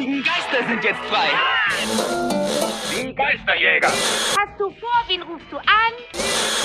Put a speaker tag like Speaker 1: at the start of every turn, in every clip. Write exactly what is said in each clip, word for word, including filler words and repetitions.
Speaker 1: geistigen Geister sind jetzt frei.
Speaker 2: Die Geisterjäger.
Speaker 3: Hast du vor, wen rufst du an?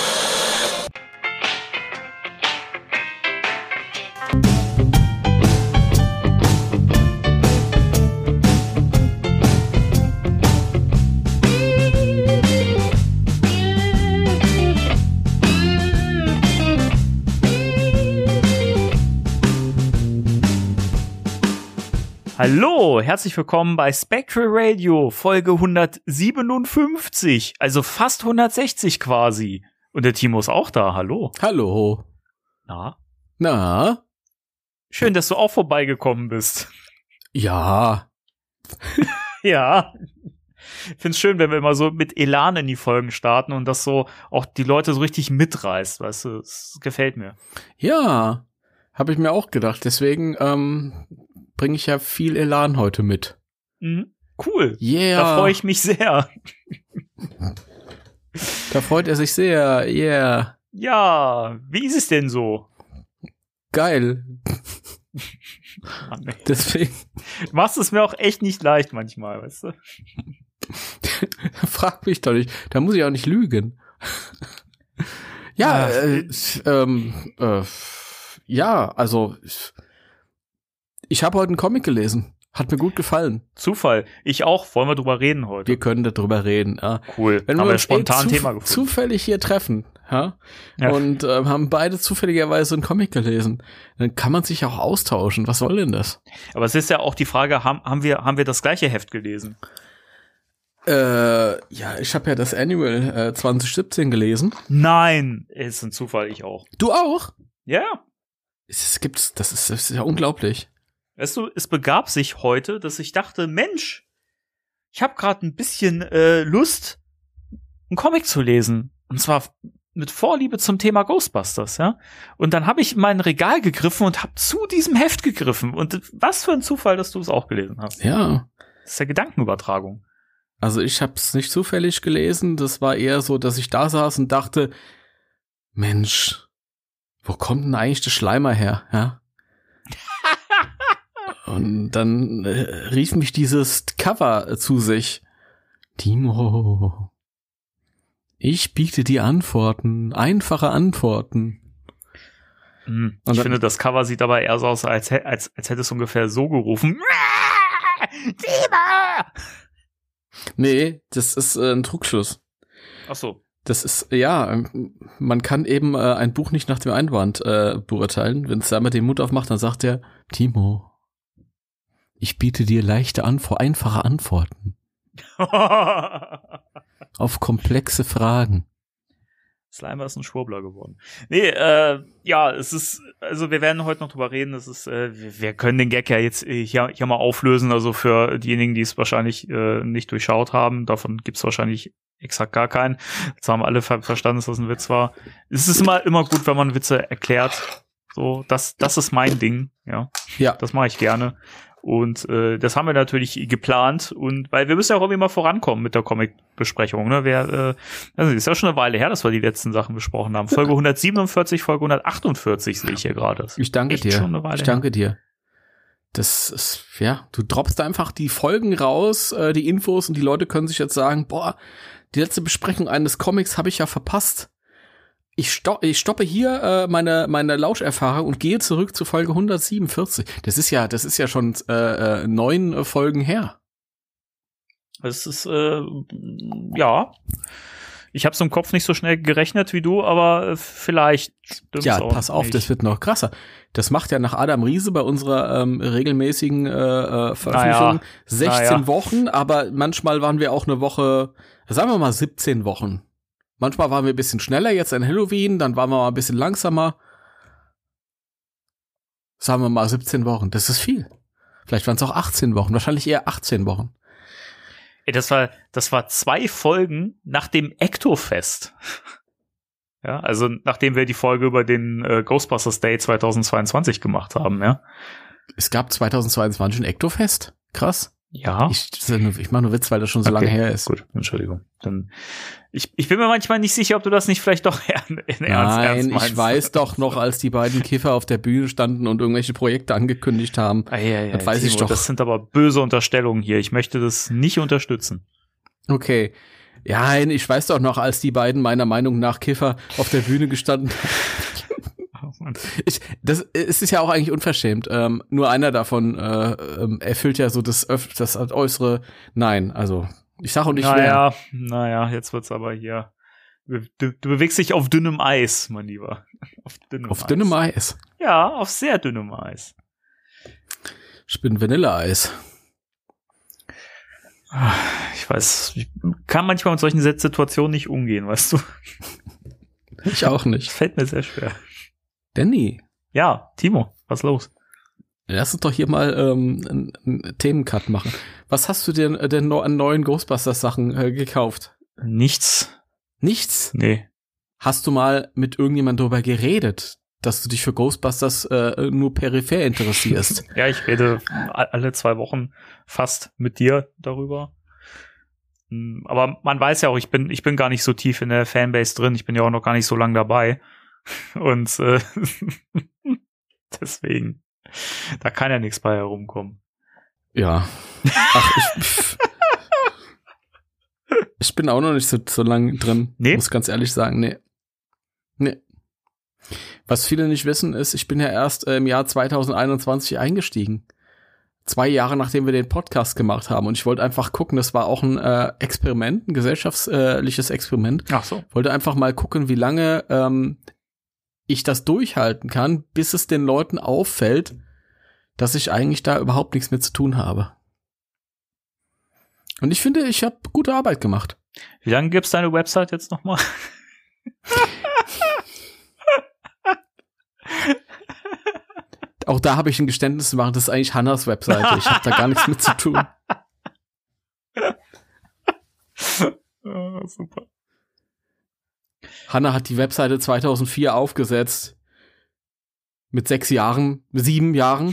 Speaker 4: Hallo, herzlich willkommen bei Spectral Radio, Folge hundertsiebenundfünfzig, also fast hundertsechzig quasi. Und der Timo ist auch da, hallo.
Speaker 5: Hallo.
Speaker 4: Na?
Speaker 5: Na?
Speaker 4: Schön, dass du auch vorbeigekommen bist.
Speaker 5: Ja.
Speaker 4: Ja. Ich find's schön, wenn wir immer so mit Elan in die Folgen starten und das so auch die Leute so richtig mitreißt, weißt du, das gefällt mir.
Speaker 5: Ja, habe ich mir auch gedacht, deswegen, ähm, bringe ich ja viel Elan heute mit.
Speaker 4: Mhm. Cool.
Speaker 5: Yeah.
Speaker 4: Da freue ich mich sehr.
Speaker 5: Da freut er sich sehr. Yeah.
Speaker 4: Ja, wie ist es denn so?
Speaker 5: Geil.
Speaker 4: Mann, ey.
Speaker 5: Deswegen.
Speaker 4: Du machst es mir auch echt nicht leicht manchmal, weißt du?
Speaker 5: Frag mich doch nicht. Da muss ich auch nicht lügen. Ja, äh, ähm, äh, ja, also ich habe heute einen Comic gelesen. Hat mir gut gefallen.
Speaker 4: Zufall. Ich auch. Wollen wir drüber reden heute?
Speaker 5: Wir können darüber reden. Ja.
Speaker 4: Cool.
Speaker 5: Wenn
Speaker 4: haben
Speaker 5: wir
Speaker 4: wir
Speaker 5: uns
Speaker 4: spontan
Speaker 5: eh
Speaker 4: Thema gefunden.
Speaker 5: Zufällig hier treffen, ja,
Speaker 4: ja.
Speaker 5: und äh, haben beide zufälligerweise einen Comic gelesen, dann kann man sich auch austauschen. Was soll denn das?
Speaker 4: Aber es ist ja auch die Frage, haben, haben wir haben wir das gleiche Heft gelesen?
Speaker 5: Äh, ja, ich habe ja das Annual äh, zwanzig siebzehn gelesen.
Speaker 4: Nein, ist ein Zufall, ich auch.
Speaker 5: Du auch?
Speaker 4: Ja.
Speaker 5: Es gibt's, das ist, das ist ja unglaublich.
Speaker 4: Weißt du, es begab sich heute, dass ich dachte, Mensch, ich habe gerade ein bisschen äh, Lust, einen Comic zu lesen. Und zwar mit Vorliebe zum Thema Ghostbusters, ja. Und dann habe ich in mein Regal gegriffen und habe zu diesem Heft gegriffen. Und was für ein Zufall, dass du es auch gelesen hast.
Speaker 5: Ja.
Speaker 4: Das ist ja Gedankenübertragung.
Speaker 5: Also ich habe es nicht zufällig gelesen. Das war eher so, dass ich da saß und dachte, Mensch, wo kommt denn eigentlich der Schleimer her, ja? Und dann äh, rief mich dieses Cover äh, zu sich. Timo, ich biete dir Antworten, einfache Antworten.
Speaker 4: Mhm.
Speaker 5: Und
Speaker 4: Ich
Speaker 5: dann,
Speaker 4: finde, das Cover sieht aber eher so aus, als, als, als hätte es ungefähr so gerufen. Timo!
Speaker 5: Nee, das ist äh, ein Trugschluss.
Speaker 4: Ach so.
Speaker 5: Das ist, ja, man kann eben äh, ein Buch nicht nach dem Einwand äh, beurteilen. Wenn es einmal den Mund aufmacht, dann sagt er, Timo, ich biete dir leichte, Antwo- einfache Antworten auf komplexe Fragen.
Speaker 4: Slimer ist ein Schwurbler geworden. Nee, äh, ja, es ist, also wir werden heute noch drüber reden, es ist, äh, wir, wir können den Gag ja jetzt hier, hier mal auflösen, also für diejenigen, die es wahrscheinlich äh, nicht durchschaut haben, davon gibt's wahrscheinlich exakt gar keinen. Jetzt haben alle ver- verstanden, dass das ein Witz war. Es ist immer, immer gut, wenn man Witze erklärt. So, das, das ist mein Ding, ja.
Speaker 5: Ja.
Speaker 4: Das mache ich gerne. Und äh, das haben wir natürlich geplant und weil wir müssen ja auch irgendwie mal vorankommen mit der Comic-Besprechung, ne? Wer, äh, also ist ja schon eine Weile her, dass wir die letzten Sachen besprochen haben. Folge hundertsiebenundvierzig, Folge hundertachtundvierzig sehe ich hier gerade.
Speaker 5: Ich danke
Speaker 4: Echt
Speaker 5: dir.
Speaker 4: schon eine Weile
Speaker 5: Ich danke dir. Das ist, ja, du droppst einfach die Folgen raus, äh, die Infos und die Leute können sich jetzt sagen, boah, die letzte Besprechung eines Comics habe ich ja verpasst. Ich, sto- ich stoppe hier äh, meine meine Lauscherfahrung und gehe zurück zu Folge hundertsiebenundvierzig. Das ist ja, das ist ja schon äh, äh, neun äh, Folgen her.
Speaker 4: Das ist, äh, ja. Ich habe es im Kopf nicht so schnell gerechnet wie du, aber äh, vielleicht stimmt's
Speaker 5: Ja,
Speaker 4: auch
Speaker 5: pass auf,
Speaker 4: nicht.
Speaker 5: das wird noch krasser. Das macht ja nach Adam Riese bei unserer ähm, regelmäßigen äh, äh, Veröffentlichung
Speaker 4: Naja.
Speaker 5: sechzehn
Speaker 4: Naja.
Speaker 5: Wochen, aber manchmal waren wir auch eine Woche, sagen wir mal siebzehn Wochen. Manchmal waren wir ein bisschen schneller, jetzt an Halloween, dann waren wir mal ein bisschen langsamer. Sagen wir mal siebzehn Wochen, das ist viel. Vielleicht waren es auch achtzehn Wochen, wahrscheinlich eher achtzehn Wochen.
Speaker 4: Ey, das war, das war zwei Folgen nach dem Ektofest. Ja, also nachdem wir die Folge über den äh, Ghostbusters Day zweitausendzweiundzwanzig gemacht haben, ja.
Speaker 5: Es gab zweitausendzweiundzwanzig ein Ektofest? Krass.
Speaker 4: Ja.
Speaker 5: Ich, ich mache nur Witz, weil das schon so
Speaker 4: Okay,
Speaker 5: lange her ist.
Speaker 4: Gut, Entschuldigung. Dann, ich, ich bin mir manchmal nicht sicher, ob du das nicht vielleicht doch in Ernst,
Speaker 5: Nein,
Speaker 4: ernst meinst.
Speaker 5: ich weiß doch noch, als die beiden Kiffer auf der Bühne standen und irgendwelche Projekte angekündigt haben.
Speaker 4: Ah, ja, ja,
Speaker 5: das weiß
Speaker 4: Timo,
Speaker 5: ich doch.
Speaker 4: Das sind aber böse Unterstellungen hier. Ich möchte das nicht unterstützen.
Speaker 5: Okay. Ja, nein, ich weiß doch noch, als die beiden meiner Meinung nach Kiffer auf der Bühne gestanden haben. Ich, das es ist ja auch eigentlich unverschämt. Ähm, nur einer davon äh, ähm, erfüllt ja so das, Öff- das äußere Nein. Also, ich sag auch nicht wer.
Speaker 4: Naja, naja, jetzt wird's aber hier. Du, du bewegst dich auf dünnem Eis, mein Lieber. Auf dünnem
Speaker 5: Auf
Speaker 4: Eis.
Speaker 5: dünnem Eis.
Speaker 4: Ja, auf sehr dünnem Eis.
Speaker 5: Ich bin Vanilleeis.
Speaker 4: Ich weiß, ich kann manchmal mit solchen Situationen nicht umgehen, weißt du?
Speaker 5: Ich auch
Speaker 4: Das
Speaker 5: nicht.
Speaker 4: fällt mir sehr schwer.
Speaker 5: Danny,
Speaker 4: Ja, Timo, was los?
Speaker 5: lass uns doch hier mal ähm, einen, einen Themencut machen. Was hast du denn, äh, denn noch an neuen Ghostbusters-Sachen äh, gekauft?
Speaker 4: Nichts.
Speaker 5: Nichts?
Speaker 4: Nee.
Speaker 5: Hast du mal mit irgendjemandem darüber geredet, dass du dich für Ghostbusters äh, nur peripher interessierst?
Speaker 4: Ja, ich rede alle zwei Wochen fast mit dir darüber. Aber man weiß ja auch, ich bin, ich bin gar nicht so tief in der Fanbase drin. Ich bin ja auch noch gar nicht so lange dabei. Und äh, deswegen, da kann ja nichts bei herumkommen.
Speaker 5: Ja. Ach, ich, pff. ich bin auch noch nicht so, so lang drin.
Speaker 4: Nee?
Speaker 5: Muss ganz ehrlich sagen, nee. Nee. Was viele nicht wissen, ist, ich bin ja erst äh, im Jahr zwanzig einundzwanzig eingestiegen. Zwei Jahre, nachdem wir den Podcast gemacht haben. Und ich wollte einfach gucken, das war auch ein äh, Experiment, ein gesellschaftliches Experiment.
Speaker 4: Ach so.
Speaker 5: Wollte einfach mal gucken, wie lange ähm, ich das durchhalten kann, bis es den Leuten auffällt, dass ich eigentlich da überhaupt nichts mit zu tun habe. Und ich finde, ich habe gute Arbeit gemacht.
Speaker 4: Wie lange gibt's deine Website jetzt nochmal?
Speaker 5: Auch da habe ich ein Geständnis zu machen, das ist eigentlich Hannas Webseite. Ich habe da gar nichts mit zu tun.
Speaker 4: Oh, super.
Speaker 5: Hanna hat die Webseite zweitausendvier aufgesetzt. Mit sechs Jahren, sieben Jahren.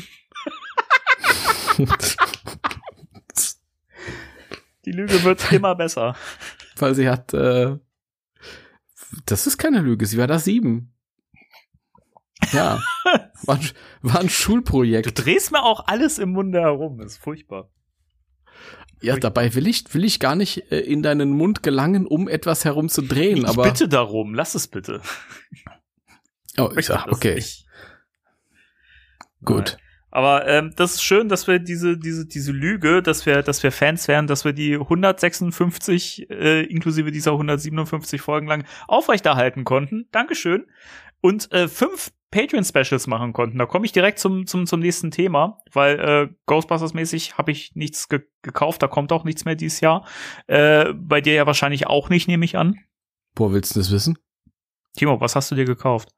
Speaker 4: Die Lüge wird immer besser.
Speaker 5: Weil sie hat, äh, das ist keine Lüge, sie war da sieben. Ja, war, ein- war ein
Speaker 4: Du
Speaker 5: Schulprojekt.
Speaker 4: drehst mir auch alles im Munde herum. Das ist furchtbar.
Speaker 5: Ja, dabei will ich, will ich gar nicht äh, in deinen Mund gelangen, um etwas herumzudrehen,
Speaker 4: Ich
Speaker 5: aber.
Speaker 4: bitte darum, lass es bitte.
Speaker 5: Oh,
Speaker 4: Ich
Speaker 5: ja,
Speaker 4: das
Speaker 5: okay,
Speaker 4: nicht.
Speaker 5: gut.
Speaker 4: Nein. Aber ähm, das ist schön, dass wir diese diese diese Lüge, dass wir dass wir Fans wären, dass wir die hundertsechsundfünfzig äh, inklusive dieser hundertsiebenundfünfzig Folgen lang aufrechterhalten konnten. Dankeschön. Und äh, fünf Patreon-Specials machen konnten. Da komme ich direkt zum zum zum nächsten Thema, weil äh, Ghostbusters-mäßig habe ich nichts ge- gekauft. Da kommt auch nichts mehr dieses Jahr. Äh, bei dir ja wahrscheinlich auch nicht, nehme ich an.
Speaker 5: Wo willst du das wissen?
Speaker 4: Timo, was hast du dir gekauft?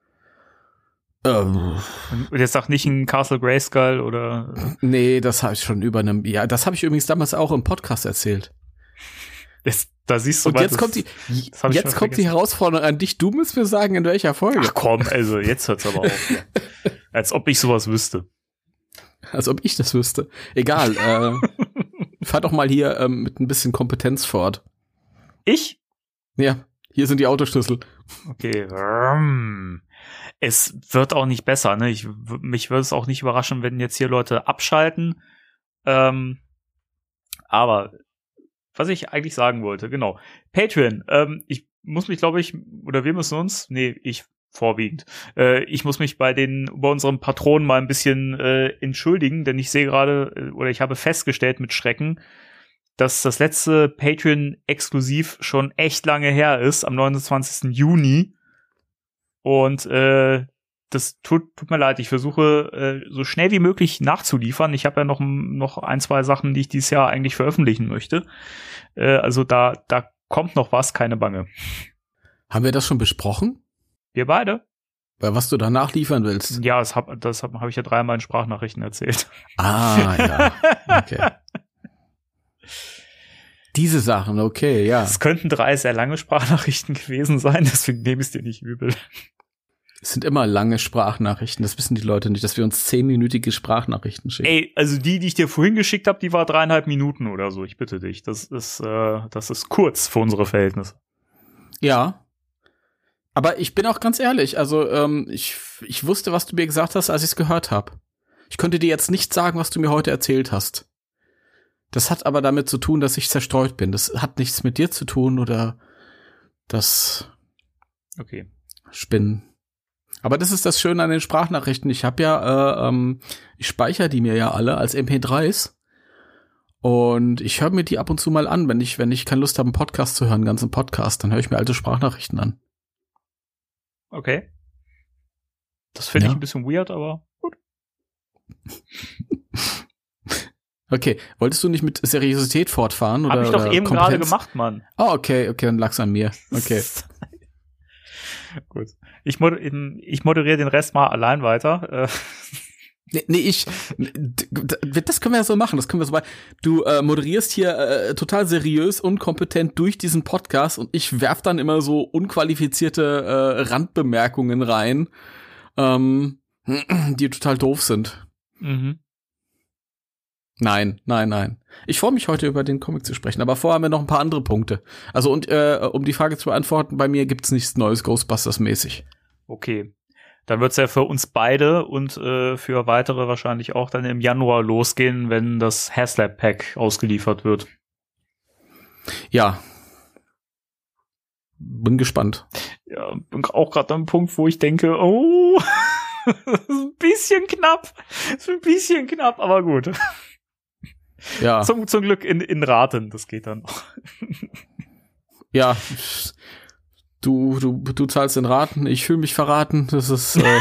Speaker 5: Ähm,
Speaker 4: Und jetzt sag nicht ein Castle Grayskull oder
Speaker 5: nee, das habe ich schon über einem, ja, das habe ich übrigens damals auch im Podcast erzählt.
Speaker 4: das, da siehst du
Speaker 5: Und
Speaker 4: mal,
Speaker 5: jetzt
Speaker 4: das-
Speaker 5: kommt die,
Speaker 4: das hab ich
Speaker 5: jetzt
Speaker 4: schon
Speaker 5: kommt die
Speaker 4: vergessen.
Speaker 5: Herausforderung an dich. Du musst mir sagen, in welcher Folge.
Speaker 4: Ach komm, also jetzt hört's aber auf. Als ob ich sowas wüsste.
Speaker 5: Als ob ich das wüsste. Egal, äh, fahr doch mal hier ähm, mit ein bisschen Kompetenz fort.
Speaker 4: Ich?
Speaker 5: Ja, hier sind die Autoschlüssel.
Speaker 4: Okay. Ähm, Es wird auch nicht besser, ne? Ich, w- mich würde es auch nicht überraschen, wenn jetzt hier Leute abschalten. Ähm, aber was ich eigentlich sagen wollte, genau. Patreon. Ähm, ich muss mich, glaube ich, oder wir müssen uns, nee, ich vorwiegend. Äh, ich muss mich bei den, bei unseren Patronen mal ein bisschen äh, entschuldigen, denn ich sehe gerade, äh, oder ich habe festgestellt mit Schrecken, dass das letzte Patreon-Exklusiv schon echt lange her ist, am neunundzwanzigsten Juni. Und äh, das tut, tut mir leid, ich versuche äh, so schnell wie möglich nachzuliefern. Ich habe ja noch, noch ein, zwei Sachen, die ich dieses Jahr eigentlich veröffentlichen möchte. Äh, also da, da kommt noch was, keine Bange.
Speaker 5: Haben wir das schon besprochen?
Speaker 4: Wir beide?
Speaker 5: Weil was du danach liefern willst?
Speaker 4: Ja, das habe das hab, hab ich ja dreimal in Sprachnachrichten erzählt.
Speaker 5: Ah, ja. Okay. Diese Sachen, okay, ja.
Speaker 4: Es könnten drei sehr lange Sprachnachrichten gewesen sein, deswegen nehme ich es dir nicht übel.
Speaker 5: Es sind immer lange Sprachnachrichten. Das wissen die Leute nicht, dass wir uns zehnminütige Sprachnachrichten schicken.
Speaker 4: Ey, also die, die ich dir vorhin geschickt habe, die war dreieinhalb Minuten oder so. Ich bitte dich. Das ist, äh, das ist kurz für unsere Verhältnisse.
Speaker 5: Ja. Aber ich bin auch ganz ehrlich. Also ähm, ich, ich wusste, was du mir gesagt hast, als ich es gehört habe. Ich konnte dir jetzt nicht sagen, was du mir heute erzählt hast. Das hat aber damit zu tun, dass ich zerstreut bin. Das hat nichts mit dir zu tun oder das
Speaker 4: Okay.
Speaker 5: Spinnen. Aber das ist das Schöne an den Sprachnachrichten. Ich habe ja, äh, ähm, ich speichere die mir ja alle als M P dreis und ich höre mir die ab und zu mal an, wenn ich, wenn ich keine Lust habe, einen Podcast zu hören, einen ganzen Podcast, dann höre ich mir alte Sprachnachrichten an.
Speaker 4: Okay. Das finde
Speaker 5: Ja.
Speaker 4: ich ein bisschen weird, aber gut.
Speaker 5: Okay, wolltest du nicht mit Seriosität fortfahren? Oder,
Speaker 4: Hab ich doch
Speaker 5: oder
Speaker 4: eben gerade
Speaker 5: Kompetenz?
Speaker 4: gemacht, Mann.
Speaker 5: Oh, okay, okay, dann lag's an mir. Okay.
Speaker 4: Gut. Ich, moder ich moderiere den Rest mal allein weiter. Äh,
Speaker 5: Nee, nee, ich, das können wir ja so machen, das können wir so machen. Du äh, moderierst hier äh, total seriös und kompetent durch diesen Podcast und ich werf dann immer so unqualifizierte äh, Randbemerkungen rein, ähm, die total doof sind.
Speaker 4: mhm.
Speaker 5: Nein, nein, nein. Ich freue mich heute über den Comic zu sprechen, aber vorher haben wir noch ein paar andere Punkte. Also und äh, um die Frage zu beantworten, bei mir gibt's nichts Neues Ghostbusters-mäßig.
Speaker 4: Okay. Dann wird's ja für uns beide und äh, für weitere wahrscheinlich auch dann im Januar losgehen, wenn das Haslab-Pack ausgeliefert wird.
Speaker 5: Ja. Bin gespannt.
Speaker 4: Ja, bin auch gerade am Punkt, wo ich denke, oh, das ist ein bisschen knapp. Das ist ein bisschen knapp, aber gut.
Speaker 5: Ja.
Speaker 4: Zum, zum Glück in, in Raten, das geht dann noch.
Speaker 5: Ja. Du, du, du zahlst den Raten, ich fühle mich verraten. Das ist äh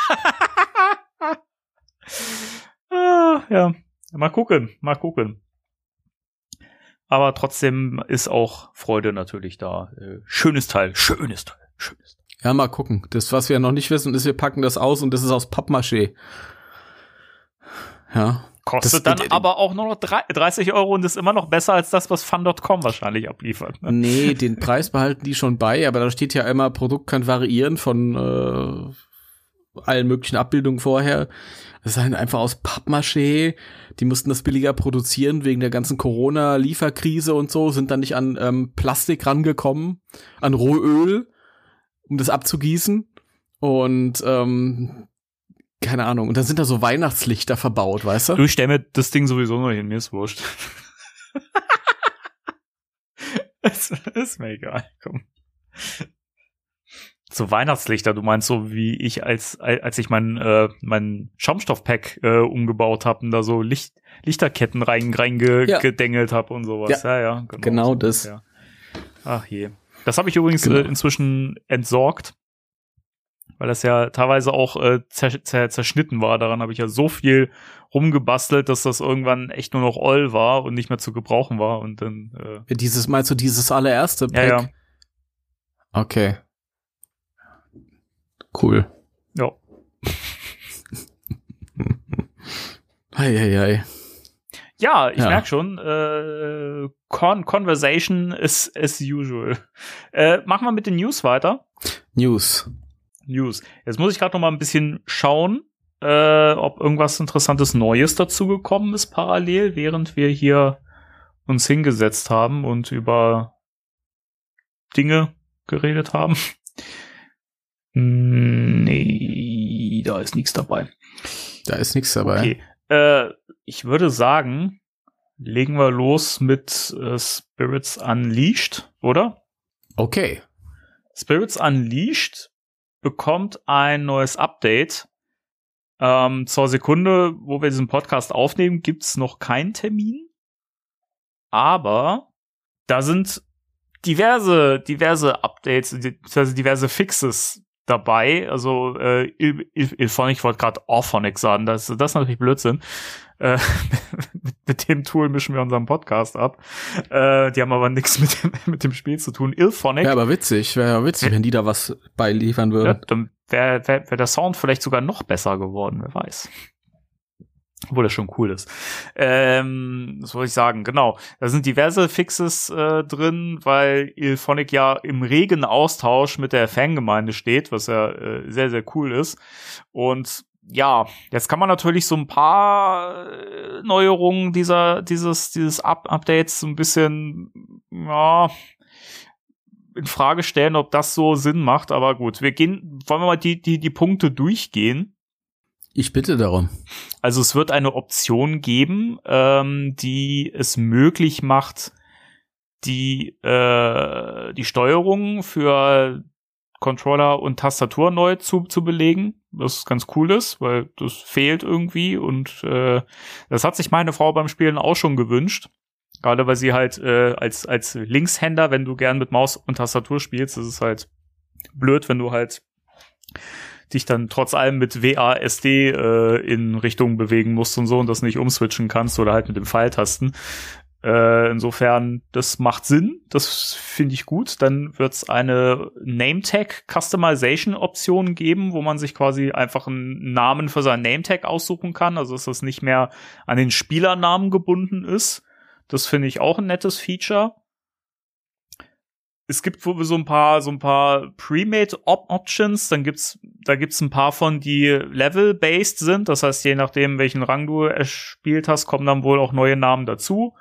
Speaker 4: ah, ja, mal gucken, mal gucken. Aber trotzdem ist auch Freude natürlich da. Äh, schönes Teil, schönes Teil, schönes Teil.
Speaker 5: ja, mal gucken. Das, was wir noch nicht wissen, ist, wir packen das aus und das ist aus Pappmaché. Ja.
Speaker 4: Kostet
Speaker 5: Das-
Speaker 4: dann aber auch nur noch dreißig Euro und ist immer noch besser als das, was Fun Punkt com wahrscheinlich abliefert. Ne?
Speaker 5: Nee, den Preis behalten die schon bei, aber da steht ja immer, Produkt kann variieren von äh, allen möglichen Abbildungen vorher. Das ist halt einfach aus Pappmaché. Die mussten das billiger produzieren wegen der ganzen Corona-Lieferkrise und so, sind dann nicht an ähm, Plastik rangekommen, an Rohöl, um das abzugießen. Und ähm, keine Ahnung. Und dann sind da so Weihnachtslichter verbaut, weißt du?
Speaker 4: Du, ich stell mir das Ding sowieso nur hin, mir ist wurscht. ist, ist mir egal, komm. So Weihnachtslichter, du meinst so wie ich, als als ich mein äh, mein Schaumstoffpack äh, umgebaut habe und da so Licht, Lichterketten rein reingedengelt
Speaker 5: Ja.
Speaker 4: habe und sowas. Ja, ja, genau,
Speaker 5: Genau
Speaker 4: so,
Speaker 5: das.
Speaker 4: Ja. Ach je. Das habe ich übrigens
Speaker 5: Genau.
Speaker 4: äh, inzwischen entsorgt, weil das ja teilweise auch äh, zer zer zerschnitten war. Daran habe ich ja so viel rumgebastelt, dass das irgendwann echt nur noch Oll war und nicht mehr zu gebrauchen war. Und dann äh,
Speaker 5: Dieses, meinst du dieses allererste Pack?
Speaker 4: ja, ja,
Speaker 5: Okay. Cool.
Speaker 4: ja.
Speaker 5: Hei, hei, hei.
Speaker 4: Ja, ich
Speaker 5: Ja.
Speaker 4: merk schon, äh, Con Conversation is as usual. Äh, machen wir mit den News weiter.
Speaker 5: News.
Speaker 4: News. Jetzt muss ich gerade noch mal ein bisschen schauen, äh, ob irgendwas Interessantes Neues dazu gekommen ist parallel, während wir hier uns hingesetzt haben und über Dinge geredet haben. Nee, da ist nichts dabei.
Speaker 5: Da ist nichts dabei.
Speaker 4: Okay, äh, ich würde sagen, legen wir los mit äh, Spirits Unleashed, oder?
Speaker 5: Okay.
Speaker 4: Spirits Unleashed bekommt ein neues Update. Ähm, zur Sekunde, wo wir diesen Podcast aufnehmen, gibt's noch keinen Termin. Aber da sind diverse, diverse Updates, also diverse Fixes dabei. Also äh, Il- Il- Ilphonic, ich wollte gerade Orphonic sagen, das, das ist natürlich Blödsinn. Äh, mit, mit dem Tool mischen wir unseren Podcast ab. Äh, die haben aber nichts mit dem, mit dem Spiel zu tun. Ilphonic.
Speaker 5: Wäre aber witzig, wäre ja witzig, wenn die da was beiliefern
Speaker 4: Ja,
Speaker 5: würden.
Speaker 4: dann wäre wär, wär der Sound vielleicht sogar noch besser geworden, wer weiß. Obwohl das schon cool ist. Ähm, was wollte ich sagen? Genau. Da sind diverse Fixes äh, drin, weil IllFonic ja im regen Austausch mit der Fangemeinde steht, was ja äh, sehr, sehr cool ist. Und ja, jetzt kann man natürlich so ein paar äh, Neuerungen dieser, dieses, dieses Up- Updates so ein bisschen, ja, in Frage stellen, ob das so Sinn macht. Aber gut, wir gehen, wollen wir mal die, die, die Punkte durchgehen.
Speaker 5: Ich bitte darum.
Speaker 4: Also es wird eine Option geben, ähm, die es möglich macht, die äh, die Steuerung für Controller und Tastatur neu zu zu belegen. Das ganz cool ist, weil das fehlt irgendwie und äh, das hat sich meine Frau beim Spielen auch schon gewünscht. Gerade weil sie halt äh, als als Linkshänder, wenn du gern mit Maus und Tastatur spielst, das ist halt blöd, wenn du halt dich dann trotz allem mit W A S D äh, in Richtung bewegen musst und so und das nicht umswitchen kannst oder halt mit dem Pfeiltasten. Äh, insofern, das macht Sinn, das finde ich gut. Dann wird es eine Name-Tag-Customization-Option geben, wo man sich quasi einfach einen Namen für seinen Name-Tag aussuchen kann, also dass das nicht mehr an den Spielernamen gebunden ist. Das finde ich auch ein nettes Feature. Es gibt wohl so ein paar, so ein paar Pre-made Options, dann gibt's, da gibt's ein paar von, die Level-based sind. Das heißt, je nachdem, welchen Rang du erspielt hast, kommen dann wohl auch neue Namen dazu.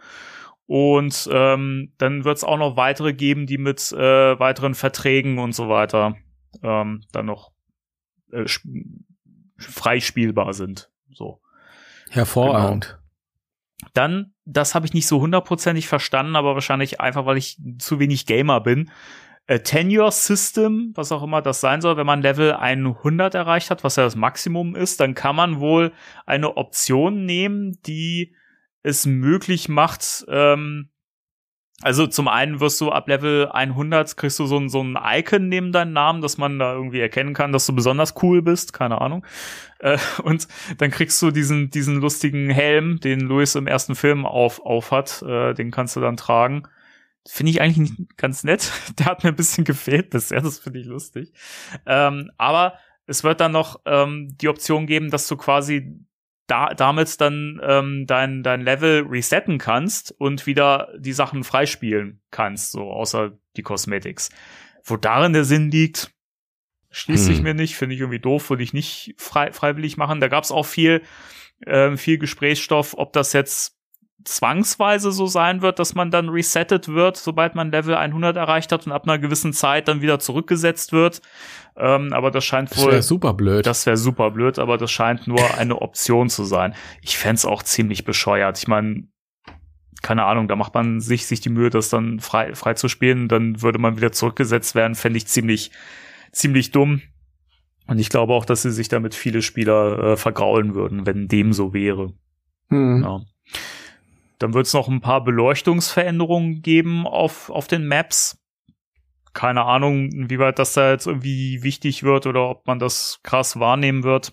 Speaker 4: Und ähm, dann wird's auch noch weitere geben, die mit äh, weiteren Verträgen und so weiter ähm, dann noch äh, sp- frei spielbar sind. So.
Speaker 5: Hervorragend.
Speaker 4: Genau. Dann, das habe ich nicht so hundertprozentig verstanden, aber wahrscheinlich einfach, weil ich zu wenig Gamer bin. A Tenure System, was auch immer das sein soll, wenn man Level hundert erreicht hat, was ja das Maximum ist, dann kann man wohl eine Option nehmen, die es möglich macht, ähm, also zum einen wirst du ab Level hundert, kriegst du so ein, so ein Icon neben deinem Namen, dass man da irgendwie erkennen kann, dass du besonders cool bist, keine Ahnung. Äh, und dann kriegst du diesen diesen lustigen Helm, den Louis im ersten Film auf, auf hat, äh, den kannst du dann tragen. Finde ich eigentlich nicht ganz nett. Der hat mir ein bisschen gefehlt bisher, das finde ich lustig. Ähm, aber es wird dann noch ähm, die Option geben, dass du quasi da damit dann ähm, dein dein Level resetten kannst und wieder die Sachen freispielen kannst, so außer die Cosmetics. Wo darin der Sinn liegt, schließt sich
Speaker 5: Hm.
Speaker 4: mir nicht, finde ich irgendwie doof, würde ich nicht frei, freiwillig machen. Da gab es auch viel ähm, viel Gesprächsstoff, ob das jetzt zwangsweise so sein wird, dass man dann resettet wird, sobald man Level hundert erreicht hat und ab einer gewissen Zeit dann wieder zurückgesetzt wird. Ähm, aber das scheint
Speaker 5: Das
Speaker 4: wohl
Speaker 5: wäre super blöd.
Speaker 4: Das wäre super blöd, aber das scheint nur eine Option zu sein. Ich fänd's auch ziemlich bescheuert. Ich meine, keine Ahnung, da macht man sich sich die Mühe, das dann frei frei zu spielen, dann würde man wieder zurückgesetzt werden, fände ich ziemlich ziemlich dumm. Und ich glaube auch, dass sie sich damit viele Spieler äh, vergraulen würden, wenn dem so wäre.
Speaker 5: Hm.
Speaker 4: Ja. Dann wird es noch ein paar Beleuchtungsveränderungen geben auf auf den Maps. Keine Ahnung, inwieweit das da jetzt irgendwie wichtig wird oder ob man das krass wahrnehmen wird.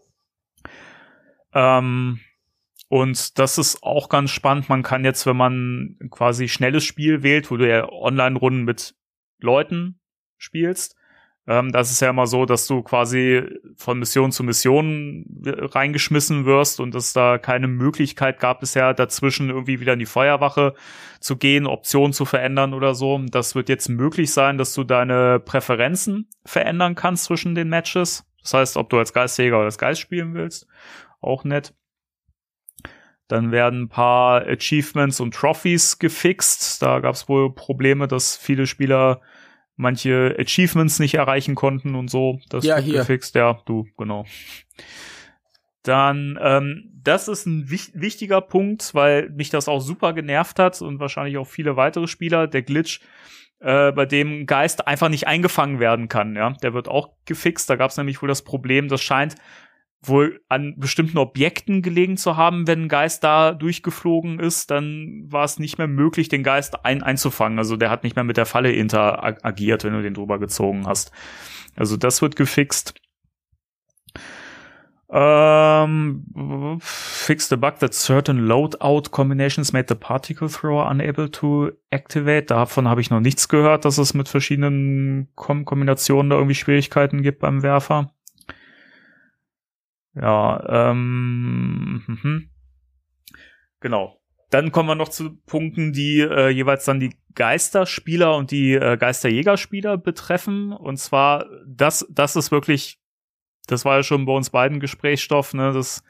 Speaker 4: Ähm, und das ist auch ganz spannend. Man kann jetzt, wenn man quasi schnelles Spiel wählt, wo du ja Online-Runden mit Leuten spielst, ähm, das ist ja immer so, dass du quasi von Mission zu Mission reingeschmissen wirst und es da keine Möglichkeit gab bisher dazwischen irgendwie wieder in die Feuerwache zu gehen, Optionen zu verändern oder so. Das wird jetzt möglich sein, dass du deine Präferenzen verändern kannst zwischen den Matches. Das heißt, ob du als Geistjäger oder als Geist spielen willst. Auch nett. Dann werden ein paar Achievements und Trophies gefixt. Da gab es wohl Probleme, dass viele Spieler manche Achievements nicht erreichen konnten und so. Das
Speaker 5: Ja,
Speaker 4: wird
Speaker 5: hier.
Speaker 4: gefixt. Ja, du, genau. Dann, ähm, das ist ein wich- wichtiger Punkt, weil mich das auch super genervt hat und wahrscheinlich auch viele weitere Spieler. Der Glitch, äh, bei dem ein Geist einfach nicht eingefangen werden kann, ja. Der wird auch gefixt. Da gab es nämlich wohl das Problem, das scheint wohl an bestimmten Objekten gelegen zu haben. Wenn ein Geist da durchgeflogen ist, dann war es nicht mehr möglich, den Geist ein einzufangen. Also der hat nicht mehr mit der Falle interagiert, wenn du den drüber gezogen hast. Also das wird gefixt. Ähm, fix the bug that certain loadout combinations made the particle thrower unable to activate. Davon habe ich noch nichts gehört, dass es mit verschiedenen Kom- Kombinationen da irgendwie Schwierigkeiten gibt beim Werfer. Ja, ähm, mhm. Genau. Dann kommen wir noch zu Punkten, die äh, jeweils dann die Geisterspieler und die äh, Geisterjägerspieler betreffen. Und zwar, das, das ist wirklich, das war ja schon bei uns beiden Gesprächsstoff, ne, das,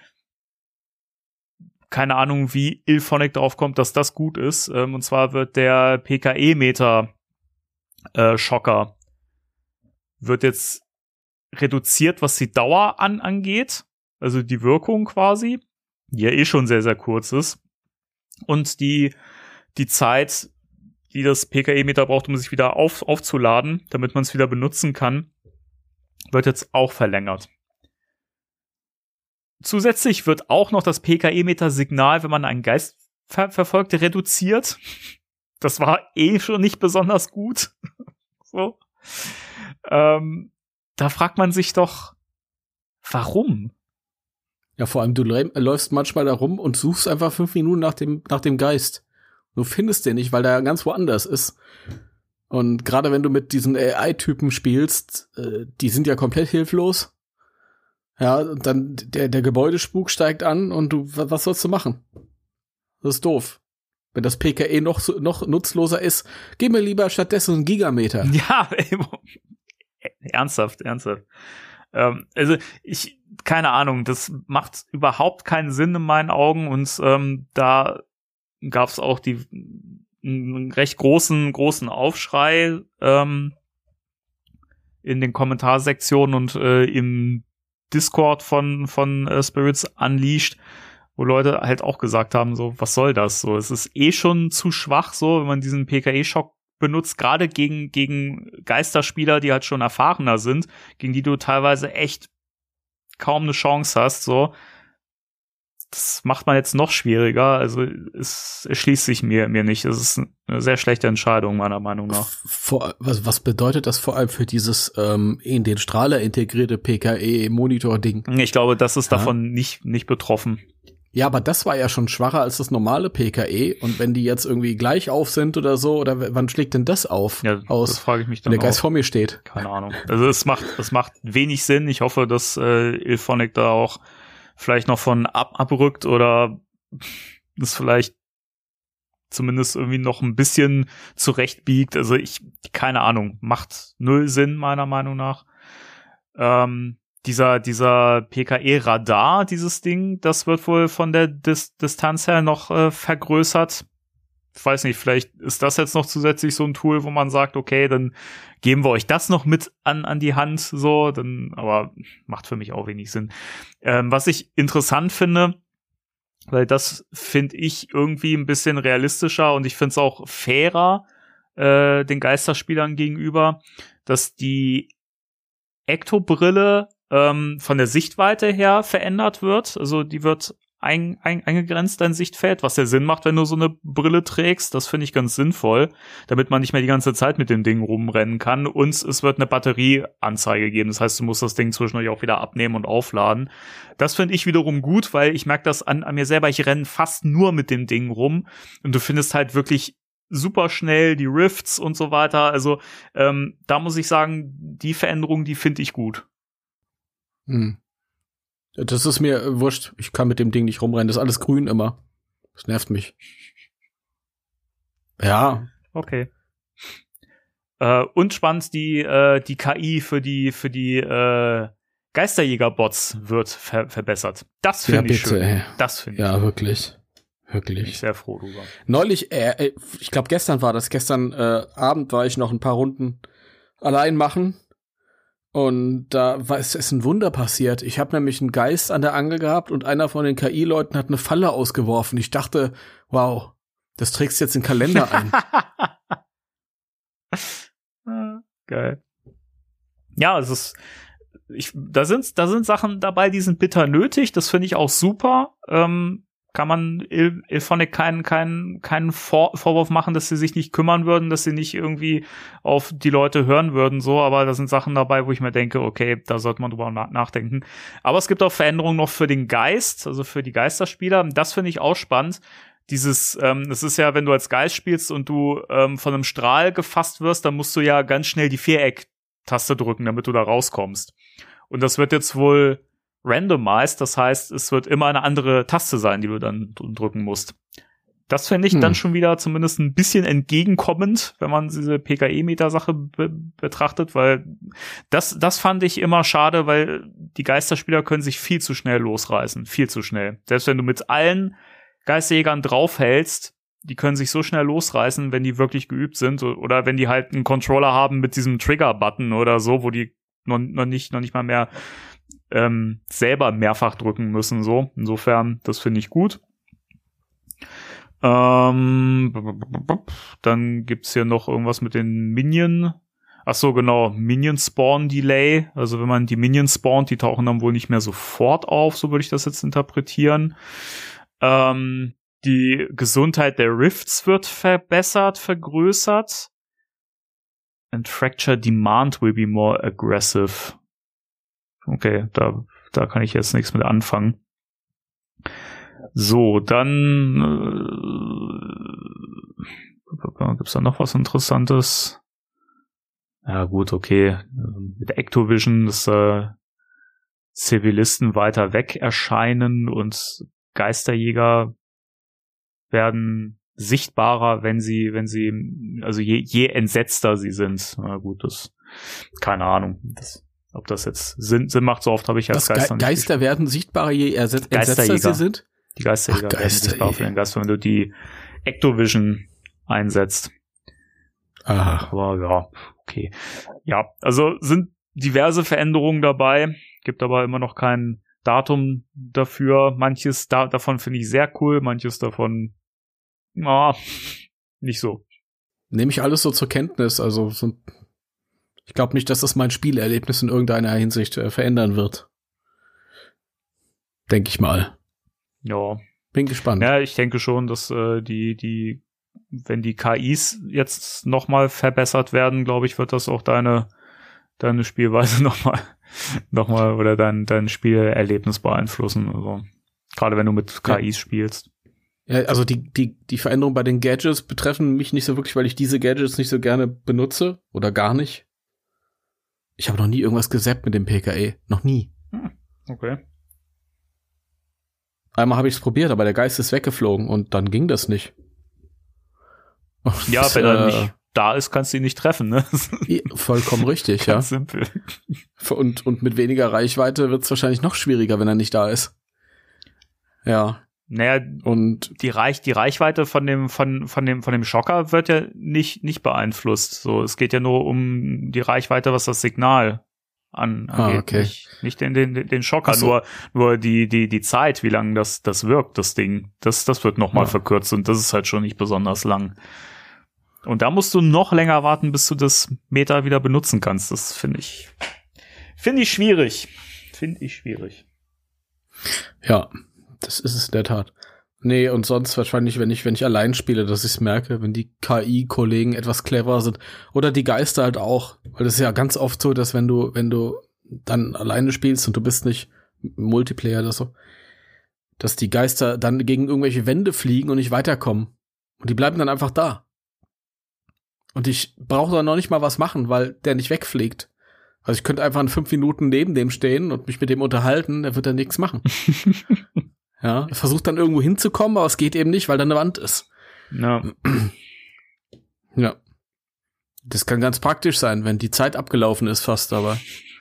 Speaker 4: keine Ahnung, wie Ilphonic drauf kommt, dass das gut ist. Ähm, und zwar wird der P K E-Meter äh, Schocker wird jetzt reduziert, was die Dauer an angeht, also die Wirkung quasi, die ja eh schon sehr, sehr kurz ist. Und die, die Zeit, die das P K E-Meter braucht, um sich wieder auf, aufzuladen, damit man es wieder benutzen kann, wird jetzt auch verlängert. Zusätzlich wird auch noch das P K E-Meter-Signal, wenn man einen Geist ver- verfolgt, reduziert. Das war eh schon nicht besonders gut. So. Ähm, da fragt man sich doch, warum?
Speaker 5: Ja, vor allem, du läufst manchmal da rum und suchst einfach fünf Minuten nach dem, nach dem Geist. Du findest den nicht, weil der ganz woanders ist. Und gerade wenn du mit diesen A I-Typen spielst, äh, die sind ja komplett hilflos. Ja, und dann der, der Gebäudespuk steigt an und du, was sollst du machen? Das ist doof. Wenn das P K E noch, noch nutzloser ist, gib mir lieber stattdessen einen Gigameter.
Speaker 4: Ja, ernsthaft, ernsthaft. Ähm, also ich, keine Ahnung, das macht überhaupt keinen Sinn in meinen Augen und ähm, da gab es auch die einen recht großen großen Aufschrei ähm, in den Kommentarsektionen und äh, im Discord von von äh, Spirits Unleashed, wo Leute halt auch gesagt haben, so, was soll das? So, es ist eh schon zu schwach, so, wenn man diesen P K E-Schock benutzt, gerade gegen gegen Geisterspieler, die halt schon erfahrener sind, gegen die du teilweise echt kaum eine Chance hast, so. Das macht man jetzt noch schwieriger, also es erschließt sich mir mir nicht. Es ist eine sehr schlechte Entscheidung, meiner Meinung nach.
Speaker 5: Vor, was, was bedeutet das vor allem für dieses ähm, in den Strahler integrierte P K E-Monitor-Ding?
Speaker 4: Ich glaube, das ist
Speaker 5: ja.
Speaker 4: davon nicht nicht betroffen.
Speaker 5: Ja, aber das war ja schon schwacher als das normale P K E. Und wenn die jetzt irgendwie gleich auf sind oder so, oder w- wann schlägt denn das auf?
Speaker 4: Ja,
Speaker 5: aus,
Speaker 4: das frage ich mich dann
Speaker 5: wenn der Geist
Speaker 4: auch.
Speaker 5: vor mir steht.
Speaker 4: Keine Ahnung. Also es macht es macht wenig Sinn. Ich hoffe, dass äh, Ilphonic da auch vielleicht noch von ab abrückt oder das vielleicht zumindest irgendwie noch ein bisschen zurechtbiegt. Also ich, keine Ahnung, macht null Sinn, meiner Meinung nach. Ähm, dieser, dieser P K E-Radar, dieses Ding, das wird wohl von der Dis- Distanz her noch äh, vergrößert. Ich weiß nicht, vielleicht ist das jetzt noch zusätzlich so ein Tool, wo man sagt, okay, dann geben wir euch das noch mit an an die Hand, so, dann, aber macht für mich auch wenig Sinn. Ähm, was ich interessant finde, weil das finde ich irgendwie ein bisschen realistischer und ich finde es auch fairer äh, den Geisterspielern gegenüber, dass die Ektobrille ähm, von der Sichtweite her verändert wird. Also die wird ein, ein, eingegrenzt, dein Sichtfeld, was ja Sinn macht, wenn du so eine Brille trägst. Das finde ich ganz sinnvoll, damit man nicht mehr die ganze Zeit mit dem Ding rumrennen kann. Und es wird eine Batterieanzeige geben. Das heißt, du musst das Ding zwischendurch auch wieder abnehmen und aufladen. Das finde ich wiederum gut, weil ich merke das an, an mir selber. Ich renne fast nur mit dem Ding rum. Und du findest halt wirklich super schnell die Rifts und so weiter. Also ähm, da muss ich sagen, die Veränderung, die finde ich gut.
Speaker 5: Hm. Das ist mir äh, wurscht. Ich kann mit dem Ding nicht rumrennen. Das ist alles grün immer. Das nervt mich. Ja.
Speaker 4: Okay. Äh, und spannend, die, äh, die K I für die, für die äh, Geisterjäger-Bots wird ver- verbessert. Das finde
Speaker 5: ja,
Speaker 4: ich
Speaker 5: bitte,
Speaker 4: schön.
Speaker 5: ey.
Speaker 4: Das finde ich
Speaker 5: Ja,
Speaker 4: schön.
Speaker 5: wirklich.
Speaker 4: Bin
Speaker 5: Wirklich.
Speaker 4: ich sehr froh drüber.
Speaker 5: Neulich, äh, äh, ich glaube gestern war das, gestern äh, Abend war ich noch ein paar Runden allein machen und da war es ist ein Wunder passiert. Ich habe nämlich einen Geist an der Angel gehabt und einer von den K I-Leuten hat eine Falle ausgeworfen. Ich dachte, wow, das trägst du jetzt in den Kalender ein.
Speaker 4: Geil. Ja, es ist ich, da sind da sind Sachen dabei, die sind bitter nötig. Das finde ich auch super. Ähm, kann man Il- Ilphonic keinen keinen keinen Vor- Vorwurf machen, dass sie sich nicht kümmern würden, dass sie nicht irgendwie auf die Leute hören würden, so, aber da sind Sachen dabei, wo ich mir denke, okay, da sollte man drüber na- nachdenken. Aber es gibt auch Veränderungen noch für den Geist, also für die Geisterspieler. Das finde ich auch spannend. Dieses, ähm, das ist ja, wenn du als Geist spielst und du ähm, von einem Strahl gefasst wirst, dann musst du ja ganz schnell die Viereck-Taste drücken, damit du da rauskommst. Und das wird jetzt wohl randomized, das heißt, es wird immer eine andere Taste sein, die du dann drücken musst. Das finde ich hm. dann schon wieder zumindest ein bisschen entgegenkommend, wenn man diese P K E-Meter-Sache be- betrachtet, weil das, das fand ich immer schade, weil die Geisterspieler können sich viel zu schnell losreißen, viel zu schnell. Selbst wenn du mit allen Geisterjägern draufhältst, die können sich so schnell losreißen, wenn die wirklich geübt sind oder wenn die halt einen Controller haben mit diesem Trigger-Button oder so, wo die noch, noch nicht, noch nicht mal mehr ähm, selber mehrfach drücken müssen, so. Insofern, das finde ich gut. Ähm, dann gibt's hier noch irgendwas mit den Minion. Ach so, genau, Minion Spawn Delay. Also wenn man die Minions spawnt, die tauchen dann wohl nicht mehr sofort auf, so würde ich das jetzt interpretieren. Ähm, die Gesundheit der Rifts wird verbessert, vergrößert. And Fracture Demand will be more aggressive. Okay, da, da kann ich jetzt nichts mit anfangen. So, dann äh, gibt's da noch was Interessantes? Ja gut, okay. Mit Actovision, dass äh, Zivilisten weiter weg erscheinen und Geisterjäger werden sichtbarer, wenn sie, wenn sie, also je, je entsetzter sie sind. Na gut, das, keine Ahnung. Das, ob das jetzt Sinn, Sinn macht, so oft habe ich als
Speaker 5: Ge-
Speaker 4: Geister nicht
Speaker 5: Geister gespielt. Werden sichtbarer, je erset- entsetzter sie sind?
Speaker 4: Die Geisterjäger
Speaker 5: Ach,
Speaker 4: werden sichtbar für den Geist, wenn du die Actovision einsetzt.
Speaker 5: Aha.
Speaker 4: Aber ja, okay. Ja, also sind diverse Veränderungen dabei, gibt aber immer noch kein Datum dafür. Manches da, davon finde ich sehr cool, manches davon na, nicht so.
Speaker 5: Nehme ich alles so zur Kenntnis, also so, ich glaube nicht, dass das mein Spielerlebnis in irgendeiner Hinsicht äh, verändern wird. Denke ich mal.
Speaker 4: Ja.
Speaker 5: Bin gespannt.
Speaker 4: Ja, ich denke schon, dass äh, die, die, wenn die K Is jetzt nochmal verbessert werden, glaube ich, wird das auch deine, deine Spielweise nochmal, nochmal oder dein, dein Spielerlebnis beeinflussen. Also, gerade wenn du mit K Is ja. spielst.
Speaker 5: Ja, also die, die, die Veränderungen bei den Gadgets betreffen mich nicht so wirklich, weil ich diese Gadgets nicht so gerne benutze oder gar nicht. Ich habe noch nie irgendwas gesappt mit dem P K E. Noch nie.
Speaker 4: Hm, okay.
Speaker 5: Einmal habe ich es probiert, aber der Geist ist weggeflogen und dann ging das nicht. Und,
Speaker 4: ja, wenn er
Speaker 5: äh,
Speaker 4: nicht da ist, kannst du ihn nicht treffen, ne?
Speaker 5: Vollkommen richtig, ja.
Speaker 4: Ganz simpel.
Speaker 5: Und, und mit weniger Reichweite wird es wahrscheinlich noch schwieriger, wenn er nicht da ist. Ja.
Speaker 4: Naja, und die, Reich, die Reichweite von dem, von, von dem, von dem Schocker wird ja nicht, nicht beeinflusst. So, es geht ja nur um die Reichweite, was das Signal an, angeht.
Speaker 5: Ah, okay.
Speaker 4: Nicht, nicht den, den, den Schocker,
Speaker 5: so.
Speaker 4: nur, nur die, die, die Zeit, wie lange das, das wirkt, das Ding. Das, das wird nochmal ja. verkürzt und das ist halt schon nicht besonders lang. Und da musst du noch länger warten, bis du das Meta wieder benutzen kannst. Das finde ich, finde ich schwierig. Finde ich schwierig.
Speaker 5: Ja, das ist es in der Tat. Nee, und sonst wahrscheinlich, wenn ich, wenn ich allein spiele, dass ich es merke, wenn die K I-Kollegen etwas clever sind. Oder die Geister halt auch. Weil das ist ja ganz oft so, dass wenn du, wenn du dann alleine spielst und du bist nicht Multiplayer oder so, dass die Geister dann gegen irgendwelche Wände fliegen und nicht weiterkommen. Und die bleiben dann einfach da. Und ich brauche da noch nicht mal was machen, weil der nicht wegfliegt. Also ich könnte einfach in fünf Minuten neben dem stehen und mich mit dem unterhalten, der wird dann nichts machen. Ja, er versucht dann irgendwo hinzukommen, aber es geht eben nicht, weil da eine Wand ist.
Speaker 4: Ja.
Speaker 5: Ja. Das kann ganz praktisch sein, wenn die Zeit abgelaufen ist fast, aber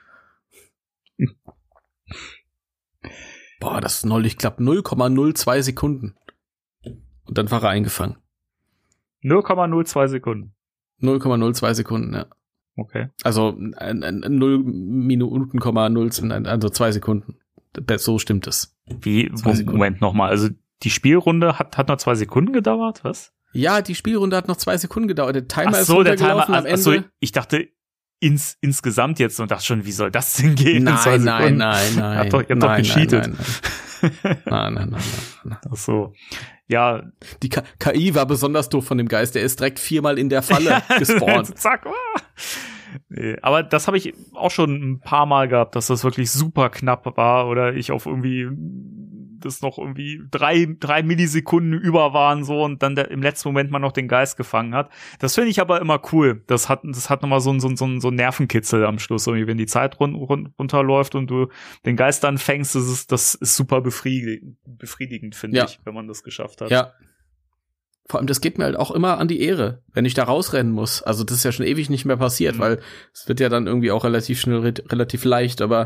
Speaker 5: boah, das neulich klappt null Komma null zwei Sekunden. Und dann war er eingefangen.
Speaker 4: null Komma null zwei Sekunden.
Speaker 5: null Komma null zwei Sekunden, ja.
Speaker 4: Okay.
Speaker 5: Also null Minuten, null, also zwei Sekunden. So stimmt es.
Speaker 4: Wie? Moment nochmal. Also die Spielrunde hat, hat noch zwei Sekunden gedauert? Was?
Speaker 5: Ja, die Spielrunde hat noch zwei Sekunden gedauert. Der Timer
Speaker 4: ach
Speaker 5: ist
Speaker 4: so, der Timer,
Speaker 5: am Ende. Ach
Speaker 4: so, ich dachte ins, insgesamt jetzt und dachte schon, wie soll das denn gehen?
Speaker 5: Nein,
Speaker 4: in zwei
Speaker 5: nein, nein, nein.
Speaker 4: Ihr habt doch, ihr habt
Speaker 5: nein,
Speaker 4: doch gecheatet.
Speaker 5: Nein, nein, nein. nein, nein, nein, nein.
Speaker 4: Ach so. Ja.
Speaker 5: Die K- K I war besonders doof von dem Geist. Der ist direkt viermal in der Falle gespawnt.
Speaker 4: Zack. Oh. Nee, aber das habe ich auch schon ein paar Mal gehabt, dass das wirklich super knapp war oder ich auf irgendwie das noch irgendwie drei, drei Millisekunden über waren so und dann der, im letzten Moment mal noch den Geist gefangen hat. Das finde ich aber immer cool. Das hat, das hat nochmal so ein, so ein, so ein, so ein Nervenkitzel am Schluss. Irgendwie, wenn die Zeit run, run, runterläuft und du den Geist dann fängst, das ist, das ist super befriedigend, befriedigend finde
Speaker 5: Ja.
Speaker 4: ich, wenn man das geschafft hat.
Speaker 5: Ja. Vor allem, das geht mir halt auch immer an die Ehre, wenn ich da rausrennen muss. Also das ist ja schon ewig nicht mehr passiert,
Speaker 4: Mhm.
Speaker 5: weil es wird ja dann irgendwie auch relativ schnell, re- relativ leicht, aber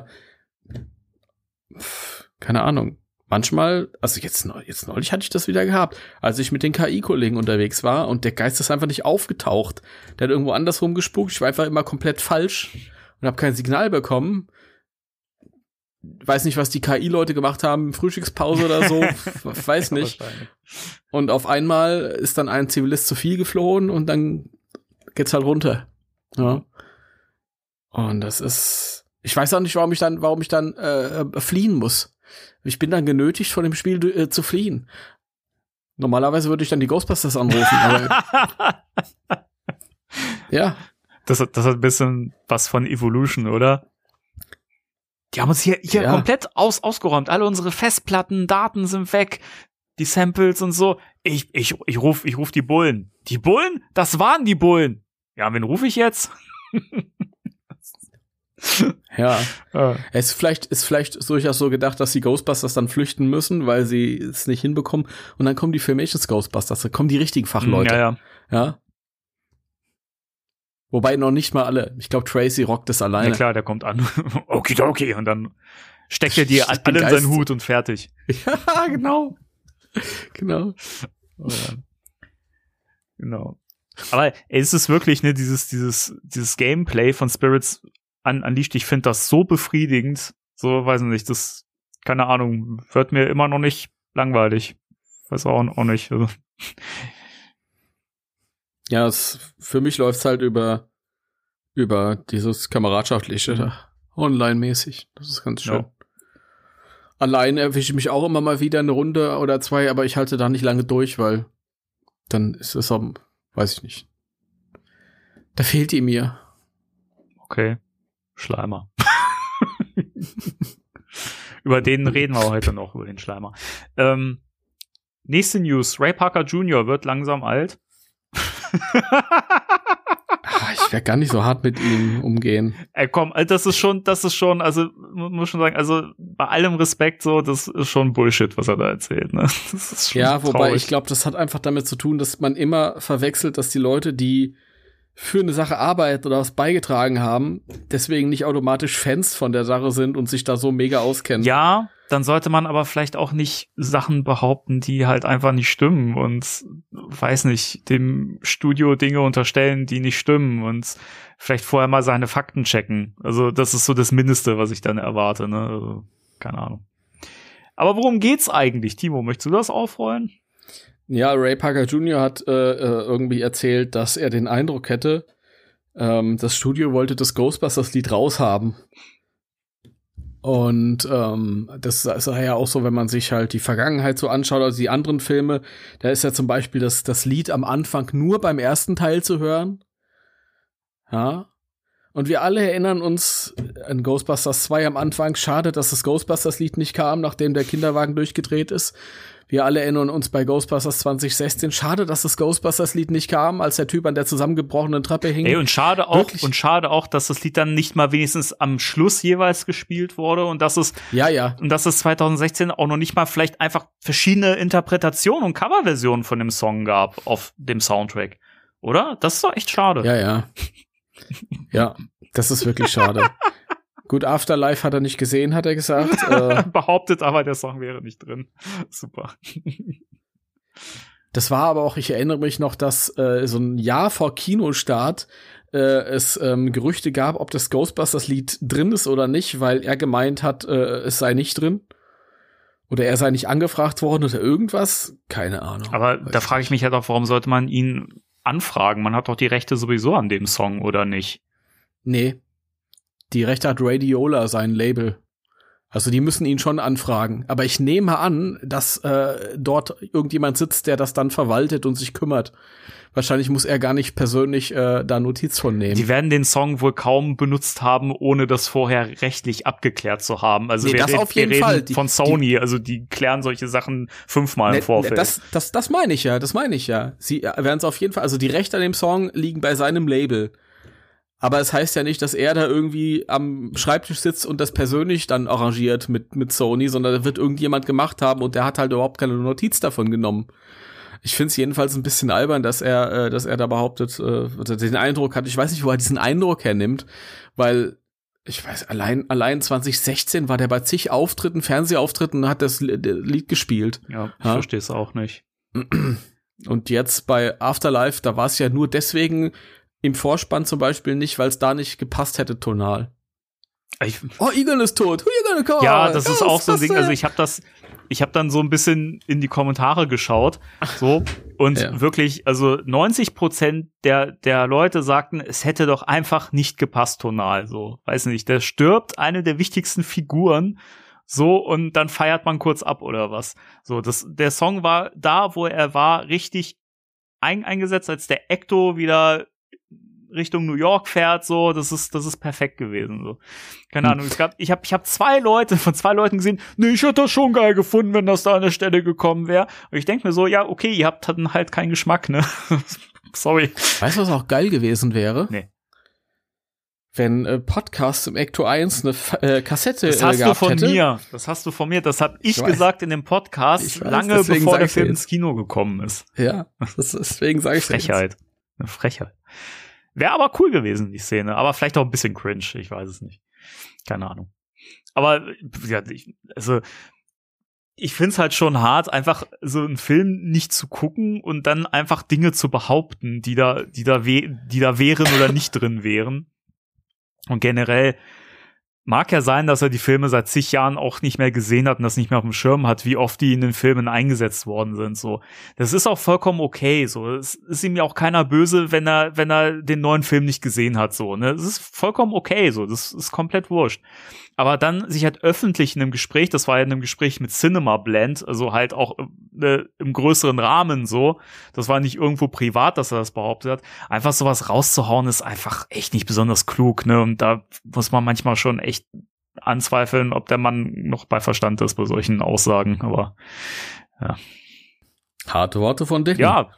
Speaker 5: pff, keine Ahnung. Manchmal, also jetzt, neu- jetzt neulich hatte ich das wieder gehabt, als ich mit den K I-Kollegen unterwegs war und der Geist ist einfach nicht aufgetaucht. Der hat irgendwo anders rumgespukt, ich war einfach immer komplett falsch und habe kein Signal bekommen. Weiß nicht, was die K I-Leute gemacht haben, Frühstückspause oder so, weiß nicht.
Speaker 4: Wahrscheinlich.
Speaker 5: Und auf einmal ist dann ein Zivilist zu viel geflohen und dann geht's halt runter. Ja. Und das ist, ich weiß auch nicht, warum ich dann, warum ich dann äh, fliehen muss. Ich bin dann genötigt, von dem Spiel äh, zu fliehen. Normalerweise würde ich dann die Ghostbusters anrufen, aber ja.
Speaker 4: Das, hat- das hat ein bisschen was von Evolution, oder? Die haben uns hier, hier
Speaker 5: Ja.
Speaker 4: komplett aus, ausgeräumt. Alle unsere Festplatten, Daten sind weg. Die Samples und so. Ich, ich, ich ruf, ich ruf die Bullen. Die Bullen? Das waren die Bullen. Ja, wen rufe ich jetzt?
Speaker 5: Ja.
Speaker 4: Ah.
Speaker 5: Es ist vielleicht, ist vielleicht durchaus so gedacht, dass die Ghostbusters dann flüchten müssen, weil sie es nicht hinbekommen. Und dann kommen die Filmations Ghostbusters, dann kommen die richtigen Fachleute.
Speaker 4: Ja, ja.
Speaker 5: Ja. Wobei noch nicht mal alle. Ich glaube, Tracy rockt es
Speaker 4: Ja
Speaker 5: alleine.
Speaker 4: klar, der kommt an. Okidoki. Und dann steckt er dir
Speaker 5: Steckt
Speaker 4: alle
Speaker 5: den
Speaker 4: in seinen
Speaker 5: Geist-
Speaker 4: Hut und fertig.
Speaker 5: Ja, genau. Genau.
Speaker 4: Oh ja. Genau. Aber ey, es ist wirklich, ne, dieses, dieses, dieses Gameplay von Spirits un- Unleashed, ich finde das so befriedigend. So, weiß nicht, das, keine Ahnung, wird mir immer noch nicht langweilig. Weiß auch, auch nicht. Also,
Speaker 5: Ja, es, für mich läuft's halt über, über dieses Kameradschaftliche
Speaker 4: Mhm.
Speaker 5: da. Online-mäßig. Das ist ganz schön.
Speaker 4: Ja.
Speaker 5: Allein erwische ich mich auch immer mal wieder eine Runde oder zwei, aber ich halte da nicht lange durch, weil dann ist es am, weiß ich nicht. Da fehlt die mir.
Speaker 4: Okay. Schleimer. Über den reden wir heute noch, über den Schleimer. Ähm, nächste News. Ray Parker Junior wird langsam alt.
Speaker 5: Ah, ich werde gar nicht so hart mit ihm umgehen.
Speaker 4: Ey, komm, das ist schon, das ist schon, also, mu- muss schon sagen, also, bei allem Respekt so, das ist schon Bullshit, was er da erzählt, ne? Das ist schon
Speaker 5: Ja, wobei
Speaker 4: traurig.
Speaker 5: ich glaube, das hat einfach damit zu tun, dass man immer verwechselt, dass die Leute, die für eine Sache arbeiten oder was beigetragen haben, deswegen nicht automatisch Fans von der Sache sind und sich da so mega auskennen.
Speaker 4: Ja, dann sollte man aber vielleicht auch nicht Sachen behaupten, die halt einfach nicht stimmen und, weiß nicht, dem Studio Dinge unterstellen, die nicht stimmen und vielleicht vorher mal seine Fakten checken. Also, das ist so das Mindeste, was ich dann erwarte, ne? Also, keine Ahnung. Aber worum geht's eigentlich, Timo? Möchtest du das aufrollen?
Speaker 5: Ja, Ray Parker Junior hat äh, äh, irgendwie erzählt, dass er den Eindruck hätte, ähm, das Studio wollte das Ghostbusters-Lied raushaben. Und ähm, das ist ja auch so, wenn man sich halt die Vergangenheit so anschaut, also die anderen Filme, da ist ja zum Beispiel das, das Lied am Anfang nur beim ersten Teil zu hören. Ja. Und wir alle erinnern uns an Ghostbusters zwei am Anfang. Schade, dass das Ghostbusters-Lied nicht kam, nachdem der Kinderwagen durchgedreht ist. Wir alle erinnern uns bei Ghostbusters zwanzig sechzehn. Schade, dass das Ghostbusters-Lied nicht kam, als der Typ an der zusammengebrochenen Treppe hing.
Speaker 4: Ey, und schade auch,
Speaker 5: Wirklich?
Speaker 4: und schade auch, dass das Lied dann nicht mal wenigstens am Schluss jeweils gespielt wurde und dass es,
Speaker 5: Ja, ja.
Speaker 4: und dass es zwanzig sechzehn auch noch nicht mal vielleicht einfach verschiedene Interpretationen und Coverversionen von dem Song gab auf dem Soundtrack. Oder? Das ist doch echt schade.
Speaker 5: Ja, ja. Ja, das ist wirklich schade. Gut, Afterlife hat er nicht gesehen, hat er gesagt. äh,
Speaker 4: Behauptet aber, der Song wäre nicht drin. Super.
Speaker 5: Das war aber auch, ich erinnere mich noch, dass äh, so ein Jahr vor Kinostart äh, es ähm, Gerüchte gab, ob das Ghostbusters-Lied drin ist oder nicht, weil er gemeint hat, äh, es sei nicht drin. Oder er sei nicht angefragt worden oder irgendwas. Keine Ahnung.
Speaker 4: Aber
Speaker 5: Weiß
Speaker 4: da frage ich mich halt auch, warum sollte man ihn anfragen? Man hat doch die Rechte sowieso an dem Song, oder nicht?
Speaker 5: Nee. Die Rechte hat Radiola, sein Label. Also die müssen ihn schon anfragen. Aber ich nehme an, dass äh, dort irgendjemand sitzt, der das dann verwaltet und sich kümmert. Wahrscheinlich muss er gar nicht persönlich äh, da Notiz von nehmen.
Speaker 4: Die werden den Song wohl kaum benutzt haben, ohne das vorher rechtlich abgeklärt zu haben. Also
Speaker 5: nee,
Speaker 4: wir,
Speaker 5: das
Speaker 4: red,
Speaker 5: auf jeden
Speaker 4: wir reden
Speaker 5: Fall. Die,
Speaker 4: von Sony,
Speaker 5: die,
Speaker 4: also die klären solche Sachen fünfmal
Speaker 5: ne,
Speaker 4: im Vorfeld.
Speaker 5: Ne, das, das, das meine ich ja, das meine ich ja. Sie werden es auf jeden Fall, also die Rechte an dem Song liegen bei seinem Label. Aber es heißt ja nicht, dass er da irgendwie am Schreibtisch sitzt und das persönlich dann arrangiert mit, mit Sony, sondern da wird irgendjemand gemacht haben und der hat halt überhaupt keine Notiz davon genommen. Ich finde es jedenfalls ein bisschen albern, dass er, äh, dass er da behauptet, äh, den Eindruck hat, ich weiß nicht, wo er diesen Eindruck hernimmt, weil, ich weiß, allein, allein zwanzig sechzehn war der bei zig Auftritten, Fernsehauftritten und hat das Lied gespielt.
Speaker 4: Ja, ich ja? verstehe es auch nicht.
Speaker 5: Und jetzt bei Afterlife, da war es ja nur deswegen im Vorspann zum Beispiel nicht, weil es da nicht gepasst hätte tonal.
Speaker 4: Ich,
Speaker 5: oh, Egon ist tot. Who you gonna call?
Speaker 4: Ja, das ist auch so ein Ding. Also ich habe das, ich habe dann so ein bisschen in die Kommentare geschaut, so und ja. wirklich, also neunzig Prozent der der Leute sagten, es hätte doch einfach nicht gepasst tonal. So, weiß nicht, der stirbt, eine der wichtigsten Figuren. So, und dann feiert man kurz ab oder was. So, das, der Song war da, wo er war, richtig ein, eingesetzt, als der Ecto wieder Richtung New York fährt, so, das ist, das ist perfekt gewesen, so. Keine Ahnung, es gab, ich habe ich hab zwei Leute, von zwei Leuten gesehen, nee, ich hätte das schon geil gefunden, wenn das da an der Stelle gekommen wäre. Und ich denke mir so, ja, okay, ihr habt dann halt keinen Geschmack, ne? Sorry.
Speaker 5: Weißt du, was auch geil gewesen wäre?
Speaker 4: Nee.
Speaker 5: Wenn äh, Podcast im Ecto eins eine äh, Kassette
Speaker 4: das hast
Speaker 5: äh, gehabt
Speaker 4: du von
Speaker 5: hätte.
Speaker 4: mir. Das hast du von mir. Das habe ich, ich gesagt in dem Podcast,
Speaker 5: weiß,
Speaker 4: lange bevor der Film ins Kino gekommen ist.
Speaker 5: Ja, das, deswegen sage ich
Speaker 4: Frechheit.
Speaker 5: Jetzt.
Speaker 4: Eine Frechheit. Wäre aber cool gewesen, die Szene. Aber vielleicht auch ein bisschen cringe. Ich weiß es nicht. Keine Ahnung. Aber, ja, ich, also, ich find's halt schon hart, einfach so einen Film nicht zu gucken und dann einfach Dinge zu behaupten, die da, die da, we- die da wären oder nicht drin wären. Und generell mag ja sein, dass er die Filme seit zig Jahren auch nicht mehr gesehen hat und das nicht mehr auf dem Schirm hat, wie oft die in den Filmen eingesetzt worden sind, so. Das ist auch vollkommen okay, so. Es ist ihm ja auch keiner böse, wenn er, wenn er den neuen Film nicht gesehen hat, so, ne. Das ist vollkommen okay, so. Das ist komplett wurscht. Aber dann sich halt öffentlich in einem Gespräch, das war ja in einem Gespräch mit Cinema Blend, also halt auch äh, im größeren Rahmen so, das war nicht irgendwo privat, dass er das behauptet hat, einfach sowas rauszuhauen ist einfach echt nicht besonders klug, ne, und da muss man manchmal schon echt anzweifeln, ob der Mann noch bei Verstand ist bei solchen Aussagen, aber ja.
Speaker 5: Harte Worte von Dicken.
Speaker 4: Ja,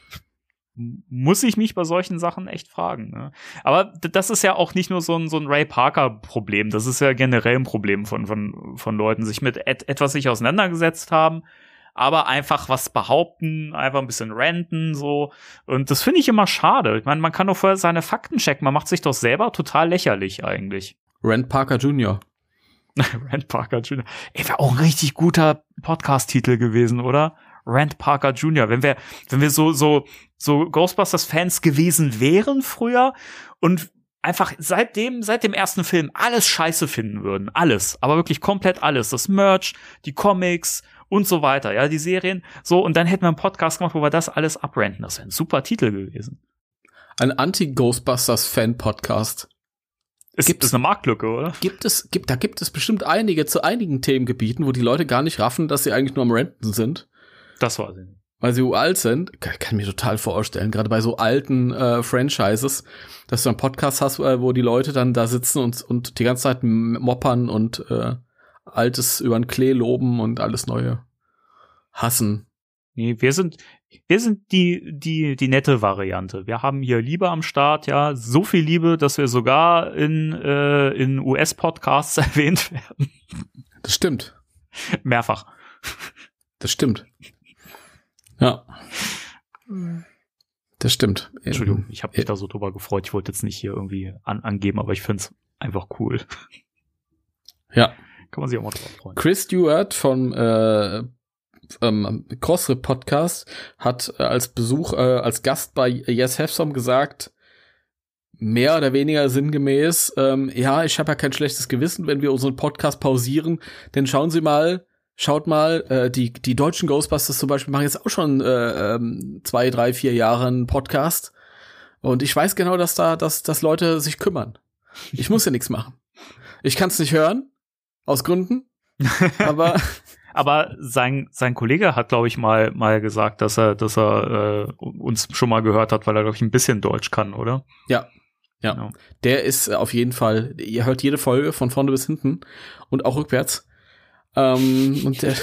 Speaker 4: muss ich mich bei solchen Sachen echt fragen. Ne? Aber das ist ja auch nicht nur so ein, so ein Ray Parker-Problem. Das ist ja generell ein Problem von, von, von Leuten, sich mit et- etwas sich auseinandergesetzt haben, aber einfach was behaupten, einfach ein bisschen ranten, so. Und das finde ich immer schade. Ich meine, man kann doch vorher seine Fakten checken. Man macht sich doch selber total lächerlich eigentlich.
Speaker 5: Rand Parker Junior
Speaker 4: Rand Parker Junior Ey, wäre auch ein richtig guter Podcast-Titel gewesen, oder? Rand Parker Junior Wenn wir, wenn wir so, so, so Ghostbusters-Fans gewesen wären früher und einfach seitdem, seit dem ersten Film alles scheiße finden würden. Alles. Aber wirklich komplett alles. Das Merch, die Comics und so weiter. Ja, die Serien. So, und dann hätten wir einen Podcast gemacht, wo wir das alles abranten. Das wäre ein super Titel gewesen.
Speaker 5: Ein Anti-Ghostbusters-Fan-Podcast.
Speaker 4: Gibt es eine Marktlücke, oder?
Speaker 5: Gibt es, gibt, da gibt es bestimmt einige zu einigen Themengebieten, wo die Leute gar nicht raffen, dass sie eigentlich nur am Ranten sind.
Speaker 4: Das war sie.
Speaker 5: Weil sie uralt sind. Kann, kann ich mir total vorstellen, gerade bei so alten äh, Franchises, dass du einen Podcast hast, äh, wo die Leute dann da sitzen und, und die ganze Zeit moppern und äh, Altes über den Klee loben und alles Neue hassen.
Speaker 4: Nee, wir sind, wir sind die, die, die nette Variante. Wir haben hier Liebe am Start, ja, so viel Liebe, dass wir sogar in, äh, in U S-Podcasts erwähnt werden.
Speaker 5: Das stimmt.
Speaker 4: Mehrfach.
Speaker 5: Das stimmt. Ja. Das stimmt.
Speaker 4: Entschuldigung, ich habe mich da so drüber gefreut. Ich wollte jetzt nicht hier irgendwie an, angeben, aber ich find's einfach cool.
Speaker 5: Ja.
Speaker 4: Kann man sich auch mal drauf freuen.
Speaker 5: Chris Stewart vom äh, ähm, Crossrip Podcast hat äh, als Besuch, äh, als Gast bei Yes Have Some gesagt, mehr oder weniger sinngemäß, ähm, ja, ich habe ja kein schlechtes Gewissen, wenn wir unseren Podcast pausieren, denn schauen Sie mal, schaut mal, äh, die die deutschen Ghostbusters zum Beispiel machen jetzt auch schon äh, ähm, zwei, drei, vier Jahre einen Podcast und ich weiß genau, dass da, dass, dass Leute sich kümmern. Ich muss ja nichts machen. Ich kann es nicht hören, aus Gründen, Aber
Speaker 4: Aber sein, sein Kollege hat, glaube ich, mal, mal gesagt, dass er, dass er äh, uns schon mal gehört hat, weil er, glaube ich, ein bisschen Deutsch kann, oder?
Speaker 5: Ja. Ja.
Speaker 4: Genau.
Speaker 5: Der ist auf jeden Fall, ihr hört jede Folge von vorne bis hinten und auch rückwärts. Ähm, und der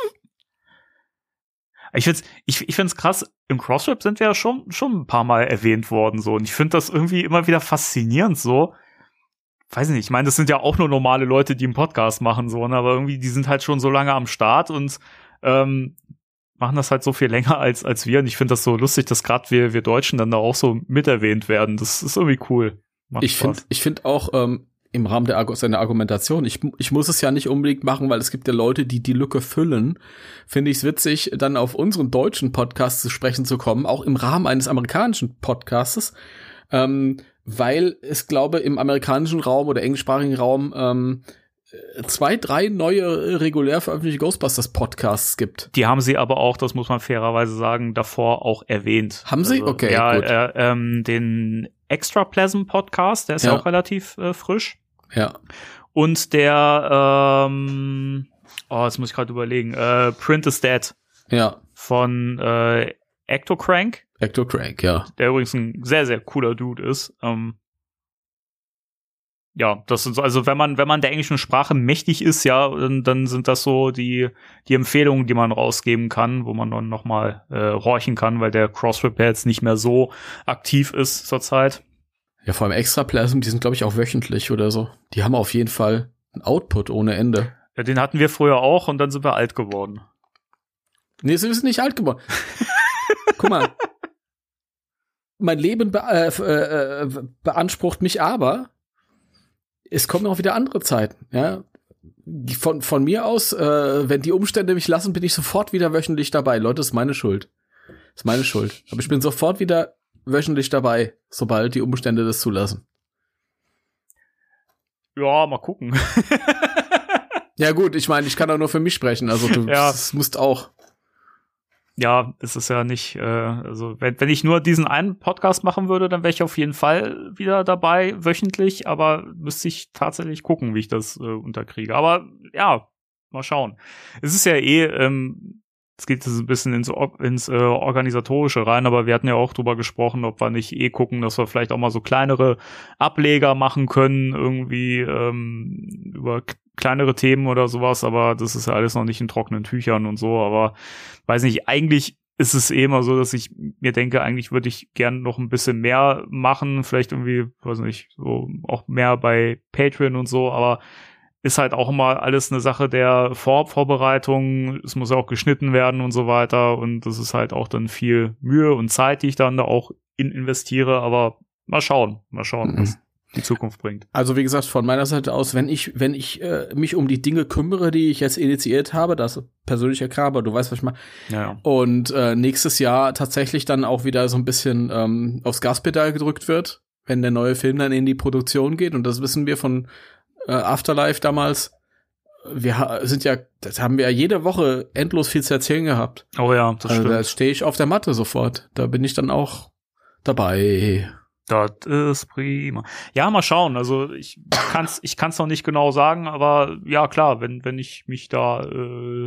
Speaker 4: Ich find's, ich, ich find's krass, im Crossrap sind wir ja schon, schon ein paar Mal erwähnt worden, so. Und ich finde das irgendwie immer wieder faszinierend, so. Weiß nicht, ich meine, das sind ja auch nur normale Leute, die einen Podcast machen, so, ne? Aber irgendwie, die sind halt schon so lange am Start und ähm, machen das halt so viel länger als als wir. Und ich finde das so lustig, dass gerade wir wir Deutschen dann da auch so mit erwähnt werden. Das ist irgendwie cool. Macht
Speaker 5: ich finde ich finde auch ähm, im Rahmen der Argu- seiner Argumentation, ich ich muss es ja nicht unbedingt machen, weil es gibt ja Leute, die die Lücke füllen. Finde ich es witzig, dann auf unseren deutschen Podcast zu sprechen zu kommen, auch im Rahmen eines amerikanischen Podcastes. Ähm, weil es, glaube im amerikanischen Raum oder englischsprachigen Raum ähm, zwei, drei neue regulär veröffentlichte Ghostbusters-Podcasts gibt.
Speaker 4: Die haben sie aber auch, das muss man fairerweise sagen, davor auch erwähnt.
Speaker 5: Haben sie?
Speaker 4: Also,
Speaker 5: Okay,
Speaker 4: ja,
Speaker 5: gut.
Speaker 4: Äh, ähm, den Extra Pleasant Podcast, der ist ja,
Speaker 5: Ja.
Speaker 4: auch relativ äh, frisch.
Speaker 5: Ja.
Speaker 4: Und der, ähm, oh, jetzt muss ich gerade überlegen, äh, Print is Dead
Speaker 5: Ja.
Speaker 4: von äh, Ectocrank,
Speaker 5: Ecto Crank, ja.
Speaker 4: der übrigens ein sehr, sehr cooler Dude ist. Ähm, ja, das sind so, also wenn man, wenn man der englischen Sprache mächtig ist, ja, dann, dann sind das so die, die Empfehlungen, die man rausgeben kann, wo man dann nochmal äh, horchen kann, weil der Crossrip jetzt nicht mehr so aktiv ist zurzeit.
Speaker 5: Ja, vor allem Extra Plasm, die sind, glaube ich, auch wöchentlich oder so. Die haben auf jeden Fall einen Output ohne Ende.
Speaker 4: Ja, den hatten wir früher auch und dann sind wir alt geworden.
Speaker 5: Nee, sie sind nicht alt geworden. Guck mal. Mein Leben be- äh, äh, beansprucht mich aber. Es kommen auch wieder andere Zeiten, ja. Von, von mir aus, äh, wenn die Umstände mich lassen, bin ich sofort wieder wöchentlich dabei. Leute, das ist meine Schuld. Das ist meine Schuld. Aber ich bin sofort wieder wöchentlich dabei, sobald die Umstände das zulassen.
Speaker 4: Ja, mal gucken.
Speaker 5: Ja gut, ich meine, ich kann auch nur für mich sprechen. Also du
Speaker 4: Ja.
Speaker 5: das musst auch.
Speaker 4: Ja, es ist ja nicht, äh, also wenn, wenn ich nur diesen einen Podcast machen würde, dann wäre ich auf jeden Fall wieder dabei, wöchentlich, aber müsste ich tatsächlich gucken, wie ich das äh, unterkriege. Aber ja, mal schauen. Es ist ja eh, ähm, es geht so ein bisschen ins, ins äh, Organisatorische rein, aber wir hatten ja auch drüber gesprochen, ob wir nicht eh gucken, dass wir vielleicht auch mal so kleinere Ableger machen können, irgendwie ähm, über k- kleinere Themen oder sowas, aber das ist ja alles noch nicht in trockenen Tüchern und so, aber weiß nicht, eigentlich ist es eh immer so, dass ich mir denke, eigentlich würde ich gern noch ein bisschen mehr machen, vielleicht irgendwie, weiß nicht, so auch mehr bei Patreon und so, aber ist halt auch immer alles eine Sache der Vorvorbereitung, es muss ja auch geschnitten werden und so weiter und das ist halt auch dann viel Mühe und Zeit, die ich dann da auch in investiere, aber mal schauen, mal schauen,
Speaker 5: Mhm.
Speaker 4: was die Zukunft bringt.
Speaker 5: Also wie gesagt, von meiner Seite aus, wenn ich, wenn ich äh, mich um die Dinge kümmere, die ich jetzt initiiert habe, das ist persönlicher Kram, aber du weißt, was ich meine.
Speaker 4: Ja, ja.
Speaker 5: Und äh, nächstes Jahr tatsächlich dann auch wieder so ein bisschen ähm, aufs Gaspedal gedrückt wird, wenn der neue Film dann in die Produktion geht. Und das wissen wir von äh, Afterlife damals. Wir ha- sind ja, das haben wir ja jede Woche endlos viel zu erzählen gehabt.
Speaker 4: Oh ja, das
Speaker 5: Also da
Speaker 4: stimmt.
Speaker 5: stehe ich auf der Matte sofort. Da bin ich dann auch dabei.
Speaker 4: Das ist prima. Ja, mal schauen. Also ich kann's, ich kann's noch nicht genau sagen, aber ja klar, wenn wenn ich mich da äh,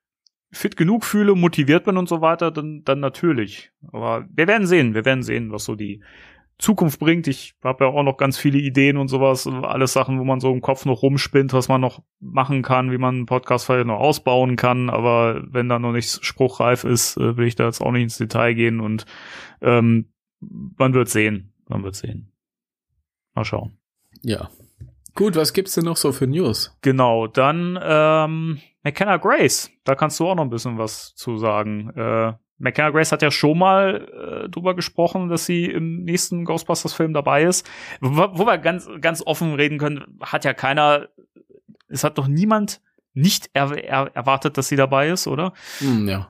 Speaker 4: fit genug fühle, motiviert bin und so weiter, dann dann natürlich. Aber wir werden sehen, wir werden sehen, was so die Zukunft bringt. Ich habe ja auch noch ganz viele Ideen und sowas, alles Sachen, wo man so im Kopf noch rumspinnt, was man noch machen kann, wie man einen Podcast vielleicht noch ausbauen kann. Aber wenn da noch nichts spruchreif ist, äh, will ich da jetzt auch nicht ins Detail gehen und ähm, man wird sehen. Man wird sehen. Mal schauen.
Speaker 5: Ja. Gut, was gibt's denn noch so für News?
Speaker 4: Genau, dann ähm, McKenna Grace. Da kannst du auch noch ein bisschen was zu sagen. Äh, McKenna Grace hat ja schon mal äh, drüber gesprochen, dass sie im nächsten Ghostbusters-Film dabei ist. Wo, wo wir ganz, ganz offen reden können, hat ja keiner, es hat doch niemand nicht er, er, erwartet, dass sie dabei ist, oder?
Speaker 5: Hm, ja.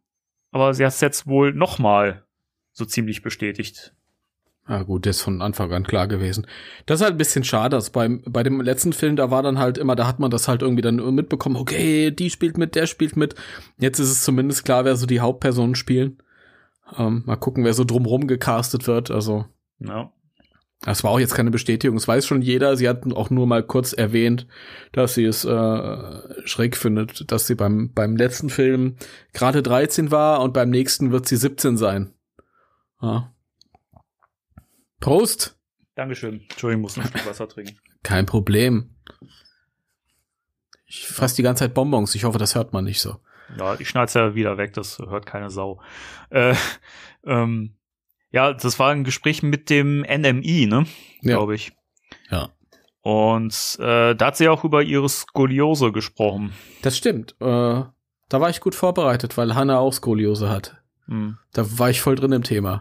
Speaker 4: Aber sie hat es jetzt wohl noch mal so ziemlich bestätigt.
Speaker 5: Ah gut, das ist von Anfang an klar gewesen. Das ist halt ein bisschen schade. Also beim, bei dem letzten Film, da war dann halt immer, da hat man das halt irgendwie dann mitbekommen, okay, die spielt mit, der spielt mit. Jetzt ist es zumindest klar, wer so die Hauptpersonen spielen. Ähm, mal gucken, wer so drumrum gecastet wird. Also
Speaker 4: Ja.
Speaker 5: Das war auch jetzt keine Bestätigung, das weiß schon jeder. Sie hat auch nur mal kurz erwähnt, dass sie es äh, schräg findet, dass sie beim beim letzten Film gerade dreizehn war und beim nächsten wird sie siebzehn sein. Ja. Prost!
Speaker 4: Dankeschön. Entschuldigung, ich muss ein Stück Wasser trinken.
Speaker 5: Kein Problem. Ich fress die ganze Zeit Bonbons, ich hoffe, das hört man nicht so.
Speaker 4: Ja, ich schneid's ja wieder weg, das hört keine Sau. Äh, ähm, ja, das war ein Gespräch mit dem N M I, ne?
Speaker 5: Ja.
Speaker 4: Glaube ich.
Speaker 5: Ja.
Speaker 4: Und äh, da hat sie auch über ihre Skoliose gesprochen.
Speaker 5: Das stimmt. Äh, da war ich gut vorbereitet, weil Hannah auch Skoliose hat.
Speaker 4: Hm.
Speaker 5: Da war ich voll drin im Thema.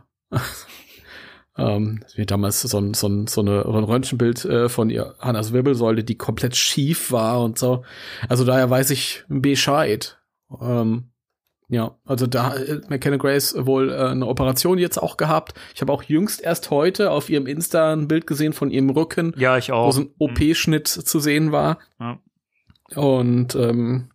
Speaker 5: ähm, mir damals so ein, so ein, so eine, so ein Röntgenbild äh, von ihr, Hannahs Wirbelsäule, die komplett schief war und so. Also daher weiß ich Bescheid. Ähm, ja, also da hat McKenna Grace wohl äh, eine Operation jetzt auch gehabt. Ich habe auch jüngst erst heute auf ihrem Insta ein Bild gesehen von ihrem Rücken.
Speaker 4: Ja, ich auch.
Speaker 5: Wo so ein O P-Schnitt hm. zu sehen war.
Speaker 4: Ja.
Speaker 5: Und ähm,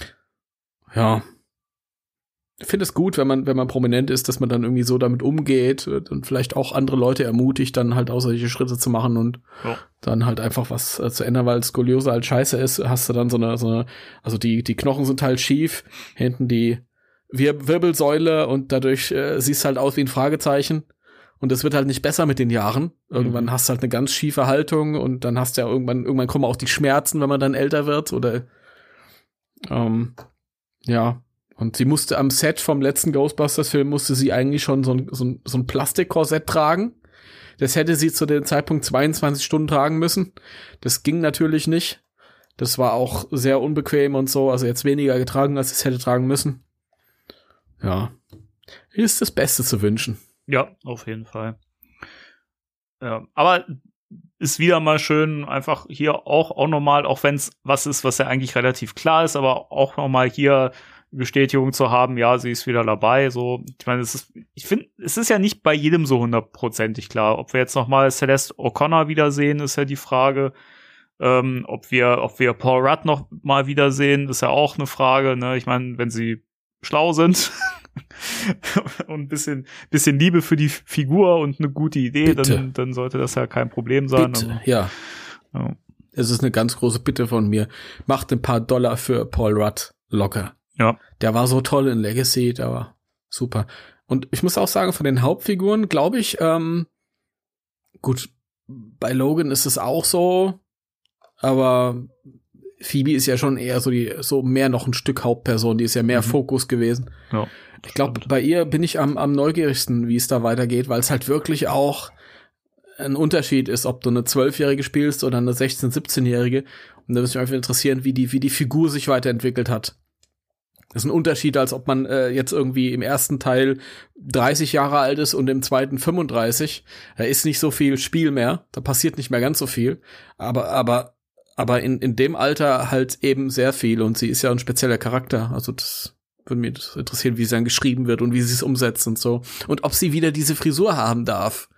Speaker 5: ja, ich finde es gut, wenn man, wenn man prominent ist, dass man dann irgendwie so damit umgeht und vielleicht auch andere Leute ermutigt, dann halt auch solche Schritte zu machen und
Speaker 4: ja.
Speaker 5: dann halt einfach was äh, zu ändern, weil Skoliose halt scheiße ist, hast du dann so eine, so eine, also die, die Knochen sind halt schief, hinten die Wir- Wirbelsäule und dadurch äh, siehst halt aus wie ein Fragezeichen und es wird halt nicht besser mit den Jahren. Irgendwann mhm. hast du halt eine ganz schiefe Haltung und dann hast du ja irgendwann, irgendwann kommen auch die Schmerzen, wenn man dann älter wird oder ähm, ja. Und sie musste am Set vom letzten Ghostbusters-Film musste sie eigentlich schon so ein, so ein, so ein Plastikkorsett tragen. Das hätte sie zu dem Zeitpunkt zweiundzwanzig Stunden tragen müssen. Das ging natürlich nicht. Das war auch sehr unbequem und so. Also jetzt weniger getragen, als sie es hätte tragen müssen. Ja. Ist das Beste zu wünschen.
Speaker 4: Ja, auf jeden Fall. Ja, aber ist wieder mal schön, einfach hier auch, auch nochmal, auch wenn es was ist, was ja eigentlich relativ klar ist, aber auch nochmal hier Bestätigung zu haben, ja, sie ist wieder dabei, so. Ich meine, es ist, ich finde, es ist ja nicht bei jedem so hundertprozentig klar. Ob wir jetzt noch mal Celeste O'Connor wiedersehen, ist ja die Frage. Ähm, ob wir, ob wir Paul Rudd noch mal wiedersehen, ist ja auch eine Frage, ne? Ich meine, wenn sie schlau sind und ein bisschen, bisschen Liebe für die Figur und eine gute Idee, dann, dann sollte das ja kein Problem sein.
Speaker 5: Bitte,
Speaker 4: also,
Speaker 5: ja.
Speaker 4: ja.
Speaker 5: Es ist eine ganz große Bitte von mir. Macht ein paar Dollar für Paul Rudd locker.
Speaker 4: Ja.
Speaker 5: Der war so toll in Legacy, der war super. Und ich muss auch sagen, von den Hauptfiguren, glaube ich, ähm, gut, bei Logan ist es auch so, aber Phoebe ist ja schon eher so die, so mehr noch ein Stück Hauptperson, die ist ja mehr mhm. Fokus gewesen.
Speaker 4: Ja,
Speaker 5: ich glaube, bei ihr bin ich am, am neugierigsten, wie es da weitergeht, weil es halt wirklich auch ein Unterschied ist, ob du eine zwölfjährige spielst oder eine sechzehn-, siebzehnjährige. Und da würde mich einfach interessieren, wie die, wie die Figur sich weiterentwickelt hat. Das ist ein Unterschied, als ob man äh, jetzt irgendwie im ersten Teil dreißig Jahre alt ist und im zweiten fünfunddreißig. Da ist nicht so viel Spiel mehr, da passiert nicht mehr ganz so viel. Aber aber aber in in dem Alter halt eben sehr viel und sie ist ja ein spezieller Charakter. Also das würde mich das interessieren, wie sie dann geschrieben wird und wie sie es umsetzt und so. Und ob sie wieder diese Frisur haben darf.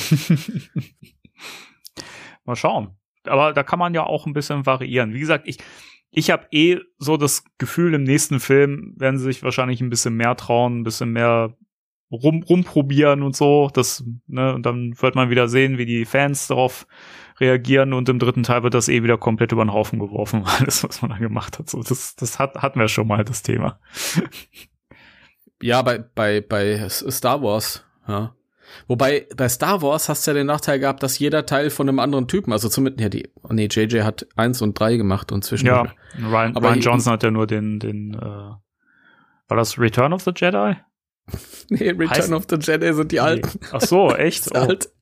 Speaker 4: Mal schauen. Aber da kann man ja auch ein bisschen variieren. Wie gesagt, ich Ich habe eh so das Gefühl, im nächsten Film werden sie sich wahrscheinlich ein bisschen mehr trauen, ein bisschen mehr rum, rumprobieren und so. Das, ne, und dann wird man wieder sehen, wie die Fans darauf reagieren und im dritten Teil wird das eh wieder komplett über den Haufen geworfen, alles, was man da gemacht hat. So, das, das hat, hatten wir schon mal, das Thema.
Speaker 5: Ja, bei, bei, bei Star Wars, ja. Wobei, bei Star Wars hast du ja den Nachteil gehabt, dass jeder Teil von einem anderen Typen, also zumindest, ja, die, oh nee, J J hat eins und drei gemacht und zwischen.
Speaker 4: Ja, Ryan, aber Ryan Johnson hat ja nur den, den, äh, war das Return of the Jedi?
Speaker 5: Nee, Return heißt, of the Jedi sind die
Speaker 4: nee.
Speaker 5: alten.
Speaker 4: Ach so, echt?
Speaker 5: Oh. Alt.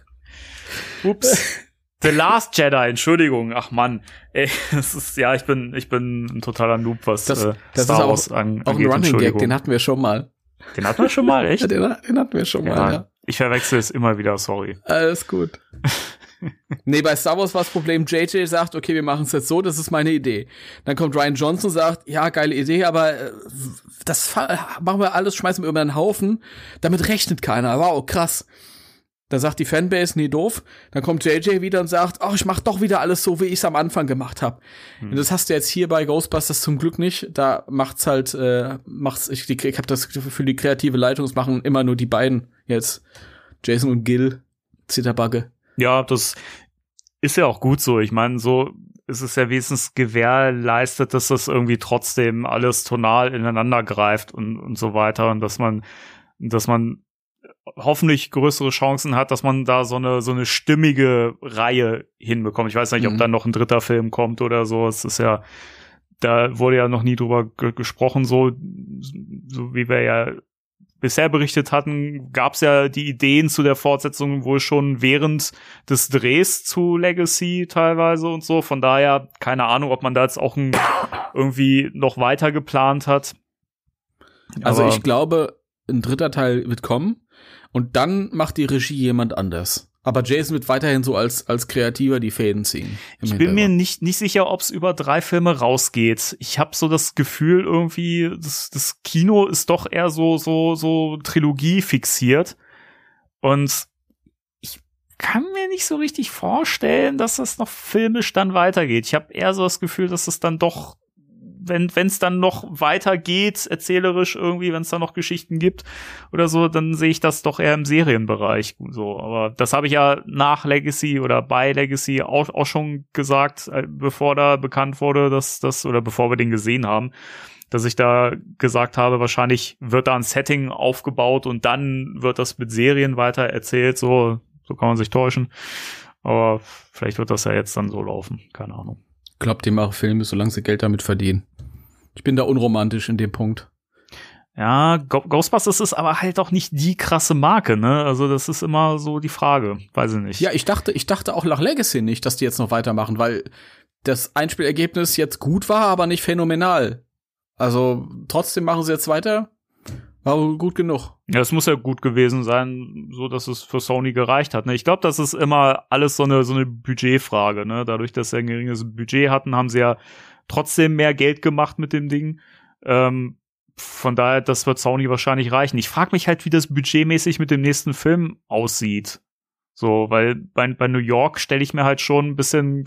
Speaker 4: Ups. The Last Jedi, Entschuldigung. Ach Mann, ey, das ist, ja, ich bin, ich bin ein totaler Noob, was
Speaker 5: das,
Speaker 4: äh,
Speaker 5: das
Speaker 4: Star
Speaker 5: ist auch,
Speaker 4: Wars an,
Speaker 5: auch ein Running Gag, den hatten wir schon mal.
Speaker 4: Den hatten wir schon mal, echt?
Speaker 5: Ja, den, den hatten wir schon
Speaker 4: ja,
Speaker 5: mal, ja.
Speaker 4: Ich verwechsel es immer wieder, sorry.
Speaker 5: Alles gut. Nee, bei Star Wars war das Problem, J J sagt, okay, wir machen es jetzt so, das ist meine Idee. Dann kommt Ryan Johnson und sagt, ja, geile Idee, aber äh, das machen wir alles, schmeißen wir über einen Haufen, damit rechnet keiner. Wow, krass. Dann sagt die Fanbase, nee, doof. Dann kommt J J wieder und sagt, ach, ich mach doch wieder alles so, wie ich es am Anfang gemacht habe. Hm. Und das hast du jetzt hier bei Ghostbusters zum Glück nicht. Da macht's halt, äh, macht's, ich, ich habe das Gefühl, die kreative Leitung, es machen immer nur die beiden jetzt. Jason und Gil, Zitterbacke.
Speaker 4: Ja, das ist ja auch gut so. Ich meine, so ist es ja wenigstens gewährleistet, dass das irgendwie trotzdem alles tonal ineinander greift und, und so weiter und dass man, dass man hoffentlich größere Chancen hat, dass man da so eine so eine stimmige Reihe hinbekommt. Ich weiß nicht, mhm. ob da noch ein dritter Film kommt oder so. Es ist ja, da wurde ja noch nie drüber g- gesprochen, so, so wie wir ja bisher berichtet hatten, gab es ja die Ideen zu der Fortsetzung wohl schon während des Drehs zu Legacy teilweise und so. Von daher, keine Ahnung, ob man da jetzt auch ein, irgendwie noch weiter geplant hat.
Speaker 5: Also
Speaker 4: Aber
Speaker 5: ich glaube, ein dritter Teil wird kommen und dann macht die Regie jemand anders. Aber Jason wird weiterhin so als als Kreativer die Fäden ziehen.
Speaker 4: Ich bin mir nicht nicht sicher, ob es über drei Filme rausgeht. Ich habe so das Gefühl irgendwie, das, das Kino ist doch eher so so so Trilogie fixiert und ich kann mir nicht so richtig vorstellen, dass das noch filmisch dann weitergeht. Ich habe eher so das Gefühl, dass es dann doch, wenn wenn es dann noch weitergeht, erzählerisch irgendwie, wenn es da noch Geschichten gibt oder so, dann sehe ich das doch eher im Serienbereich so. Aber das habe ich ja nach Legacy oder bei Legacy auch, auch schon gesagt, bevor da bekannt wurde, dass das, oder bevor wir den gesehen haben, dass ich da gesagt habe, wahrscheinlich wird da ein Setting aufgebaut und dann wird das mit Serien weiter erzählt. So, so kann man sich täuschen. Aber vielleicht wird das ja jetzt dann so laufen. Keine Ahnung.
Speaker 5: Ich glaube, die machen Filme, solange sie Geld damit verdienen. Ich bin da unromantisch in dem Punkt.
Speaker 4: Ja, Go- Ghostbusters ist aber halt auch nicht die krasse Marke, ne? Also das ist immer so die Frage. Weiß ich nicht.
Speaker 5: Ja, ich dachte, ich dachte auch nach Legacy nicht, dass die jetzt noch weitermachen, weil das Einspielergebnis jetzt gut war, aber nicht phänomenal. Also trotzdem machen sie jetzt weiter. War gut genug.
Speaker 4: Ja, es muss ja gut gewesen sein, so dass es für Sony gereicht hat. Ne? Ich glaube, das ist immer alles so eine so eine Budgetfrage. Ne? Dadurch, dass sie ein geringes Budget hatten, haben sie ja trotzdem mehr Geld gemacht mit dem Ding. Ähm, von daher, das wird Sony wahrscheinlich reichen. Ich frage mich halt, wie das budgetmäßig mit dem nächsten Film aussieht. So, weil bei, bei New York stelle ich mir halt schon ein bisschen,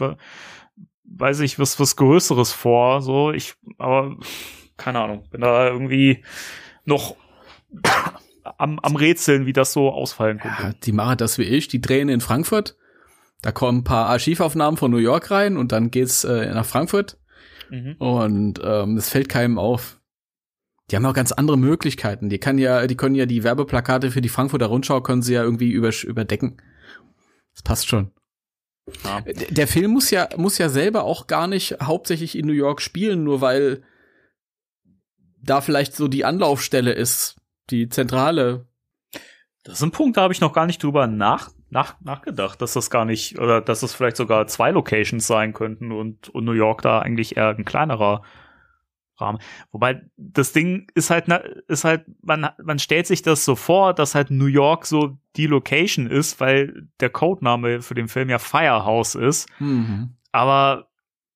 Speaker 4: weiß ich, was was Größeres vor. So, ich, aber keine Ahnung, bin da irgendwie noch am, am Rätseln, wie das so ausfallen könnte.
Speaker 5: Ja, die machen das wie ich, die drehen in Frankfurt. Da kommen ein paar Archivaufnahmen von New York rein und dann geht's äh, nach Frankfurt. Mhm. Und ähm, es fällt keinem auf. Die haben auch ganz andere Möglichkeiten. Die kann ja, die können ja die Werbeplakate für die Frankfurter Rundschau können sie ja irgendwie über, überdecken. Das passt schon. Ja. Der, der Film muss ja muss ja selber auch gar nicht hauptsächlich in New York spielen, nur weil da vielleicht so die Anlaufstelle ist, die Zentrale.
Speaker 4: Das ist ein Punkt, da habe ich noch gar nicht drüber nach, nach, nachgedacht, dass das gar nicht, oder dass es vielleicht sogar zwei Locations sein könnten und, und New York da eigentlich eher ein kleinerer Rahmen. Wobei, das Ding ist halt, ist halt, man, man stellt sich das so vor, dass halt New York so die Location ist, weil der Codename für den Film ja Firehouse ist. Mhm. Aber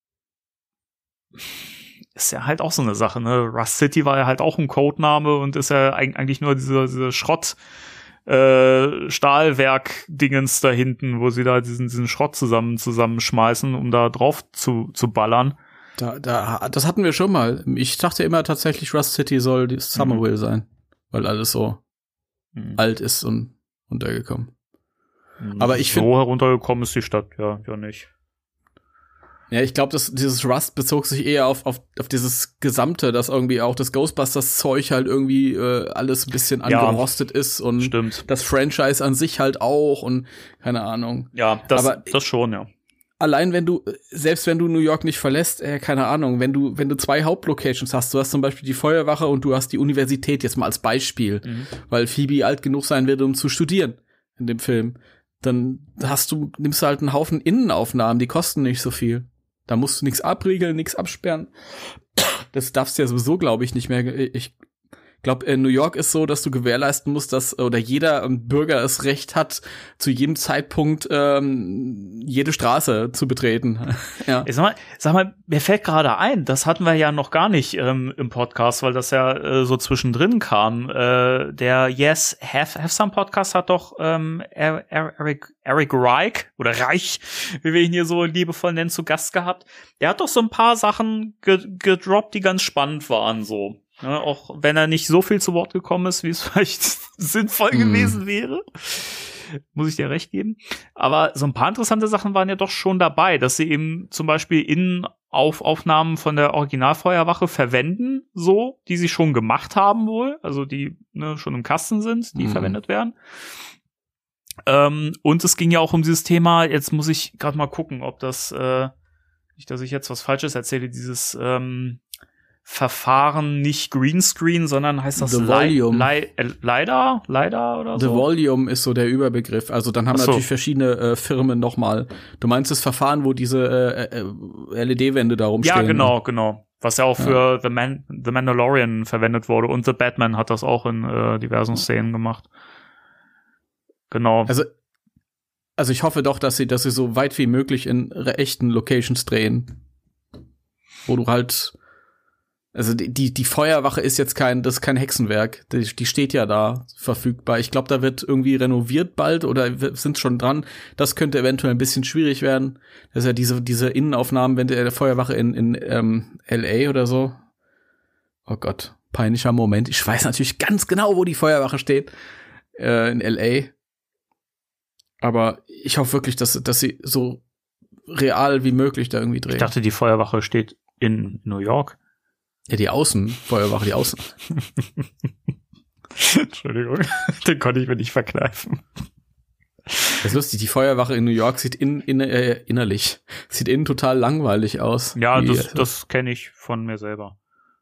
Speaker 4: ist ja halt auch so eine Sache, ne? Rust City war ja halt auch ein Codename und ist ja eigentlich nur diese, diese Schrott äh, Stahlwerk-Dingens da hinten, wo sie da diesen, diesen Schrott zusammen zusammenschmeißen, um da drauf zu, zu ballern.
Speaker 5: Da, da, das hatten wir schon mal. Ich dachte immer tatsächlich, Rust City soll die Somerville mhm. sein, weil alles so mhm. alt ist und runtergekommen.
Speaker 4: Mhm.
Speaker 5: Aber ich finde,
Speaker 4: so heruntergekommen ist die Stadt, ja, ja nicht.
Speaker 5: Ja, ich glaube, dass dieses Rust bezog sich eher auf, auf, auf dieses Gesamte, dass irgendwie auch das Ghostbusters-Zeug halt irgendwie äh, alles ein bisschen angerostet ja, ist und
Speaker 4: stimmt.
Speaker 5: Das Franchise an sich halt auch und keine Ahnung.
Speaker 4: Ja, das, Aber das schon, ja.
Speaker 5: Allein wenn du, selbst wenn du New York nicht verlässt, äh, keine Ahnung, wenn du, wenn du zwei Hauptlocations hast, du hast zum Beispiel die Feuerwache und du hast die Universität, jetzt mal als Beispiel, mhm. weil Phoebe alt genug sein wird, um zu studieren in dem Film, dann hast du, nimmst du halt einen Haufen Innenaufnahmen, die kosten nicht so viel. Da musst du nichts abriegeln, nichts absperren. Das darfst du ja sowieso, glaube ich, nicht mehr. Ich glaube, in New York ist so, dass du gewährleisten musst, dass oder jeder ähm, Bürger das Recht hat, zu jedem Zeitpunkt ähm, jede Straße zu betreten. Ja.
Speaker 4: Ich sag mal, sag mal, mir fällt gerade ein, das hatten wir ja noch gar nicht ähm, im Podcast, weil das ja äh, so zwischendrin kam. Äh, der Yes Have, Have Some Podcast hat doch ähm, Eric Eric Reich oder Reich, wie wir ihn hier so liebevoll nennen, zu Gast gehabt. Der hat doch so ein paar Sachen ge- gedroppt, die ganz spannend waren, so. Ja, auch wenn er nicht so viel zu Wort gekommen ist, wie es vielleicht sinnvoll mm. gewesen wäre. muss ich dir recht geben. Aber so ein paar interessante Sachen waren ja doch schon dabei, dass sie eben zum Beispiel Innenaufnahmen von der Originalfeuerwache verwenden, so, die sie schon gemacht haben wohl, also die ne, schon im Kasten sind, die mhm. verwendet werden. Ähm, und es ging ja auch um dieses Thema, jetzt muss ich gerade mal gucken, ob das, äh, nicht, dass ich jetzt was Falsches erzähle, dieses ähm, Verfahren nicht Greenscreen, sondern heißt das
Speaker 5: The Volume.
Speaker 4: Li- Li- LiDAR? LiDAR oder so?
Speaker 5: The Volume ist so der Überbegriff. Also dann haben
Speaker 4: Ach so.
Speaker 5: natürlich verschiedene äh, Firmen nochmal. Du meinst das Verfahren, wo diese äh, äh, L E D-Wände da rumstehen?
Speaker 4: Ja, genau, genau. Was ja auch ja. für The, Man- The Mandalorian verwendet wurde. Und The Batman hat das auch in äh, diversen Szenen gemacht. Genau.
Speaker 5: Also, also ich hoffe doch, dass sie, dass sie so weit wie möglich in echten Locations drehen. Wo du halt Also die, die, die Feuerwache ist jetzt kein, das ist kein Hexenwerk. Die, die steht ja da verfügbar. Ich glaube, da wird irgendwie renoviert bald oder sind schon dran. Das könnte eventuell ein bisschen schwierig werden. Das ist ja diese, diese Innenaufnahmen, wenn der Feuerwache in, in ähm, L A oder so. Oh Gott, peinlicher Moment. Ich weiß natürlich ganz genau, wo die Feuerwache steht. Äh, in L A. Aber ich hoffe wirklich, dass, dass sie so real wie möglich da irgendwie drehen.
Speaker 4: Ich dachte, die Feuerwache steht in New York.
Speaker 5: Ja, die Außenfeuerwache, die Außen.
Speaker 4: Entschuldigung, den konnte ich mir nicht verkneifen.
Speaker 5: Das ist lustig, die Feuerwache in New York sieht in, in, äh, innerlich, sieht innen total langweilig aus.
Speaker 4: Ja,
Speaker 5: Wie,
Speaker 4: das, das kenne ich von mir selber.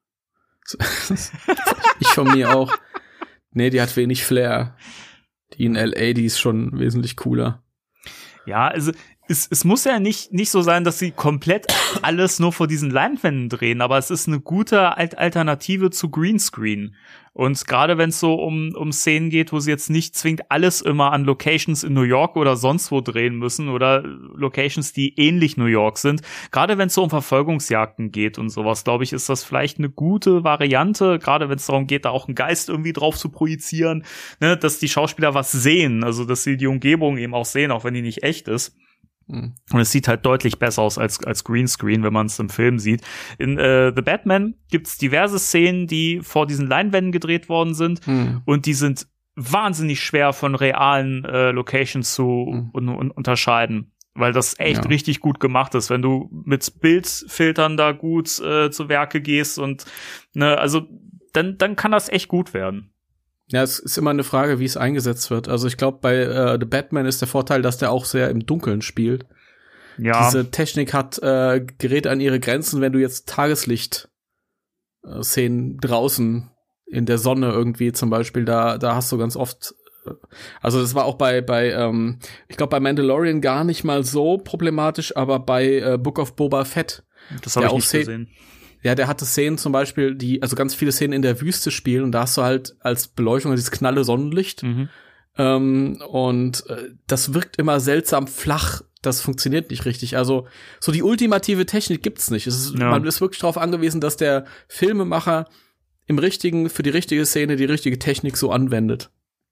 Speaker 5: Ich von mir auch. Nee, die hat wenig Flair. Die in L A, die ist schon wesentlich cooler.
Speaker 4: Ja, also es, es muss ja nicht, nicht so sein, dass sie komplett alles nur vor diesen Leinwänden drehen, aber es ist eine gute Alt- Alternative zu Greenscreen. Und gerade wenn es so um, um Szenen geht, wo sie jetzt nicht zwingend alles immer an Locations in New York oder sonst wo drehen müssen oder Locations, die ähnlich New York sind, gerade wenn es so um Verfolgungsjagden geht und sowas, glaube ich, ist das vielleicht eine gute Variante, gerade wenn es darum geht, da auch einen Geist irgendwie drauf zu projizieren, ne, dass die Schauspieler was sehen, also dass sie die Umgebung eben auch sehen, auch wenn die nicht echt ist. Und es sieht halt deutlich besser aus als als Greenscreen, wenn man es im Film sieht. In äh, The Batman gibt's diverse Szenen, die vor diesen Leinwänden gedreht worden sind, mhm. und die sind wahnsinnig schwer von realen äh, Locations zu mhm. un- un- unterscheiden, weil das echt ja. richtig gut gemacht ist, wenn du mit Bildfiltern da gut äh, zu Werke gehst und ne, also dann dann kann das echt gut werden.
Speaker 5: Ja, es ist immer eine Frage, wie es eingesetzt wird. Also ich glaube, bei äh, The Batman ist der Vorteil, dass der auch sehr im Dunkeln spielt. Ja. Diese Technik hat äh, gerät an ihre Grenzen, wenn du jetzt Tageslicht-Szenen äh, draußen in der Sonne irgendwie zum Beispiel, da da hast du ganz oft, äh, also das war auch bei, bei ähm, ich glaube bei Mandalorian gar nicht mal so problematisch, aber bei äh, Book of Boba Fett.
Speaker 4: Das habe ich nicht gesehen.
Speaker 5: Ja, der hatte Szenen zum Beispiel, die, also ganz viele Szenen in der Wüste spielen und da hast du halt als Beleuchtung dieses knalle Sonnenlicht. Mhm. Ähm, und äh, das wirkt immer seltsam flach. Das funktioniert nicht richtig. Also so die ultimative Technik gibt's nicht. Es ist, ja. Man ist wirklich darauf angewiesen, dass der Filmemacher im richtigen, für die richtige Szene die richtige Technik so anwendet.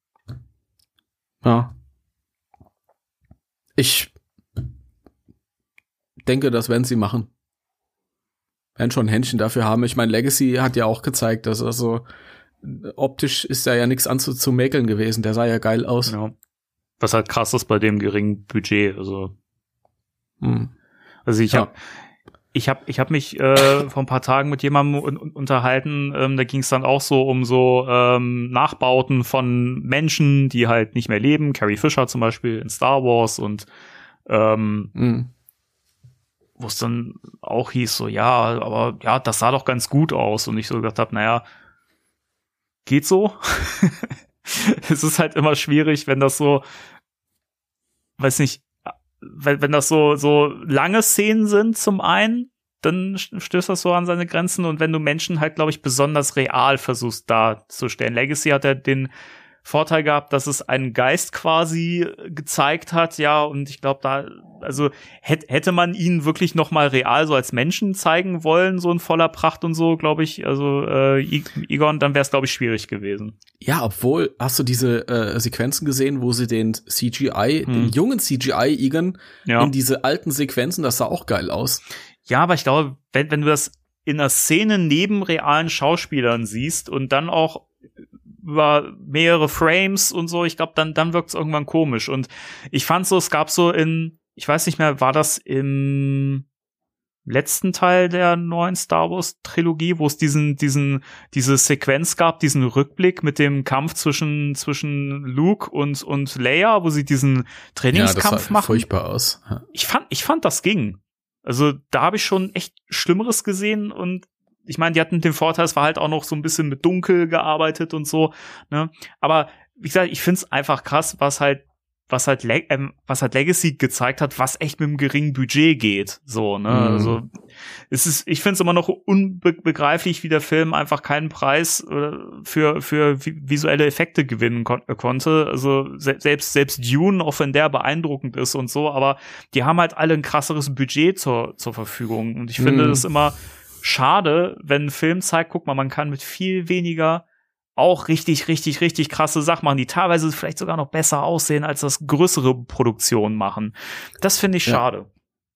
Speaker 5: Ja. Ich denke, das werden sie machen. Werden schon ein Händchen dafür haben. Ich meine, Legacy hat ja auch gezeigt, dass also optisch ist da ja nichts anzumäkeln gewesen. Der sah ja geil aus.
Speaker 4: Ja. Was halt krass ist bei dem geringen Budget. Also, hm. also ich ja. habe ich hab, ich hab mich äh, vor ein paar Tagen mit jemandem un- unterhalten. Ähm, da ging es dann auch so um so ähm, Nachbauten von Menschen, die halt nicht mehr leben. Carrie Fisher zum Beispiel in Star Wars und ähm, hm. wo es dann auch hieß, so, ja, aber ja, das sah doch ganz gut aus. Und ich so gedacht habe, naja, geht so. Es ist halt immer schwierig, wenn das so, weiß nicht, wenn, wenn das so, so lange Szenen sind zum einen, dann stößt das so an seine Grenzen. Und wenn du Menschen halt, glaube ich, besonders real versuchst darzustellen. Legacy hat ja den Vorteil gehabt, dass es einen Geist quasi gezeigt hat, ja, und ich glaube, da, also hätte hätte man ihn wirklich noch mal real so als Menschen zeigen wollen, so in voller Pracht und so, glaube ich, also äh, Egon, dann wäre es, glaube ich, schwierig gewesen.
Speaker 5: Ja, obwohl, hast du diese äh, Sequenzen gesehen, wo sie den C G I, hm. den jungen C G I Egon ja. in diese alten Sequenzen, das sah auch geil aus.
Speaker 4: Ja, aber ich glaube, wenn, wenn du das in einer Szene neben realen Schauspielern siehst und dann auch über mehrere Frames und so, ich glaube, dann, dann wirkt es irgendwann komisch. Und ich fand so, es gab so in, ich weiß nicht mehr, war das im letzten Teil der neuen Star Wars Trilogie, wo es diesen, diesen, diese Sequenz gab, diesen Rückblick mit dem Kampf zwischen, zwischen Luke und, und Leia, wo sie diesen Trainingskampf
Speaker 5: ja, das sah
Speaker 4: machen.
Speaker 5: Furchtbar aus. Ja.
Speaker 4: Ich fand, ich fand, das ging. Also, da habe ich schon echt Schlimmeres gesehen und ich meine, die hatten den Vorteil, es war halt auch noch so ein bisschen mit Dunkel gearbeitet und so, ne? Aber, wie gesagt, ich find's einfach krass, was halt was halt, Le- ähm, was halt Legacy gezeigt hat, was echt mit einem geringen Budget geht, so, ne,
Speaker 5: Mhm.
Speaker 4: also, es ist, ich find's immer noch unbegreiflich, wie der Film einfach keinen Preis äh, für, für vi- visuelle Effekte gewinnen kon- äh, konnte, also, se- selbst, selbst Dune, auch wenn der beeindruckend ist und so, aber die haben halt alle ein krasseres Budget zur, zur Verfügung und ich finde
Speaker 5: Mhm.
Speaker 4: das immer schade, wenn ein Film zeigt, guck mal, man kann mit viel weniger auch richtig, richtig, richtig krasse Sachen machen, die teilweise vielleicht sogar noch besser aussehen, als das größere Produktionen machen. Das finde ich
Speaker 5: Ja.
Speaker 4: schade.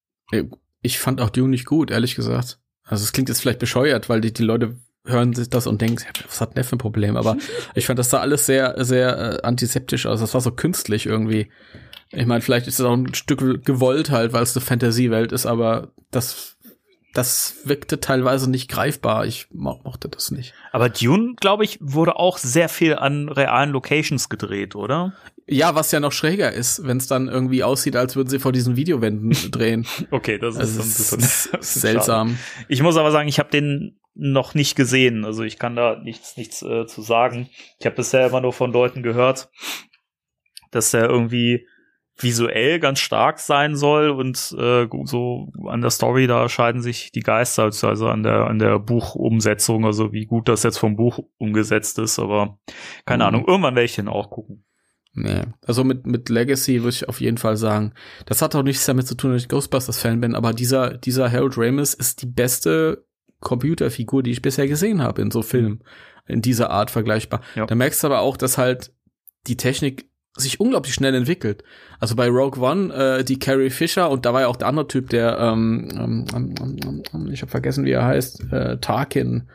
Speaker 5: Ich fand auch Dune nicht gut, ehrlich gesagt. Also es klingt jetzt vielleicht bescheuert, weil die, die Leute hören sich das und denken, was hat der für ein Problem? Aber ich fand das da alles sehr, sehr äh, antiseptisch aus. Das war so künstlich irgendwie. Ich meine, vielleicht ist es auch ein Stück gewollt halt, weil es eine Fantasiewelt ist, aber das das wirkte teilweise nicht greifbar. Ich mo- mochte das nicht.
Speaker 4: Aber Dune, glaube ich, wurde auch sehr viel an realen Locations gedreht, oder?
Speaker 5: Ja, was ja noch schräger ist, wenn es dann irgendwie aussieht, als würden sie vor diesen Videowänden drehen.
Speaker 4: Okay, das ist
Speaker 5: Also
Speaker 4: so ein
Speaker 5: es
Speaker 4: bisschen
Speaker 5: ist
Speaker 4: das ist
Speaker 5: seltsam.
Speaker 4: schade. Ich muss aber sagen, ich habe den noch nicht gesehen. Also ich kann da nichts, nichts äh, zu sagen. Ich habe bisher immer nur von Leuten gehört, dass der irgendwie visuell ganz stark sein soll und äh, so an der Story, da scheiden sich die Geister, also an der an der Buchumsetzung, also wie gut das jetzt vom Buch umgesetzt ist, aber keine
Speaker 5: Mhm.
Speaker 4: Ahnung, irgendwann werde ich den auch gucken.
Speaker 5: Nee. Also mit, mit Legacy würde ich auf jeden Fall sagen, das hat auch nichts damit zu tun, dass ich Ghostbusters-Fan bin, aber dieser, dieser Harold Ramis ist die beste Computerfigur, die ich bisher gesehen habe in so Filmen, in dieser Art vergleichbar.
Speaker 4: Ja.
Speaker 5: Da merkst du aber auch, dass halt die Technik sich unglaublich schnell entwickelt. Also bei Rogue One, äh, die Carrie Fisher, und da war ja auch der andere Typ, der, ähm, ähm, ähm, ähm, ich habe vergessen, wie er heißt, äh, Tarkin,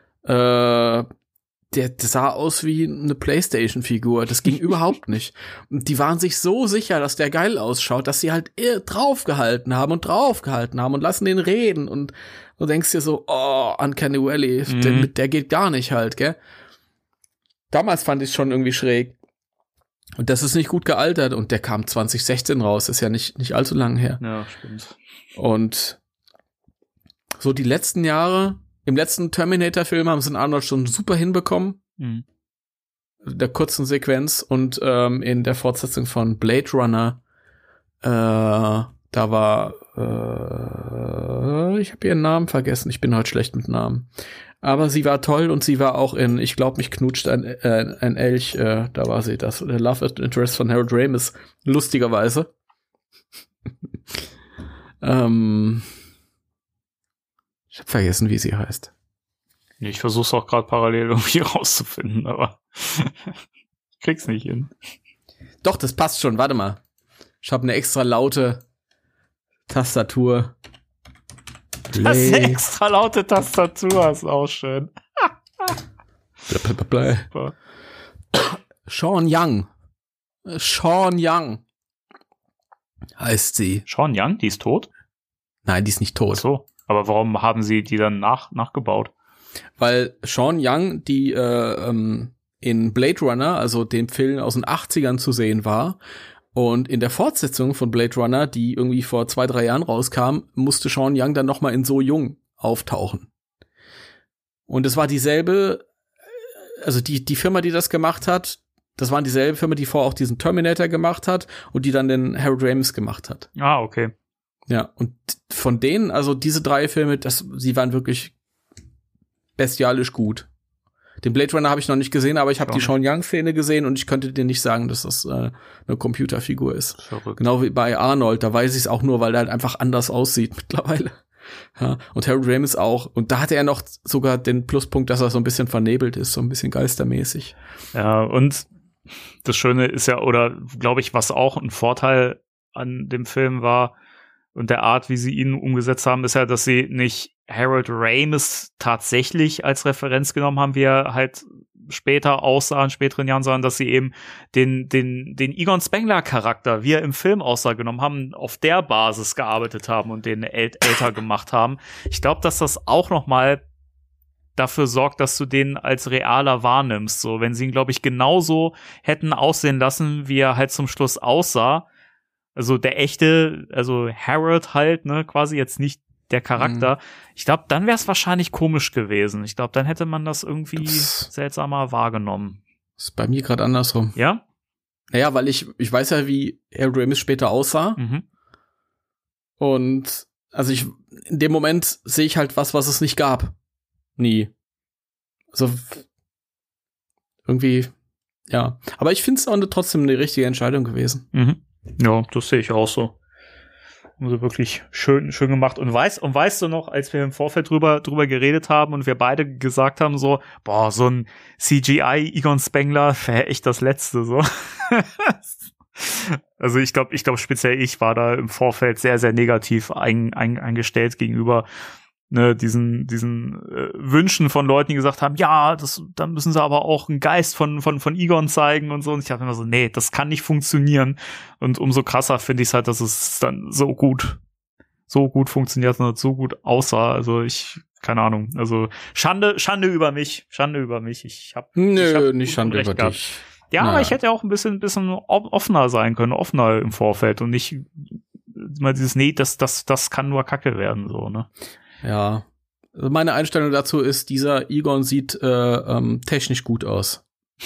Speaker 5: äh, der, der sah aus wie eine Playstation-Figur. Das ging überhaupt nicht. Und die waren sich so sicher, dass der geil ausschaut, dass sie halt eher draufgehalten haben und draufgehalten haben und lassen den reden. Und du denkst dir so, oh, Uncanny Valley,
Speaker 4: Mhm.
Speaker 5: der, der geht gar nicht halt, gell? Damals fand ich es schon irgendwie schräg. Und das ist nicht gut gealtert. Und der kam zwanzig sechzehn raus. Ist ja nicht, nicht allzu lang her.
Speaker 4: Ja, stimmt.
Speaker 5: Und so die letzten Jahre, im letzten Terminator-Film haben sie den Arnold schon super hinbekommen.
Speaker 4: Mhm.
Speaker 5: Der kurzen Sequenz. Und ähm, in der Fortsetzung von Blade Runner, äh, da war, äh, ich habe ihren Namen vergessen. Ich bin heute schlecht mit Namen. Aber sie war toll und sie war auch in, ich glaube, mich knutscht ein, äh, ein Elch, äh, da war sie, das der Love Interest von Harold Ramis, lustigerweise. ähm, ich habe vergessen, wie sie heißt.
Speaker 4: Ich versuch's auch gerade parallel irgendwie rauszufinden, aber ich krieg's nicht hin.
Speaker 5: Doch, das passt schon, warte mal. Ich habe eine extra laute Tastatur.
Speaker 4: Das ist eine extra laute Tastatur, ist auch schön. Super.
Speaker 5: Sean Young. Sean Young heißt sie.
Speaker 4: Sean Young, die ist tot?
Speaker 5: Nein, die ist nicht tot.
Speaker 4: Ach so. Aber warum haben sie die dann nach, nachgebaut?
Speaker 5: Weil Sean Young, die äh, ähm, in Blade Runner, also dem Film aus den achtzigern zu sehen war, und in der Fortsetzung von Blade Runner, die irgendwie vor zwei, drei Jahren rauskam, musste Sean Young dann noch mal in So Jung auftauchen. Und es war dieselbe, also die die Firma, die das gemacht hat, das war dieselbe Firma, die vorher auch diesen Terminator gemacht hat und die dann den Harold Ramis gemacht hat.
Speaker 4: Ah, okay.
Speaker 5: Ja, und von denen, also diese drei Filme, das, sie waren wirklich bestialisch gut. Den Blade Runner habe ich noch nicht gesehen, aber ich habe die Sean Young-Szene gesehen und ich könnte dir nicht sagen, dass das äh, eine Computerfigur ist.
Speaker 4: Verrückt.
Speaker 5: Genau wie bei Arnold, da weiß ich es auch nur, weil der halt einfach anders aussieht mittlerweile. Ja, und Harold Ramis auch. Und da hatte er noch sogar den Pluspunkt, dass er so ein bisschen vernebelt ist, so ein bisschen geistermäßig.
Speaker 4: Ja, und das Schöne ist ja, oder glaube ich, was auch ein Vorteil an dem Film war und der Art, wie sie ihn umgesetzt haben, ist ja, dass sie nicht Harold Ramis tatsächlich als Referenz genommen haben, wie er halt später aussah, in späteren Jahren, sondern dass sie eben den, den, den Egon Spengler-Charakter, wie er im Film aussah, genommen haben, auf der Basis gearbeitet haben und den äl- älter gemacht haben. Ich glaube, dass das auch noch mal dafür sorgt, dass du den als realer wahrnimmst. So, wenn sie ihn, glaube ich, genauso hätten aussehen lassen, wie er halt zum Schluss aussah. Also der echte, also Harold halt, ne, quasi jetzt nicht der Charakter. Mhm. Ich glaube, dann wäre es wahrscheinlich komisch gewesen. Ich glaube, dann hätte man das irgendwie das seltsamer wahrgenommen.
Speaker 5: Ist bei mir gerade andersrum.
Speaker 4: Ja?
Speaker 5: Naja, weil ich, ich weiß ja, wie Harold Ramis später aussah.
Speaker 4: Mhm.
Speaker 5: Und also ich, in dem Moment sehe ich halt was, was es nicht gab. Nie. Also irgendwie, ja. Aber ich finde es auch eine, trotzdem eine richtige Entscheidung gewesen.
Speaker 4: Mhm. Ja, das sehe ich auch so. Also wirklich schön, schön gemacht. Und weißt, und weißt du noch, als wir im Vorfeld drüber, drüber geredet haben und wir beide gesagt haben so, boah, so ein C G I Egon Spengler wäre echt das Letzte, so. Also ich glaube, ich glaube speziell ich war da im Vorfeld sehr, sehr negativ ein, ein, eingestellt gegenüber ne, diesen, diesen äh, Wünschen von Leuten, die gesagt haben, ja, das, dann müssen sie aber auch einen Geist von, von, von Egon zeigen und so. Und ich habe immer so, nee, das kann nicht funktionieren. Und umso krasser finde ich es halt, dass es dann so gut, so gut funktioniert und so gut aussah. Also ich, keine Ahnung, also Schande, Schande über mich, Schande über mich. Ich hab,
Speaker 5: Nö,
Speaker 4: ich hab
Speaker 5: nicht Schande über
Speaker 4: gehabt.
Speaker 5: dich.
Speaker 4: Ja,
Speaker 5: naja.
Speaker 4: aber ich hätte auch ein bisschen, bisschen offener sein können, offener im Vorfeld und nicht mal dieses, nee, das, das, das kann nur Kacke werden, so, ne?
Speaker 5: Ja. Also meine Einstellung dazu ist, dieser Egon sieht äh, ähm, technisch gut aus.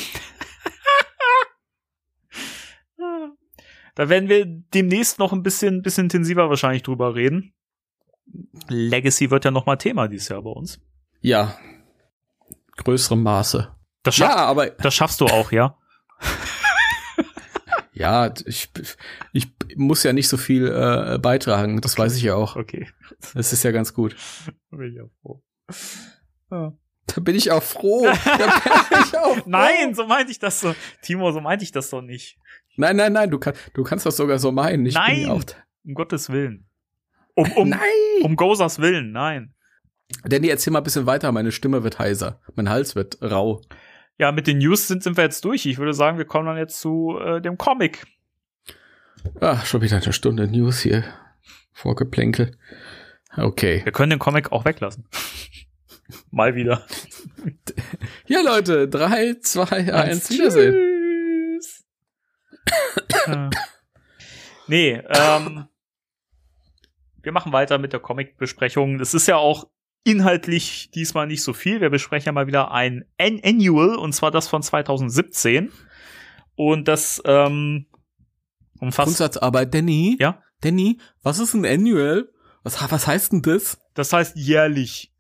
Speaker 4: Da werden wir demnächst noch ein bisschen, bisschen intensiver wahrscheinlich drüber reden. Legacy wird ja noch mal Thema dieses Jahr bei uns.
Speaker 5: Ja. Größerem Maße.
Speaker 4: Das schaff,
Speaker 5: ja, aber
Speaker 4: das schaffst du auch, ja?
Speaker 5: Ja, ich, ich muss ja nicht so viel äh, beitragen, das weiß ich ja auch.
Speaker 4: Okay.
Speaker 5: Das ist ja ganz gut.
Speaker 4: Da bin ich auch froh. Ja.
Speaker 5: Da bin ich auch froh. Da bin ich auch froh.
Speaker 4: Nein, so meinte ich das so. Timo, so meinte ich das doch nicht.
Speaker 5: Nein, nein, nein, du, kann, du kannst das sogar so meinen. Ich
Speaker 4: nein,
Speaker 5: bin auch
Speaker 4: um Gottes Willen. Um, um,
Speaker 5: nein!
Speaker 4: Um Gosas Willen, nein.
Speaker 5: Danny, erzähl mal ein bisschen weiter, meine Stimme wird heiser. Mein Hals wird rau.
Speaker 4: Ja, mit den News sind, sind wir jetzt durch. Ich würde sagen, wir kommen dann jetzt zu äh, dem Comic.
Speaker 5: Ach, schon wieder eine Stunde News hier. Vorgeplänkel. Okay.
Speaker 4: Wir können den Comic auch weglassen. Mal wieder.
Speaker 5: Ja, Leute, drei, zwei, eins, Wiedersehen.
Speaker 4: Tschüss. äh. Nee, ähm, wir machen weiter mit der Comic-Besprechung. Es ist ja auch inhaltlich diesmal nicht so viel. Wir besprechen ja mal wieder ein An- Annual, und zwar das von zwanzig siebzehn. Und das ähm, umfasst...
Speaker 5: Grundsatzarbeit, Danny?
Speaker 4: Ja?
Speaker 5: Danny, was ist ein Annual? Was, was heißt denn das?
Speaker 4: Das heißt jährlich.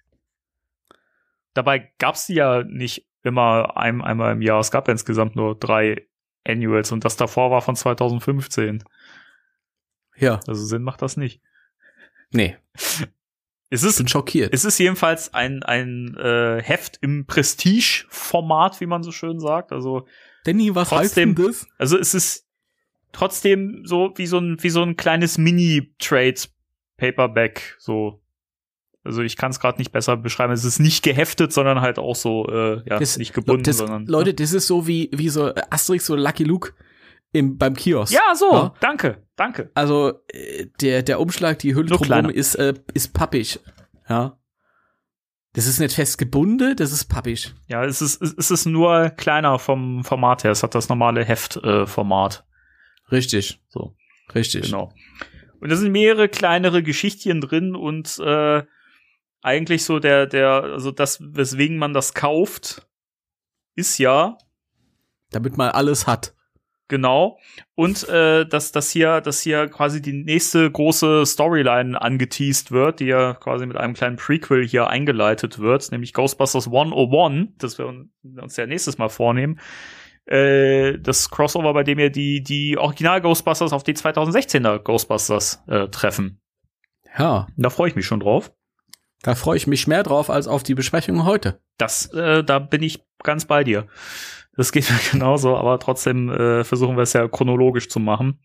Speaker 4: Dabei gab's die ja nicht immer ein, einmal im Jahr. Es gab ja insgesamt nur drei Annuals und das davor war von zwanzig fünfzehn.
Speaker 5: Ja.
Speaker 4: Also Sinn macht das nicht.
Speaker 5: Nee.
Speaker 4: Es ist,
Speaker 5: ich bin schockiert.
Speaker 4: Es ist jedenfalls ein, ein äh, Heft im Prestige-Format, wie man so schön sagt. Also
Speaker 5: Danny, was
Speaker 4: trotzdem,
Speaker 5: heißt denn das?
Speaker 4: Also es ist trotzdem so wie so ein, wie so ein kleines Mini-Trade-Paperback. So. Also ich kann es gerade nicht besser beschreiben. Es ist nicht geheftet, sondern halt auch so, äh, ja,
Speaker 5: das,
Speaker 4: nicht gebunden,
Speaker 5: das,
Speaker 4: sondern.
Speaker 5: Leute,
Speaker 4: ja.
Speaker 5: das ist so wie, wie so Asterix oder Lucky Luke im, beim Kiosk.
Speaker 4: Ja, so,
Speaker 5: ja?
Speaker 4: danke, danke.
Speaker 5: Also äh, der, der Umschlag, die Hülle drumherum ist, äh, ist pappig. Ja. Das ist nicht fest gebunden, das ist pappig.
Speaker 4: Ja, es ist, es ist nur kleiner vom Format her. Es hat das normale Heftformat.
Speaker 5: Äh, Richtig.
Speaker 4: So.
Speaker 5: Richtig.
Speaker 4: Genau. Und da sind mehrere kleinere Geschichtchen drin und äh, eigentlich so der, der, also das, weswegen man das kauft, ist ja.
Speaker 5: Damit man alles hat.
Speaker 4: Genau. Und äh, dass das hier, dass hier quasi die nächste große Storyline angeteased wird, die ja quasi mit einem kleinen Prequel hier eingeleitet wird, nämlich Ghostbusters hundertundeins, das wir uns ja nächstes Mal vornehmen. Äh, das Crossover, bei dem wir die, die Original-Ghostbusters auf die zwanzig sechzehner Ghostbusters äh, treffen.
Speaker 5: Ja.
Speaker 4: Da freue ich mich schon drauf.
Speaker 5: Da freue ich mich mehr drauf als auf die Besprechung heute.
Speaker 4: Das, äh, da bin ich ganz bei dir. Das geht mir genauso, aber trotzdem äh, versuchen wir es ja chronologisch zu machen.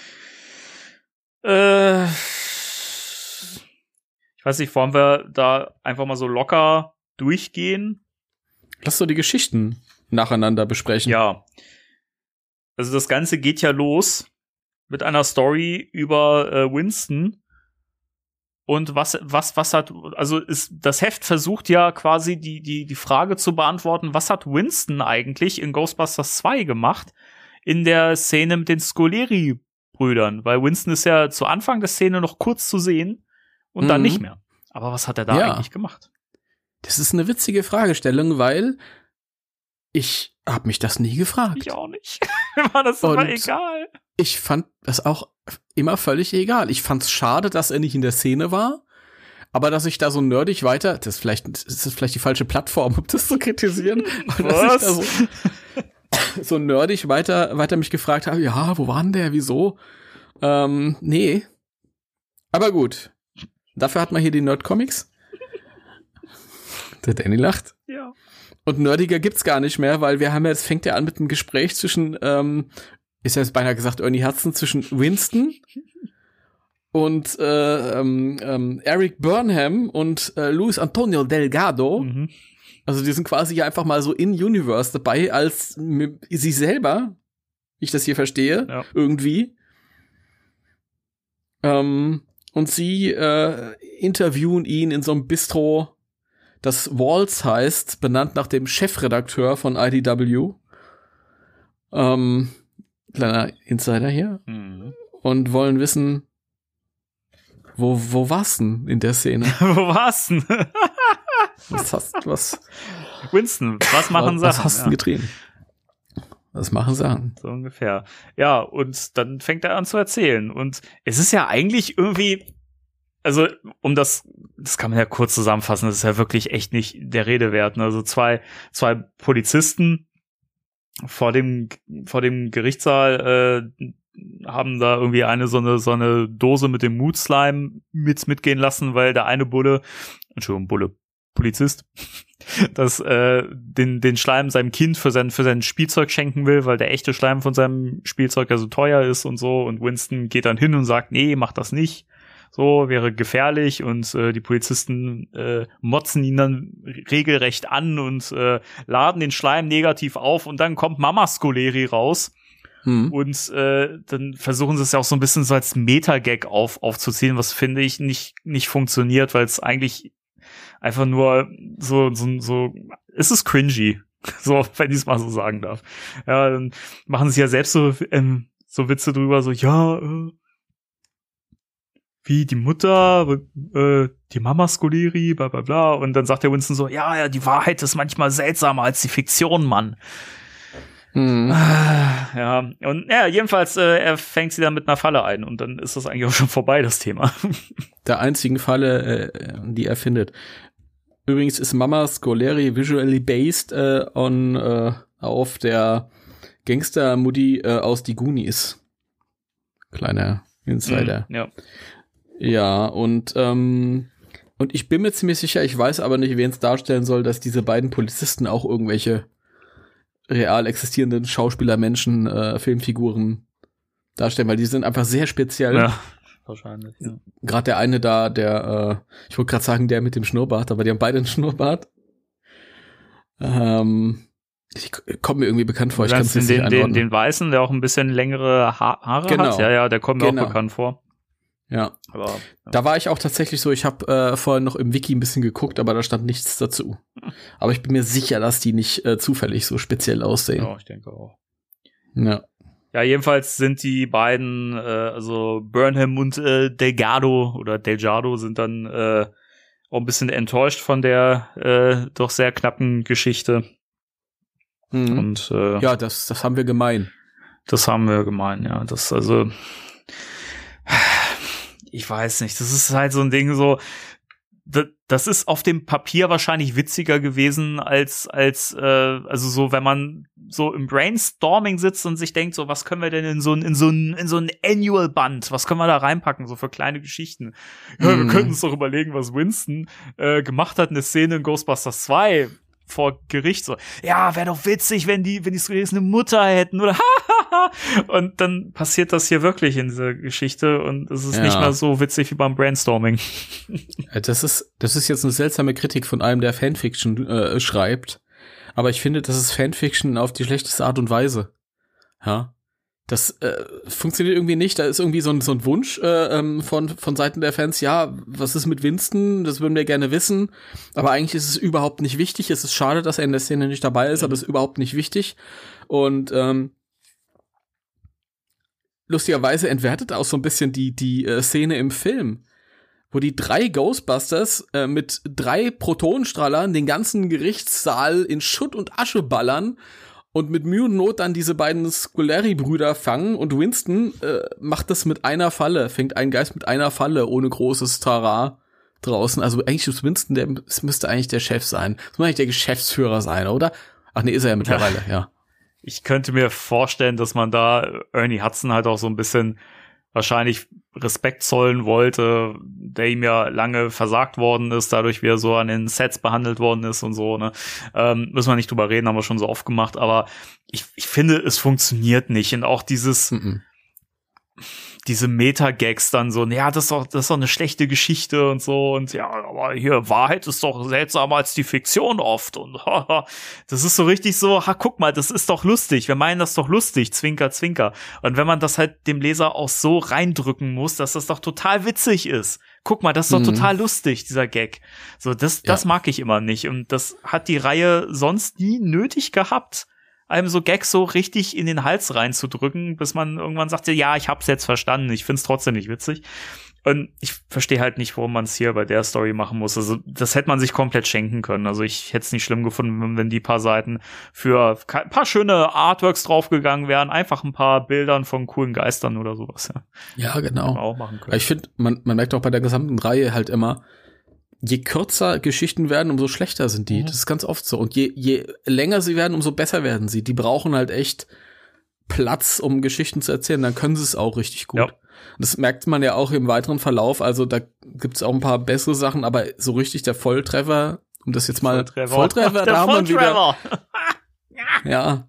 Speaker 4: Äh, ich weiß nicht, wollen wir da einfach mal so locker durchgehen?
Speaker 5: Lass doch die Geschichten nacheinander besprechen.
Speaker 4: Ja. Also das Ganze geht ja los mit einer Story über äh, Winston. Und was, was, was hat, also ist, das Heft versucht ja quasi die, die, die Frage zu beantworten, was hat Winston eigentlich in Ghostbusters zwei gemacht in der Szene mit den Scoleri-Brüdern? Weil Winston ist ja zu Anfang der Szene noch kurz zu sehen und mhm. dann nicht mehr. Aber was hat er da ja. eigentlich gemacht?
Speaker 5: Das ist eine witzige Fragestellung, weil ich habe mich das nie gefragt.
Speaker 4: Ich auch nicht. Mir war das immer egal.
Speaker 5: Ich fand das auch immer völlig egal. Ich fand's schade, dass er nicht in der Szene war, aber dass ich da so nerdig weiter, das ist vielleicht, das ist vielleicht die falsche Plattform, um das zu kritisieren, aber dass ich da so, so nerdig weiter, weiter mich gefragt habe, ja, wo war denn der, wieso? Ähm, nee. Aber gut. Dafür hat man hier die Nerd-Comics. Der Danny lacht.
Speaker 4: Ja.
Speaker 5: Und nerdiger gibt's gar nicht mehr, weil wir haben jetzt, fängt ja an mit einem Gespräch zwischen, ähm, ist ja jetzt beinahe gesagt, Ernie Hudson, zwischen Winston und äh, ähm, ähm, Eric Burnham und äh, Luis Antonio Delgado. Mhm. Also die sind quasi ja einfach mal so in Universe dabei, als m- sie selber, wie ich das hier verstehe, ja. irgendwie. Ähm, und sie äh, interviewen ihn in so einem Bistro, das Waltz heißt, benannt nach dem Chefredakteur von I D W. Ähm, kleiner Insider hier. Mhm. Und wollen wissen, wo, wo war's denn in der Szene?
Speaker 4: Wo war's denn?
Speaker 5: was hast du, was?
Speaker 4: Winston, was machen
Speaker 5: was,
Speaker 4: Sachen?
Speaker 5: Was hast du ja. getrieben? Was machen Sachen?
Speaker 4: So ungefähr. Ja, und dann fängt er an zu erzählen. Und es ist ja eigentlich irgendwie, also um das, das kann man ja kurz zusammenfassen, das ist ja wirklich echt nicht der Rede wert. Ne? Also zwei, zwei Polizisten vor dem, vor dem Gerichtssaal äh, haben da irgendwie eine so eine, so eine Dose mit dem Mood-Slime mit, mitgehen lassen, weil der eine Bulle, Entschuldigung, Bulle, Polizist, das, äh, den, den Schleim seinem Kind für sein, für sein Spielzeug schenken will, weil der echte Schleim von seinem Spielzeug ja so teuer ist und so. Und Winston geht dann hin und sagt, nee, mach das nicht. So, wäre gefährlich. Und äh, die Polizisten äh, motzen ihn dann regelrecht an und äh, laden den Schleim negativ auf. Und dann kommt Mama Scoleri raus. Hm. Und äh, dann versuchen sie es ja auch so ein bisschen so als Meta-Gag auf, aufzuziehen, was finde ich nicht, nicht funktioniert, weil es eigentlich einfach nur so, so, so, ist es cringy. So, wenn ich es mal so sagen darf. Ja, dann machen sie ja selbst so, ähm, so Witze drüber, so, ja, äh, wie die Mutter, äh, die Mama Scoleri, bla, bla, bla. Und dann sagt der Winston so, ja, ja, die Wahrheit ist manchmal seltsamer als die Fiktion, Mann. Hm. Ja, und ja, jedenfalls, äh, er fängt sie dann mit einer Falle ein und dann ist das eigentlich auch schon vorbei, das Thema.
Speaker 5: Der einzigen Falle, äh, die er findet. Übrigens ist Mama Scoleri visually based äh, on äh, auf der Gangster-Mutti äh, aus Die Goonies. Kleiner Insider.
Speaker 4: Mm, ja.
Speaker 5: Ja, und ähm, und ich bin mir ziemlich sicher, ich weiß aber nicht, wen es darstellen soll, dass diese beiden Polizisten auch irgendwelche real existierenden Schauspieler-Menschen, äh, Filmfiguren darstellen, weil die sind einfach sehr speziell.
Speaker 4: Ja, wahrscheinlich. Ja.
Speaker 5: Gerade der eine da, der, äh, ich wollte gerade sagen, der mit dem Schnurrbart, aber die haben beide einen Schnurrbart. Ähm, ich komme mir irgendwie bekannt vor. Ich kann es nicht
Speaker 4: den,
Speaker 5: einordnen.
Speaker 4: Den, den Weißen, der auch ein bisschen längere ha- Haare
Speaker 5: genau.
Speaker 4: hat. Ja, ja, der kommt mir
Speaker 5: genau.
Speaker 4: auch bekannt vor.
Speaker 5: Ja,
Speaker 4: aber ja.
Speaker 5: Da war ich auch tatsächlich so, ich habe äh, vorhin noch im Wiki ein bisschen geguckt, aber da stand nichts dazu. Hm. Aber ich bin mir sicher, dass die nicht äh, zufällig so speziell aussehen.
Speaker 4: Ja, ich denke auch.
Speaker 5: Ja.
Speaker 4: Ja, jedenfalls sind die beiden, äh, also Burnham und äh, Delgado oder Delgado sind dann äh, auch ein bisschen enttäuscht von der äh, doch sehr knappen Geschichte.
Speaker 5: Mhm.
Speaker 4: Und äh,
Speaker 5: ja, das, das haben wir gemein.
Speaker 4: Das haben wir gemein, ja. Das also ich weiß nicht, das ist halt so ein Ding so, das ist auf dem Papier wahrscheinlich witziger gewesen als, als äh, also so, wenn man so im Brainstorming sitzt und sich denkt, so, was können wir denn in so ein, in so ein, in so ein Annual-Band, was können wir da reinpacken, so für kleine Geschichten? Ja, mm. Wir könnten uns doch überlegen, was Winston äh, gemacht hat, eine Szene in Ghostbusters zwei vor Gericht, so, ja, wäre doch witzig, wenn die, wenn die so eine Mutter hätten, oder und dann passiert das hier wirklich in dieser Geschichte und es ist ja. nicht mehr so witzig wie beim Brainstorming.
Speaker 5: Das ist, das ist jetzt eine seltsame Kritik von einem, der Fanfiction äh, schreibt, Aber ich finde, das ist Fanfiction auf die schlechteste Art und Weise. Ja. Das äh, funktioniert irgendwie nicht. Da ist irgendwie so ein, so ein Wunsch äh, ähm, von, von Seiten der Fans, ja, was ist mit Winston? Das würden wir gerne wissen. Aber eigentlich ist es überhaupt nicht wichtig. Es ist schade, dass er in der Szene nicht dabei ist, aber es ist überhaupt nicht wichtig. Und ähm, lustigerweise entwertet auch so ein bisschen die, die äh, Szene im Film, wo die drei Ghostbusters äh, mit drei Protonenstrahlern den ganzen Gerichtssaal in Schutt und Asche ballern und mit Mühe und Not dann diese beiden Scoleri-Brüder fangen und Winston äh, macht das mit einer Falle, fängt einen Geist mit einer Falle ohne großes Tara draußen. Also eigentlich ist Winston, der es müsste eigentlich der Chef sein. Das muss eigentlich der Geschäftsführer sein, oder? Ach nee, ist er ja mittlerweile, ja. ja.
Speaker 4: Ich könnte mir vorstellen, dass man da Ernie Hudson halt auch so ein bisschen wahrscheinlich Respekt zollen wollte, der ihm ja lange versagt worden ist, dadurch wie er so an den Sets behandelt worden ist und so, ne. Ähm, müssen wir nicht drüber reden, haben wir schon so oft gemacht, aber ich, ich finde, es funktioniert nicht. Und auch dieses, mm-mm. diese Meta-Gags dann so, ja, das ist doch, das ist doch eine schlechte Geschichte und so und ja, aber hier, Wahrheit ist doch seltsamer als die Fiktion oft und haha, das ist so richtig so, ha, guck mal, das ist doch lustig, wir meinen das doch lustig, zwinker, zwinker. Und wenn man das halt dem Leser auch so reindrücken muss, dass das doch total witzig ist. Guck mal, das ist doch mhm. total lustig, dieser Gag. So, das, das ja. mag ich immer nicht und das hat die Reihe sonst nie nötig gehabt, einem so Gags so richtig in den Hals reinzudrücken, bis man irgendwann sagt, ja, ich hab's jetzt verstanden, ich find's trotzdem nicht witzig. Und ich verstehe halt nicht, warum man es hier bei der Story machen muss. Also das hätte man sich komplett schenken können. Also ich hätte es nicht schlimm gefunden, wenn die paar Seiten für ein paar schöne Artworks draufgegangen wären, einfach ein paar Bildern von coolen Geistern oder sowas. Ja,
Speaker 5: ja genau.
Speaker 4: Auch machen können.
Speaker 5: Ich finde, man, man merkt auch bei der gesamten Reihe halt immer, je kürzer Geschichten werden, umso schlechter sind die. Mhm. Das ist ganz oft so. Und je, je länger sie werden, umso besser werden sie. Die brauchen halt echt Platz, um Geschichten zu erzählen. Dann können sie es auch richtig gut. Ja. Das merkt man ja auch im weiteren Verlauf. Also da gibt's auch ein paar bessere Sachen, aber so richtig der Volltreffer, um das jetzt mal
Speaker 4: Volltreffer,
Speaker 5: Volltreffer da haben wir wieder. Ja.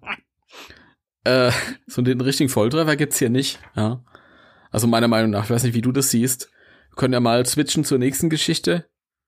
Speaker 5: Äh, so den richtigen Volltreffer gibt's hier nicht. Ja. Also meiner Meinung nach, ich weiß nicht, wie du das siehst. Wir können ja mal switchen zur nächsten Geschichte.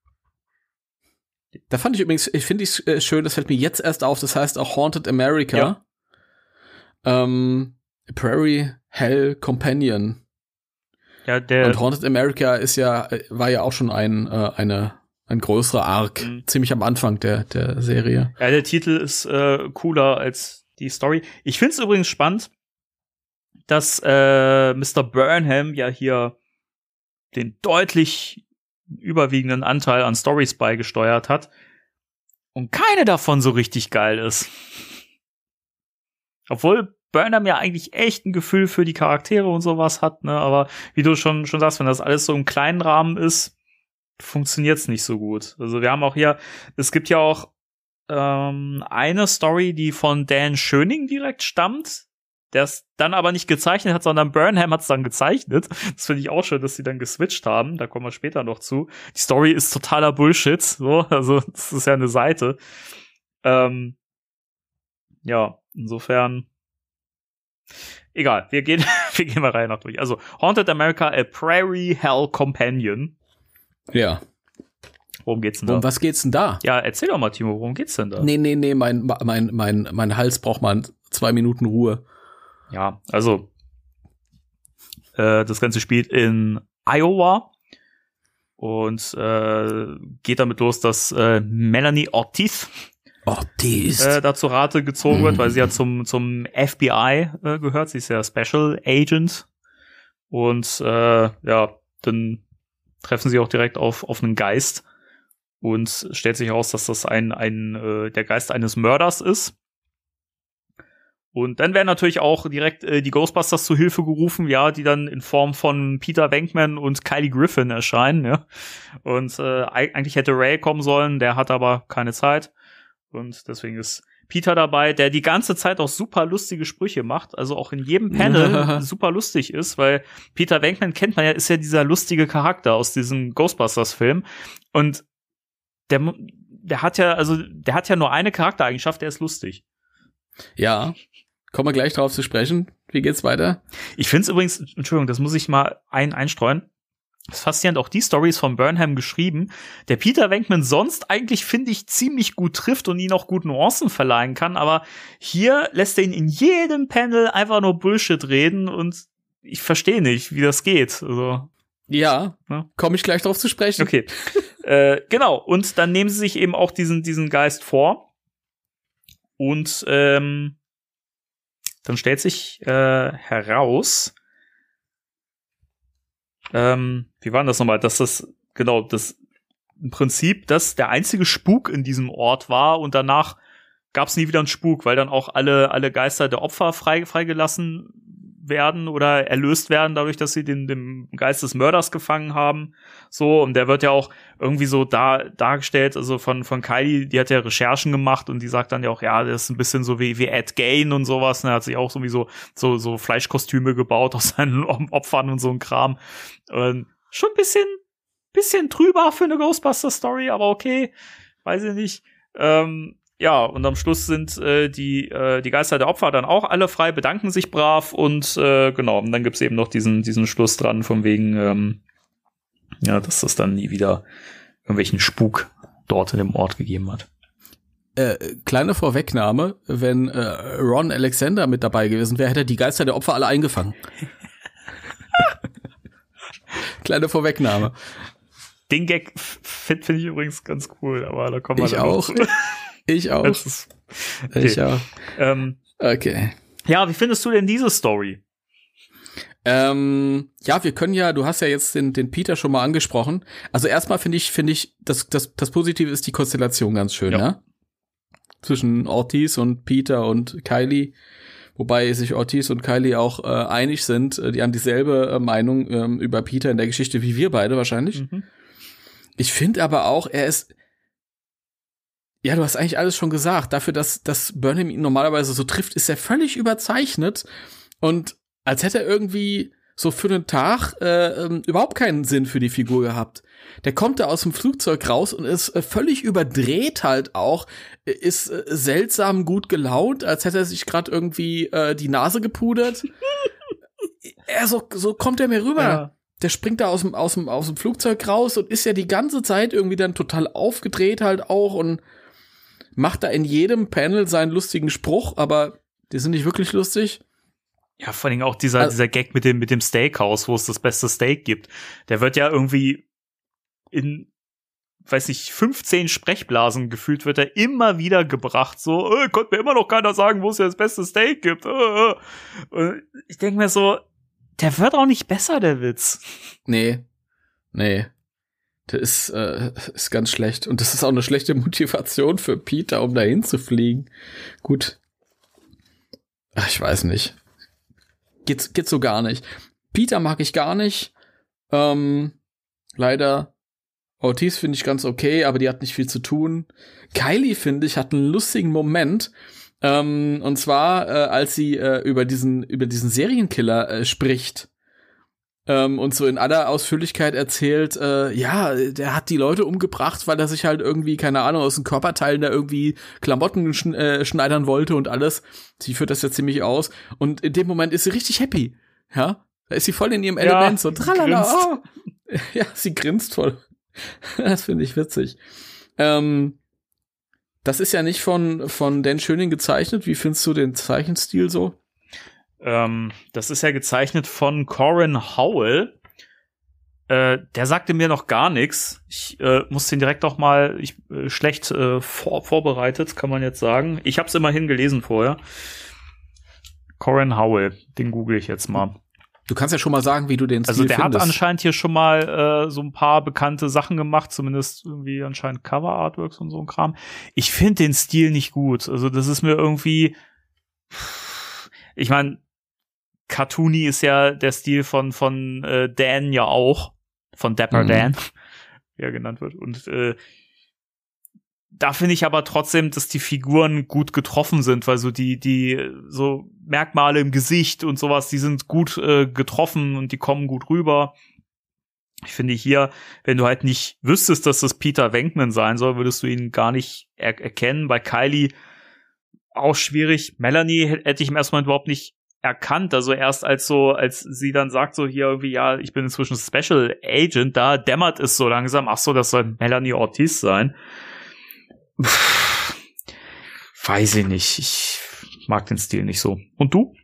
Speaker 5: Da fand ich übrigens, ich finde es äh, schön, das fällt mir jetzt erst auf, das heißt auch Haunted America. Ja. Ähm, Prairie Hell Companion.
Speaker 4: Ja, der
Speaker 5: Und Haunted America ist ja, war ja auch schon ein, äh, eine, ein größerer Arc, mhm. ziemlich am Anfang der, der Serie.
Speaker 4: Ja, der Titel ist äh, cooler als die Story. Ich finde es übrigens spannend, dass äh, Mister Burnham ja hier den deutlich überwiegenden Anteil an Storys beigesteuert hat und keine davon so richtig geil ist. Obwohl Burnham ja eigentlich echt ein Gefühl für die Charaktere und sowas hat, ne, aber wie du schon schon sagst, wenn das alles so im kleinen Rahmen ist, funktioniert's nicht so gut. Also wir haben auch hier, es gibt ja auch ähm, eine Story, die von Dan Schöning direkt stammt, der es dann aber nicht gezeichnet hat, sondern Burnham hat es dann gezeichnet. Das finde ich auch schön, dass sie dann geswitcht haben. Da kommen wir später noch zu. Die Story ist totaler Bullshit. So, also das ist ja eine Seite. Ähm, ja, insofern egal. Wir gehen, wir gehen mal rein noch durch. Also Haunted America, a Prairie Hell Companion.
Speaker 5: Ja.
Speaker 4: Worum geht's denn da?
Speaker 5: Um was geht's denn da?
Speaker 4: Ja, erzähl doch mal, Timo, worum geht's denn da?
Speaker 5: Nee, nee, nee, mein, mein, mein, mein Hals braucht mal zwei Minuten Ruhe.
Speaker 4: Ja, also äh, das Ganze spielt in Iowa und äh, geht damit los, dass äh, Melanie Ortiz,
Speaker 5: Ortiz.
Speaker 4: Äh, da zur Rate gezogen mm. wird, weil sie ja zum zum F B I äh, gehört. Sie ist ja Special Agent und äh, ja, dann treffen sie auch direkt auf auf einen Geist und stellt sich heraus, dass das ein ein äh, der Geist eines Mörders ist. Und dann werden natürlich auch direkt äh, die Ghostbusters zu Hilfe gerufen, ja, die dann in Form von Peter Venkman und Kylie Griffin erscheinen, ja. Und äh, eigentlich hätte Ray kommen sollen, der hat aber keine Zeit. Und deswegen ist Peter dabei, der die ganze Zeit auch super lustige Sprüche macht, also auch in jedem Panel super lustig ist, weil Peter Venkman kennt man ja, ist ja dieser lustige Charakter aus diesem Ghostbusters-Film. Und der, der hat ja, also der hat ja nur eine Charaktereigenschaft, der ist lustig.
Speaker 5: Ja. Kommen wir gleich drauf zu sprechen. Wie geht's weiter?
Speaker 4: Ich finde es übrigens, Entschuldigung, das muss ich mal ein einstreuen. Das ist faszinierend, auch die Storys von Burnham geschrieben, der Peter Venkman sonst eigentlich, finde ich, ziemlich gut trifft und ihn auch gut Nuancen verleihen kann, aber hier lässt er ihn in jedem Panel einfach nur Bullshit reden und ich verstehe nicht, wie das geht. Also,
Speaker 5: ja,
Speaker 4: ja.
Speaker 5: komme ich gleich drauf zu sprechen.
Speaker 4: Okay, äh, genau, und dann nehmen sie sich eben auch diesen, diesen Geist vor und ähm, dann stellt sich äh, heraus, Ähm, wie war denn das nochmal? Dass das, genau, das im Prinzip, dass der einzige Spuk in diesem Ort war und danach gab es nie wieder einen Spuk, weil dann auch alle, alle Geister der Opfer frei, freigelassen werden oder erlöst werden, dadurch, dass sie den, den Geist des Mörders gefangen haben. So, und der wird ja auch irgendwie so da, dargestellt, also von, von Kylie, die hat ja Recherchen gemacht und die sagt dann ja auch, ja, das ist ein bisschen so wie, wie Ed Gein und sowas, ne, hat sich auch so wie so, so, so Fleischkostüme gebaut aus seinen Opfern und so ein Kram. Und schon ein bisschen, bisschen trüber für eine Ghostbuster-Story, aber okay, weiß ich nicht. Ähm, Ja, und am Schluss sind äh, die äh, die Geister der Opfer dann auch alle frei, bedanken sich brav und äh, genau, und dann gibt's eben noch diesen diesen Schluss dran, von wegen, ähm, ja, dass das dann nie wieder irgendwelchen Spuk dort in dem Ort gegeben hat.
Speaker 5: Äh, kleine Vorwegnahme, wenn äh, Ron Alexander mit dabei gewesen wäre, hätte er die Geister der Opfer alle eingefangen. Kleine Vorwegnahme.
Speaker 4: Den Gag finde find ich übrigens ganz cool, aber da kommen wir
Speaker 5: ich
Speaker 4: dann
Speaker 5: auch.
Speaker 4: noch zu.
Speaker 5: Ich auch.
Speaker 4: Ist, okay.
Speaker 5: Ich auch.
Speaker 4: Ähm,
Speaker 5: okay.
Speaker 4: Ja, wie findest du denn diese Story?
Speaker 5: Ähm, ja, wir können ja, du hast ja jetzt den, den Peter schon mal angesprochen. Also erstmal finde ich, finde ich, das, das, das Positive ist die Konstellation ganz schön, ja. ja? Zwischen Ortiz und Peter und Kylie. Wobei sich Ortiz und Kylie auch äh, einig sind. Die haben dieselbe äh, Meinung ähm, über Peter in der Geschichte wie wir beide wahrscheinlich. Mhm. Ich finde aber auch, er ist, ja, du hast eigentlich alles schon gesagt. Dafür, dass, dass Burnham ihn normalerweise so trifft, ist er völlig überzeichnet. Und als hätte er irgendwie so für den Tag äh, ähm, überhaupt keinen Sinn für die Figur gehabt. Der kommt da aus dem Flugzeug raus und ist äh, völlig überdreht halt auch. Ist äh, seltsam gut gelaunt, als hätte er sich gerade irgendwie äh, die Nase gepudert. er so, so kommt er mir rüber. Ja. Der springt da aus dem, aus dem, aus dem Flugzeug raus und ist ja die ganze Zeit irgendwie dann total aufgedreht halt auch und macht da in jedem Panel seinen lustigen Spruch, aber die sind nicht wirklich lustig.
Speaker 4: Ja, vor allem auch dieser, also, dieser Gag mit dem, mit dem Steakhouse, wo es das beste Steak gibt. Der wird ja irgendwie in, weiß nicht, fünfzehn Sprechblasen gefühlt, wird er immer wieder gebracht. So, äh, konnte mir immer noch keiner sagen, wo es ja das beste Steak gibt. Äh, äh. Und ich denke mir so, der wird auch nicht besser, der Witz.
Speaker 5: Nee, nee. Der ist, äh, ist ganz schlecht. Und das ist auch eine schlechte Motivation für Peter, um dahin zu fliegen. Gut. Ach, ich weiß nicht. Geht, geht so gar nicht. Peter mag ich gar nicht. Ähm, leider. Ortiz finde ich ganz okay, aber die hat nicht viel zu tun. Kylie, finde ich, hat einen lustigen Moment. Ähm, und zwar, äh, als sie äh, über diesen, über diesen Serienkiller äh, spricht. Ähm, und so in aller Ausführlichkeit erzählt, äh, ja, der hat die Leute umgebracht, weil er sich halt irgendwie, keine Ahnung, aus den Körperteilen da irgendwie Klamotten schn- äh, schneidern wollte und alles. Sie führt das ja ziemlich aus. Und in dem Moment ist sie richtig happy. Ja, da ist sie voll in ihrem ja, Element, so tralala. Oh. Ja, sie grinst voll. Das finde ich witzig. Ähm, das ist ja nicht von, von Dan Schöning gezeichnet. Wie findest du den Zeichenstil so?
Speaker 4: Ähm, das ist ja gezeichnet von Corin Howell. Äh, der sagte mir noch gar nichts. Ich äh, muss den direkt auch mal ich, äh, schlecht äh, vor, vorbereitet, kann man jetzt sagen. Ich habe es immerhin gelesen vorher. Corin Howell, den google ich jetzt mal.
Speaker 5: Du kannst ja schon mal sagen, wie du den Stil
Speaker 4: Also der
Speaker 5: findest.
Speaker 4: hat anscheinend hier schon mal äh, so ein paar bekannte Sachen gemacht, zumindest irgendwie anscheinend Cover-Artworks und so ein Kram. Ich finde den Stil nicht gut. Also das ist mir irgendwie, ich meine, Cartoony ist ja der Stil von von äh, Dan ja auch, von Dapper mhm. Dan, wie er genannt wird. Und äh, da finde ich aber trotzdem, dass die Figuren gut getroffen sind, weil so die die so Merkmale im Gesicht und sowas, die sind gut äh, getroffen und die kommen gut rüber. Ich finde hier, wenn du halt nicht wüsstest, dass das Peter Venkman sein soll, würdest du ihn gar nicht er- erkennen. Bei Kylie auch schwierig. Melanie hätte ich im ersten Moment überhaupt nicht erkannt, also erst als so, als sie dann sagt so hier irgendwie, ja, ich bin inzwischen Special Agent, da dämmert es so langsam, ach so, das soll Melanie Ortiz sein. Pff, weiß ich nicht, ich mag den Stil nicht so. Und du?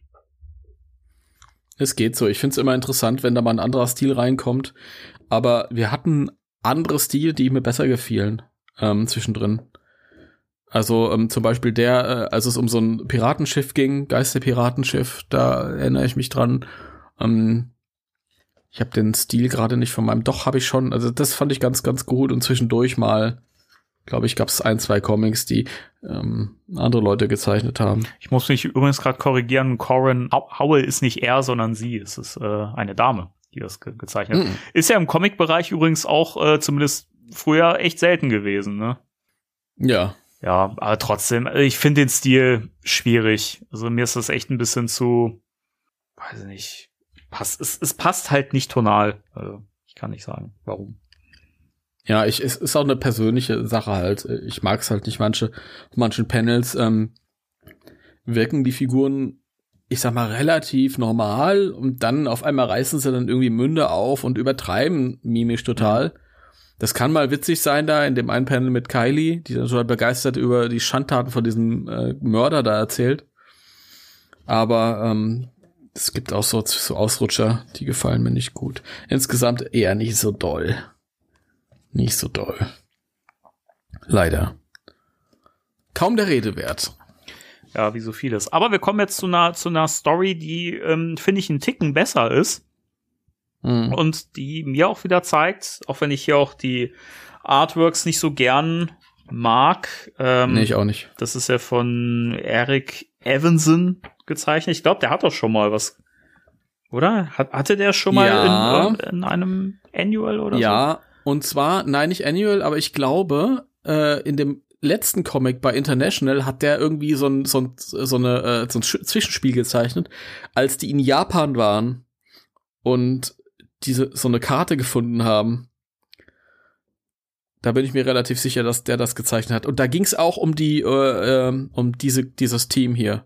Speaker 5: Es geht so, ich find's immer interessant, wenn da mal ein anderer Stil reinkommt, aber wir hatten andere Stile, die mir besser gefielen, ähm, zwischendrin. Also ähm, zum Beispiel der, äh, als es um so ein Piratenschiff ging, Geisterpiratenschiff, da erinnere ich mich dran. Ähm, ich habe den Stil gerade nicht von meinem, doch habe ich schon, also das fand ich ganz, ganz gut und zwischendurch mal, glaube ich, gab es ein, zwei Comics, die ähm, andere Leute gezeichnet haben.
Speaker 4: Ich muss mich übrigens gerade korrigieren, Corin Howell ist nicht er, sondern sie, es ist äh, eine Dame, die das ge- gezeichnet hat. Mm. Ist ja im Comic-Bereich übrigens auch äh, zumindest früher echt selten gewesen, ne?
Speaker 5: Ja.
Speaker 4: Ja, aber trotzdem, ich finde den Stil schwierig. Also mir ist das echt ein bisschen zu, weiß ich nicht, passt, es, es passt halt nicht tonal. Also ich kann nicht sagen, warum.
Speaker 5: Ja, ich, es ist auch eine persönliche Sache halt. Ich mag es halt nicht. Manche, auf manchen Panels ähm, wirken die Figuren, ich sag mal, relativ normal und dann auf einmal reißen sie dann irgendwie Münde auf und übertreiben mimisch total. Mhm. Das kann mal witzig sein da in dem einen Panel mit Kylie, die dann total begeistert über die Schandtaten von diesem äh, Mörder da erzählt. Aber ähm, es gibt auch so, so Ausrutscher, die gefallen mir nicht gut. Insgesamt eher nicht so doll. Nicht so doll. Leider. Kaum der Rede wert.
Speaker 4: Ja, wie so vieles. Aber wir kommen jetzt zu einer, zu einer Story, die, ähm, finde ich, einen Ticken besser ist. Mhm. Und die mir auch wieder zeigt, auch wenn ich hier auch die Artworks nicht so gern mag. Ähm,
Speaker 5: nee, ich auch nicht.
Speaker 4: Das ist ja von Eric Evanson gezeichnet. Ich glaube, der hat doch schon mal was, oder? Hat, hatte der schon mal
Speaker 5: ja.
Speaker 4: in, in einem Annual oder
Speaker 5: ja,
Speaker 4: so?
Speaker 5: Ja, und zwar, nein, nicht Annual, aber ich glaube, äh, in dem letzten Comic bei International hat der irgendwie so ein, so ein, so eine, äh, so ein Zwischenspiel gezeichnet, als die in Japan waren und diese so eine Karte gefunden haben. Da bin ich mir relativ sicher, dass der das gezeichnet hat. Und da ging es auch um die, äh, äh, um diese, dieses Team hier.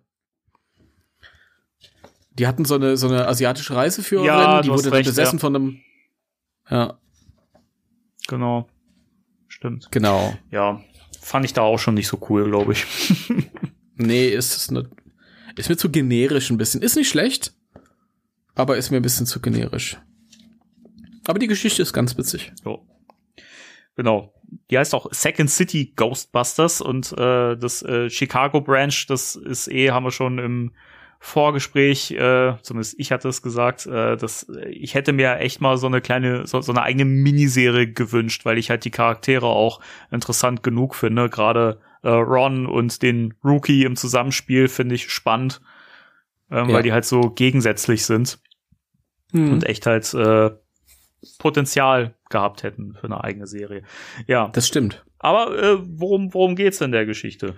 Speaker 5: Die hatten so eine, so eine asiatische Reiseführerin,
Speaker 4: ja,
Speaker 5: die wurde dann
Speaker 4: recht,
Speaker 5: besessen
Speaker 4: ja.
Speaker 5: von einem, ja.
Speaker 4: Genau. Stimmt.
Speaker 5: Genau.
Speaker 4: Ja, fand ich da auch schon nicht so cool, glaube ich.
Speaker 5: Nee, ist es ne, ist mir zu generisch ein bisschen. Ist nicht schlecht, aber ist mir ein bisschen zu generisch. Aber die Geschichte ist ganz witzig.
Speaker 4: Jo. Genau. Die heißt auch Second City Ghostbusters und äh, das äh, Chicago Branch, das ist eh, haben wir schon im Vorgespräch, äh, zumindest ich hatte es gesagt, äh, dass ich hätte mir echt mal so eine kleine, so, so eine eigene Miniserie gewünscht, weil ich halt die Charaktere auch interessant genug finde. Gerade äh, Ron und den Rookie im Zusammenspiel finde ich spannend, ähm, ja. weil die halt so gegensätzlich sind hm. und echt halt äh, Potenzial gehabt hätten für eine eigene Serie. Ja,
Speaker 5: das stimmt.
Speaker 4: Aber äh, worum worum geht's in der Geschichte?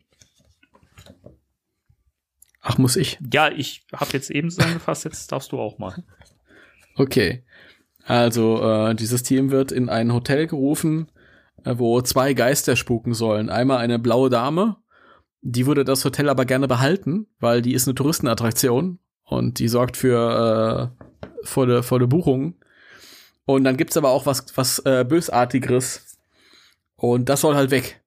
Speaker 5: Ach, muss ich?
Speaker 4: Ja, ich habe jetzt eben zusammengefasst, jetzt darfst du auch mal.
Speaker 5: Okay. Also, äh, dieses Team wird in ein Hotel gerufen, äh, wo zwei Geister spuken sollen. Einmal eine blaue Dame, die würde das Hotel aber gerne behalten, weil die ist eine Touristenattraktion und die sorgt für äh, volle, volle Buchungen. Und dann gibt's aber auch was, was äh, Bösartigeres. Und das soll halt weg.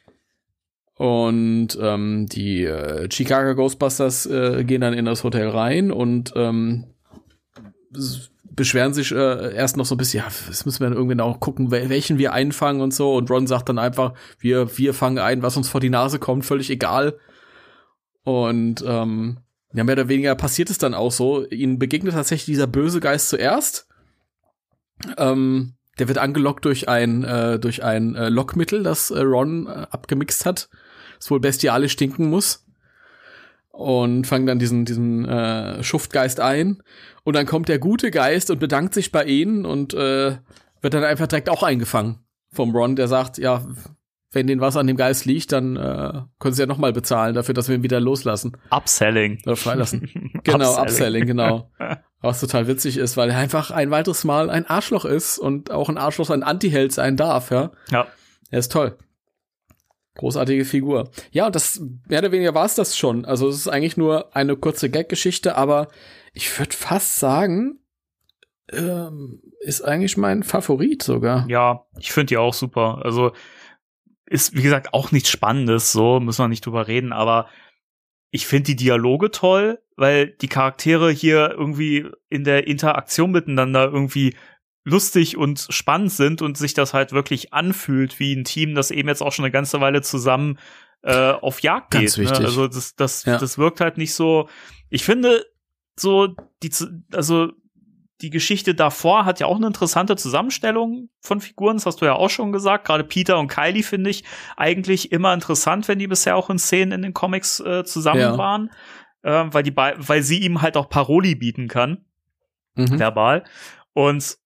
Speaker 5: Und ähm, die äh, Chicago Ghostbusters äh, gehen dann in das Hotel rein und ähm, beschweren sich äh, erst noch so ein bisschen, ja, das müssen wir dann irgendwie auch gucken, welchen wir einfangen und so. Und Ron sagt dann einfach, wir wir fangen ein, was uns vor die Nase kommt, völlig egal. Und ähm, ja, mehr oder weniger passiert es dann auch so. Ihnen begegnet tatsächlich dieser böse Geist zuerst. Ähm, der wird angelockt durch ein äh, durch ein äh, Lockmittel, das äh, Ron äh, abgemixt hat, das wohl bestialisch stinken muss. Und fangen dann diesen diesen äh, Schuftgeist ein. Und dann kommt der gute Geist und bedankt sich bei ihnen und äh, wird dann einfach direkt auch eingefangen vom Ron, der sagt, ja, wenn denen was an dem Geist liegt, dann äh, können sie ja nochmal bezahlen dafür, dass wir ihn wieder loslassen.
Speaker 4: Upselling.
Speaker 5: Oder freilassen. Genau, Upselling, Upselling genau. Was total witzig ist, weil er einfach ein weiteres Mal ein Arschloch ist und auch ein Arschloch ein Anti-Held sein darf, ja.
Speaker 4: Ja.
Speaker 5: Er ist toll. Großartige Figur. Ja, und das, mehr oder weniger war es das schon. Also es ist eigentlich nur eine kurze Gag-Geschichte, aber ich würde fast sagen, ähm, ist eigentlich mein Favorit sogar.
Speaker 4: Ja, ich finde die auch super. Also ist, wie gesagt, auch nichts Spannendes, so müssen wir nicht drüber reden, aber ich finde die Dialoge toll, weil die Charaktere hier irgendwie in der Interaktion miteinander irgendwie lustig und spannend sind und sich das halt wirklich anfühlt wie ein Team, das eben jetzt auch schon eine ganze Weile zusammen äh, auf Jagd geht.
Speaker 5: Ganz wichtig.
Speaker 4: Ne? Also das, das,
Speaker 5: Ja.
Speaker 4: das wirkt halt nicht so. Ich finde so die, also die Geschichte davor hat ja auch eine interessante Zusammenstellung von Figuren. Das hast du ja auch schon gesagt. Gerade Peter und Kylie finde ich eigentlich immer interessant, wenn die bisher auch in Szenen in den Comics äh, zusammen
Speaker 5: Ja.
Speaker 4: waren, äh, weil die, bei, weil sie ihm halt auch Paroli bieten kann,
Speaker 5: Mhm.
Speaker 4: verbal. Und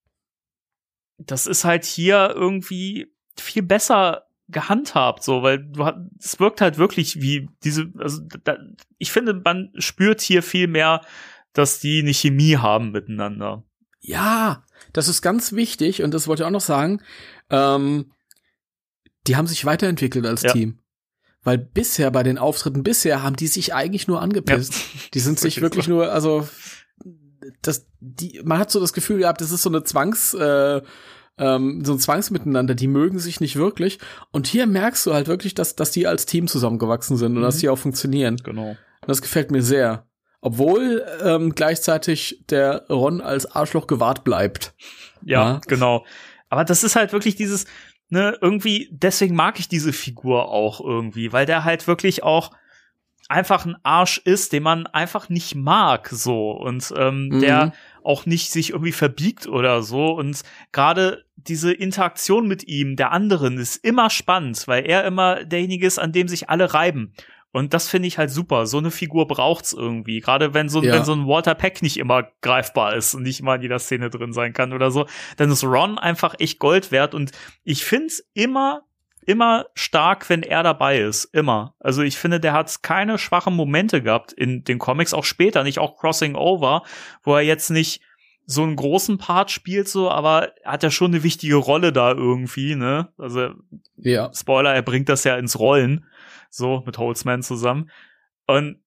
Speaker 4: das ist halt hier irgendwie viel besser gehandhabt, so, weil du hat, es wirkt halt wirklich wie diese, also da, ich finde, man spürt hier viel mehr, dass die eine Chemie haben miteinander.
Speaker 5: Ja, das ist ganz wichtig und das wollte ich auch noch sagen. Ähm, die haben sich weiterentwickelt als
Speaker 4: Ja.
Speaker 5: Team. Weil bisher bei den Auftritten, bisher haben die sich eigentlich nur angepisst.
Speaker 4: Ja.
Speaker 5: Die sind sich wirklich nur, also das, die, man hat so das Gefühl gehabt, das ist so eine Zwangs, äh, ähm, so ein Zwangsmiteinander, die mögen sich nicht wirklich. Und hier merkst du halt wirklich, dass, dass die als Team zusammengewachsen sind und
Speaker 4: Mhm.
Speaker 5: dass die auch funktionieren.
Speaker 4: Genau.
Speaker 5: Und das gefällt mir sehr. Obwohl ähm, gleichzeitig der Ron als Arschloch gewahrt bleibt.
Speaker 4: Ja,
Speaker 5: Ja.
Speaker 4: genau. Aber das ist halt wirklich dieses, ne, irgendwie, deswegen mag ich diese Figur auch irgendwie, weil der halt wirklich auch einfach ein Arsch ist, den man einfach nicht mag, so. Und ähm,
Speaker 5: Mhm.
Speaker 4: der auch nicht sich irgendwie verbiegt oder so. Und gerade diese Interaktion mit ihm, der anderen, ist immer spannend, weil er immer derjenige ist, an dem sich alle reiben. Und das finde ich halt super. So eine Figur braucht's irgendwie. Gerade wenn so,
Speaker 5: Ja.
Speaker 4: wenn so ein Walter Peck nicht immer greifbar ist und nicht mal in jeder Szene drin sein kann oder so, dann ist Ron einfach echt Gold wert. Und ich find's immer, immer stark, wenn er dabei ist. Immer. Also ich finde, der hat keine schwachen Momente gehabt in den Comics, auch später, nicht auch Crossing Over, wo er jetzt nicht so einen großen Part spielt, so, aber hat ja schon eine wichtige Rolle da irgendwie, ne? Also
Speaker 5: Ja.
Speaker 4: Spoiler, er bringt das ja ins Rollen, so mit Holtzman zusammen. Und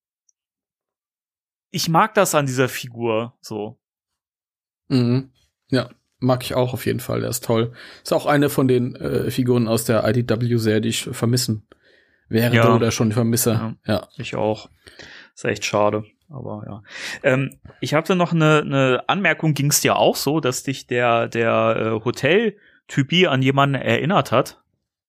Speaker 4: ich mag das an dieser Figur, so.
Speaker 5: Mhm. Ja, mag ich auch auf jeden Fall. Der ist toll. Ist auch eine von den äh, Figuren aus der I D W-Serie, die ich vermissen wäre
Speaker 4: Ja.
Speaker 5: oder schon vermisse. Ja. ja.
Speaker 4: Ich auch. Ist echt schade. Aber ja. Ähm, ich hatte noch eine, eine Anmerkung, ging es dir auch so, dass dich der, der äh, Hotel-Typi an jemanden erinnert hat?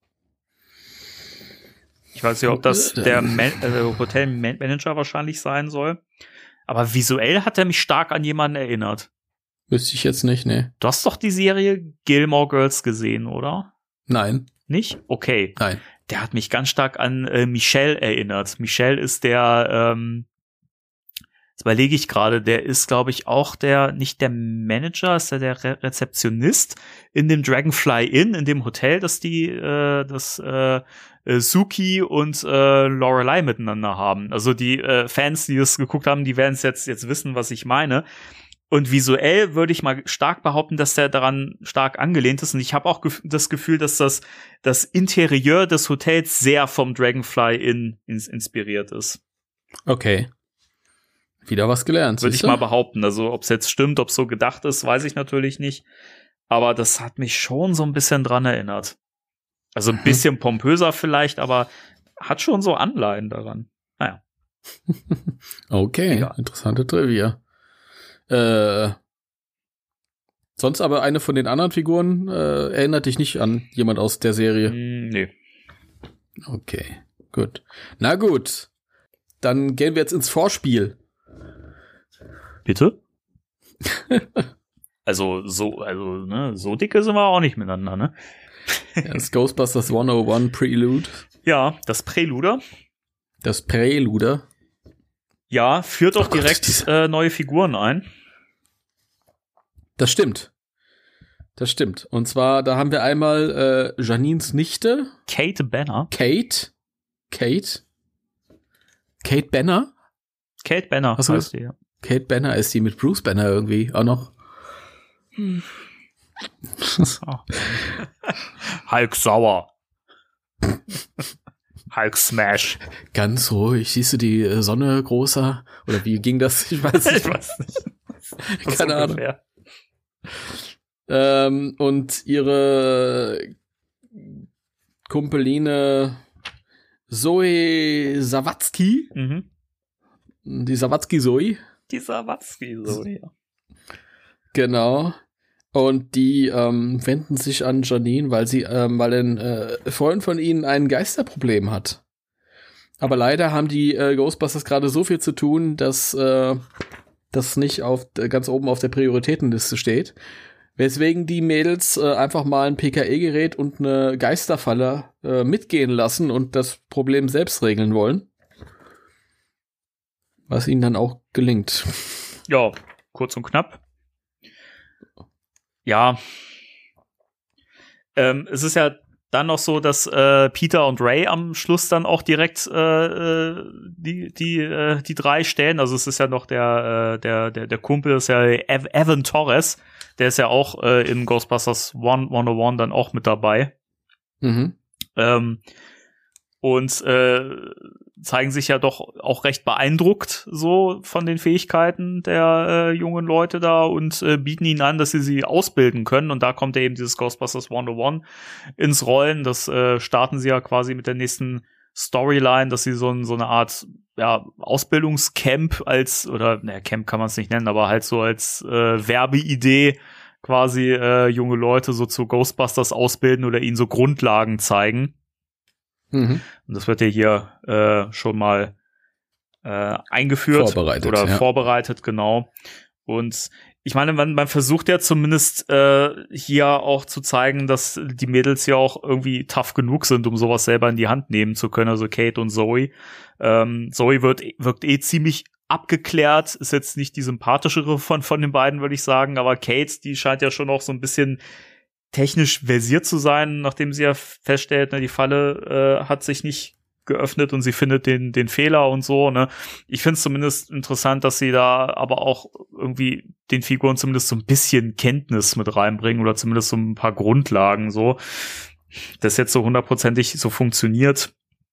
Speaker 4: Ich weiß nicht, ob das der Man- äh, Hotelmanager wahrscheinlich sein soll. Aber visuell hat er mich stark an jemanden erinnert.
Speaker 5: Wüsste ich jetzt nicht, ne.
Speaker 4: Du hast doch die Serie Gilmore Girls gesehen, oder?
Speaker 5: Nein.
Speaker 4: Nicht? Okay.
Speaker 5: Nein.
Speaker 4: Der hat mich ganz stark an äh, Michelle erinnert. Michelle ist der, ähm, jetzt überlege ich gerade, der ist, glaube ich, auch der, nicht der Manager, ist der der Re- Rezeptionist in dem Dragonfly Inn, in dem Hotel, das die, äh, das äh, äh, Suki und äh, Lorelei miteinander haben. Also die äh, Fans, die das geguckt haben, die werden es jetzt jetzt wissen, was ich meine. Und visuell würde ich mal stark behaupten, dass der daran stark angelehnt ist. Und ich habe auch gef- das Gefühl, dass das das Interieur des Hotels sehr vom Dragonfly Inn ins- inspiriert ist.
Speaker 5: Okay. Wieder was gelernt.
Speaker 4: Würde ich
Speaker 5: siehste?
Speaker 4: mal behaupten. Also ob es jetzt stimmt, ob es so gedacht ist, weiß ich natürlich nicht. Aber das hat mich schon so ein bisschen dran erinnert. Also ein bisschen pompöser vielleicht, aber hat schon so Anleihen daran. Naja.
Speaker 5: Okay,
Speaker 4: Ja.
Speaker 5: interessante Trivia. Äh, sonst aber eine von den anderen Figuren äh, erinnert dich nicht an jemand aus der Serie.
Speaker 4: Hm, nee.
Speaker 5: Okay, gut. Na gut, dann gehen wir jetzt ins Vorspiel.
Speaker 4: Bitte? Also so, also ne, so dicke sind wir auch nicht miteinander, ne?
Speaker 5: Das Ghostbusters hundertundeins Prelude.
Speaker 4: Ja, das Präluder.
Speaker 5: Das Präluder.
Speaker 4: Ja, führt auch
Speaker 5: Oh Gott,
Speaker 4: direkt
Speaker 5: diese-
Speaker 4: äh, neue Figuren ein.
Speaker 5: Das stimmt. Das stimmt. Und zwar, da haben wir einmal äh, Janines Nichte,
Speaker 4: Kate Banner.
Speaker 5: Kate. Kate. Kate Banner.
Speaker 4: Kate Banner
Speaker 5: Hast du
Speaker 4: heißt die, ja.
Speaker 5: Kate Banner ist die mit Bruce Banner irgendwie auch noch.
Speaker 4: Hulk sauer. Hulk Smash.
Speaker 5: Ganz ruhig. Siehst du die äh, Sonne großer? Oder wie ging das? Ich weiß nicht.
Speaker 4: Ich weiß nicht.
Speaker 5: Keine Ahnung. Ähm, und ihre Kumpeline Zoe Sawatzki.
Speaker 4: Mhm.
Speaker 5: Die Sawatzki Zoe.
Speaker 4: Die Sawatzki Zoe, ja.
Speaker 5: Genau. Und die ähm, wenden sich an Janine, weil sie, ähm, weil ein äh, Freund von ihnen ein Geisterproblem hat. Aber leider haben die äh, Ghostbusters gerade so viel zu tun, dass äh, das nicht auf ganz oben auf der Prioritätenliste steht. Weswegen die Mädels äh, einfach mal ein P K E-Gerät und eine Geisterfalle äh, mitgehen lassen und das Problem selbst regeln wollen. Was ihnen dann auch gelingt.
Speaker 4: Ja, kurz und knapp. Ja, ähm, es ist ja dann noch so, dass äh, Peter und Ray am Schluss dann auch direkt äh, die die äh, die drei stellen. Also es ist ja noch der äh, der der der Kumpel, ist ja Ev- Evan Torres, der ist ja auch äh, in Ghostbusters one oh one dann auch mit dabei.
Speaker 5: Mhm.
Speaker 4: Ähm, und äh, zeigen sich ja doch auch recht beeindruckt so von den Fähigkeiten der äh, jungen Leute da und äh, bieten ihnen an, dass sie sie ausbilden können. Und da kommt ja eben dieses Ghostbusters one oh one ins Rollen. Das äh, starten sie ja quasi mit der nächsten Storyline, dass sie so, ein, so eine Art ja, Ausbildungscamp als, oder naja, Camp kann man es nicht nennen, aber halt so als äh, Werbeidee quasi äh, junge Leute so zu Ghostbusters ausbilden oder ihnen so Grundlagen zeigen.
Speaker 5: Mhm.
Speaker 4: Und das wird ja hier äh, schon mal äh, eingeführt
Speaker 5: vorbereitet,
Speaker 4: oder
Speaker 5: ja.
Speaker 4: vorbereitet, genau. Und ich meine, man, man versucht ja zumindest äh, hier auch zu zeigen, dass die Mädels ja auch irgendwie tough genug sind, um sowas selber in die Hand nehmen zu können. Also Kate und Zoe. Ähm, Zoe wird, wirkt eh ziemlich abgeklärt, ist jetzt nicht die sympathischere von, von den beiden, würde ich sagen, aber Kate, die scheint ja schon auch so ein bisschen technisch versiert zu sein, nachdem sie ja feststellt, ne, die Falle äh, hat sich nicht geöffnet und sie findet den den Fehler und so, ne. Ich finde es zumindest interessant, dass sie da aber auch irgendwie den Figuren zumindest so ein bisschen Kenntnis mit reinbringen oder zumindest so ein paar Grundlagen so. Das jetzt so hundertprozentig so funktioniert,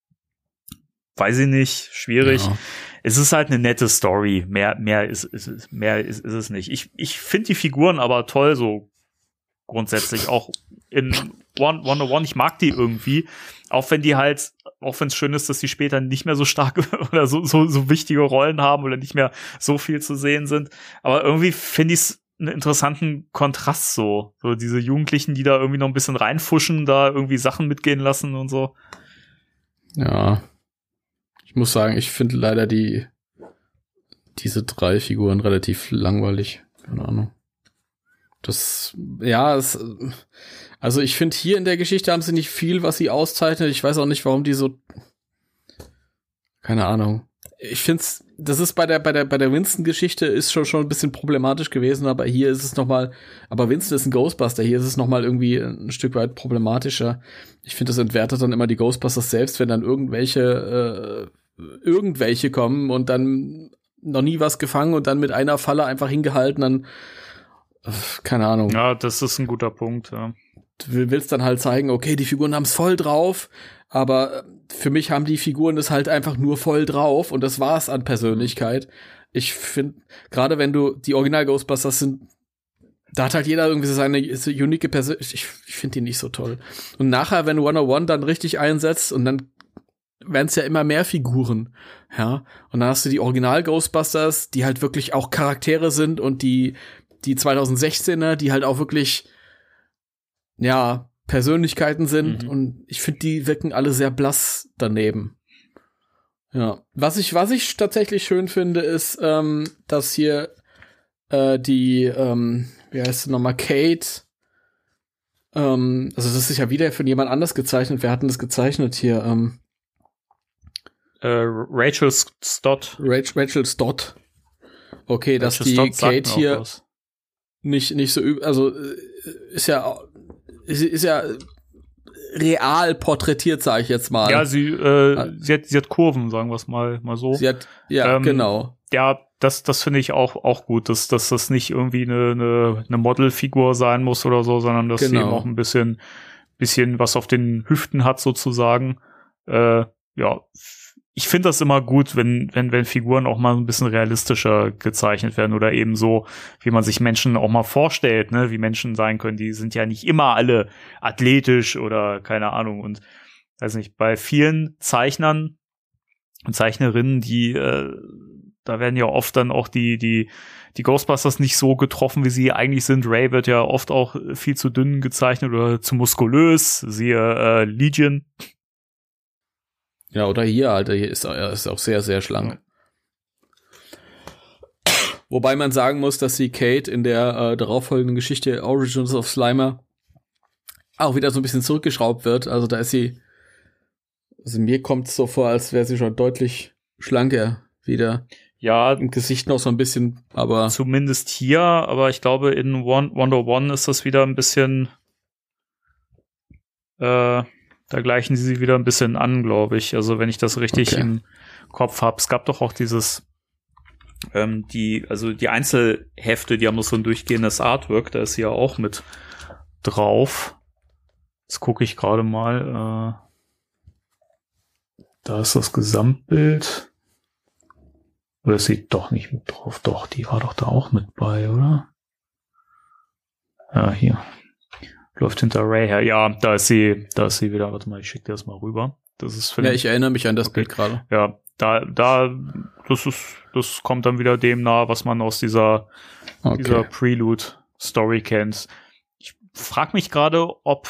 Speaker 4: weiß ich nicht, schwierig. Ja. Es ist halt eine nette Story, mehr mehr ist, ist mehr ist, ist es nicht. Ich ich finde die Figuren aber toll so. Grundsätzlich auch in one oh one, ich mag die irgendwie, auch wenn die halt, auch wenn es schön ist, dass die später nicht mehr so starke oder so, so, so wichtige Rollen haben oder nicht mehr so viel zu sehen sind, aber irgendwie finde ich es einen interessanten Kontrast so, so diese Jugendlichen, die da irgendwie noch ein bisschen reinfuschen, da irgendwie Sachen mitgehen lassen und so.
Speaker 5: Ja, ich muss sagen, ich finde leider die diese drei Figuren relativ langweilig, keine Ahnung. Das, ja, es, also ich finde, hier in der Geschichte haben sie nicht viel, was sie auszeichnet. Ich weiß auch nicht, warum die so, keine Ahnung. Ich finde es, das ist bei der, bei der, bei der Winston-Geschichte ist schon, schon ein bisschen problematisch gewesen, aber hier ist es noch mal, aber Winston ist ein Ghostbuster, hier ist es noch mal irgendwie ein Stück weit problematischer. Ich finde, das entwertet dann immer die Ghostbusters selbst, wenn dann irgendwelche, äh, irgendwelche kommen und dann noch nie was gefangen und dann mit einer Falle einfach hingehalten, dann keine Ahnung.
Speaker 4: Ja, das ist ein guter Punkt, ja.
Speaker 5: Du willst dann halt zeigen, okay, die Figuren haben es voll drauf, aber für mich haben die Figuren es halt einfach nur voll drauf und das war's an Persönlichkeit. Ich finde, gerade wenn du, die Original-Ghostbusters sind, da hat halt jeder irgendwie so seine so unique Persönlichkeit. Ich, ich finde die nicht so toll. Und nachher, wenn one oh one dann richtig einsetzt und dann werden es ja immer mehr Figuren, ja. Und dann hast du die Original-Ghostbusters, die halt wirklich auch Charaktere sind und die die zwanzig sechzehner, die halt auch wirklich, ja, Persönlichkeiten sind. Mhm. Und ich finde, die wirken alle sehr blass daneben. Ja. Was ich, was ich tatsächlich schön finde, ist, ähm, dass hier äh, die, ähm, wie heißt sie nochmal, Kate, ähm, also das ist ja wieder von jemand anders gezeichnet. Wer hat denn das gezeichnet hier? Ähm,
Speaker 4: äh, Rachel Stott.
Speaker 5: Rachel, Rachel Stott. Okay, dass die Kate hier nicht nicht so üb- also ist ja ist, ist ja real porträtiert, sage ich jetzt mal.
Speaker 4: Ja, sie äh, sie hat sie hat Kurven, sagen wir es mal mal so.
Speaker 5: Sie hat ja ähm, genau.
Speaker 4: Ja, das das finde ich auch auch gut, dass dass das nicht irgendwie eine eine, eine Modelfigur sein muss oder so, sondern dass genau. sie eben auch ein bisschen bisschen was auf den Hüften hat sozusagen. Äh, ja, ich finde das immer gut, wenn, wenn, wenn Figuren auch mal ein bisschen realistischer gezeichnet werden oder eben so, wie man sich Menschen auch mal vorstellt, ne, wie Menschen sein können. Die sind ja nicht immer alle athletisch oder keine Ahnung. Und weiß nicht, bei vielen Zeichnern und Zeichnerinnen, die, äh, da werden ja oft dann auch die, die, die Ghostbusters nicht so getroffen, wie sie eigentlich sind. Ray wird ja oft auch viel zu dünn gezeichnet oder zu muskulös. Siehe äh, Legion.
Speaker 5: Ja, oder hier, Alter, hier ist er ist auch sehr, sehr schlank. Ja. Wobei man sagen muss, dass sie Kate in der äh, darauffolgenden Geschichte Origins of Slimer auch wieder so ein bisschen zurückgeschraubt wird. Also da ist sie, also mir kommt es so vor, als wäre sie schon deutlich schlanker wieder.
Speaker 4: Ja,
Speaker 5: im Gesicht noch so ein bisschen, aber
Speaker 4: zumindest hier, aber ich glaube, in Wonder One ist das wieder ein bisschen äh, da gleichen sie sie wieder ein bisschen an, glaube ich. Also wenn ich das richtig okay. im Kopf habe. Es gab doch auch dieses ähm, die, also die Einzelhefte, die haben so ein durchgehendes Artwork, da ist sie ja auch mit drauf. Jetzt gucke ich gerade mal. Äh, da ist das Gesamtbild. Oder ist sie doch nicht mit drauf? Doch, die war doch da auch mit bei, oder? Ja, hier. Läuft hinter Ray her. Ja, da ist sie, da ist sie wieder. Warte mal, ich schicke dir das mal rüber. Das ist für
Speaker 5: ja, ich erinnere mich an das
Speaker 4: okay.
Speaker 5: Bild gerade.
Speaker 4: Ja, da, da, das ist, das kommt dann wieder dem nahe, was man aus dieser, okay. dieser Prelude-Story kennt. Ich frage mich gerade, ob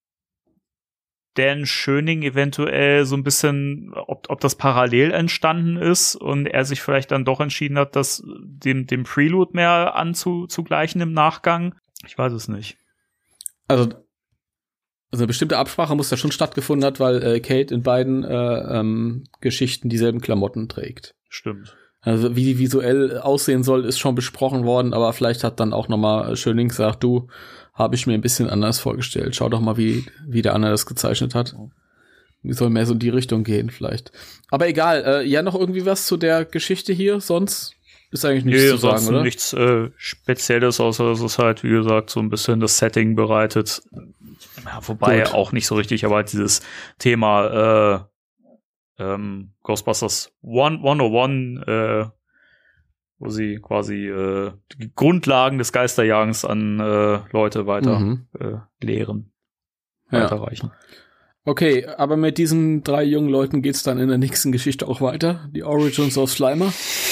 Speaker 4: Dan Schöning eventuell so ein bisschen, ob, ob das parallel entstanden ist und er sich vielleicht dann doch entschieden hat, das dem, dem Prelude mehr anzugleichen im Nachgang. Ich weiß es nicht.
Speaker 5: Also, also eine bestimmte Absprache muss da schon stattgefunden hat, weil äh, Kate in beiden äh, ähm, Geschichten dieselben Klamotten trägt.
Speaker 4: Stimmt.
Speaker 5: Also wie die visuell aussehen soll, ist schon besprochen worden, aber vielleicht hat dann auch nochmal Schöning gesagt, du, habe ich mir ein bisschen anders vorgestellt. Schau doch mal, wie, wie der Anna das gezeichnet hat. Wir sollen mehr so in die Richtung gehen vielleicht. Aber egal, äh, ja, noch irgendwie was zu der Geschichte hier? Sonst ist eigentlich nichts nee, zu sagen, oder?
Speaker 4: Nichts äh, Spezielles, außer dass es halt, wie gesagt, so ein bisschen das Setting bereitet. Ja, wobei Gut. auch nicht so richtig, aber halt dieses Thema äh, ähm, Ghostbusters hundertundeins, äh, wo sie quasi äh, die Grundlagen des Geisterjagens an äh, Leute weiter mhm. äh, lehren, weiterreichen.
Speaker 5: Ja. Okay, aber mit diesen drei jungen Leuten geht's dann in der nächsten Geschichte auch weiter. Die Origins of Slimer.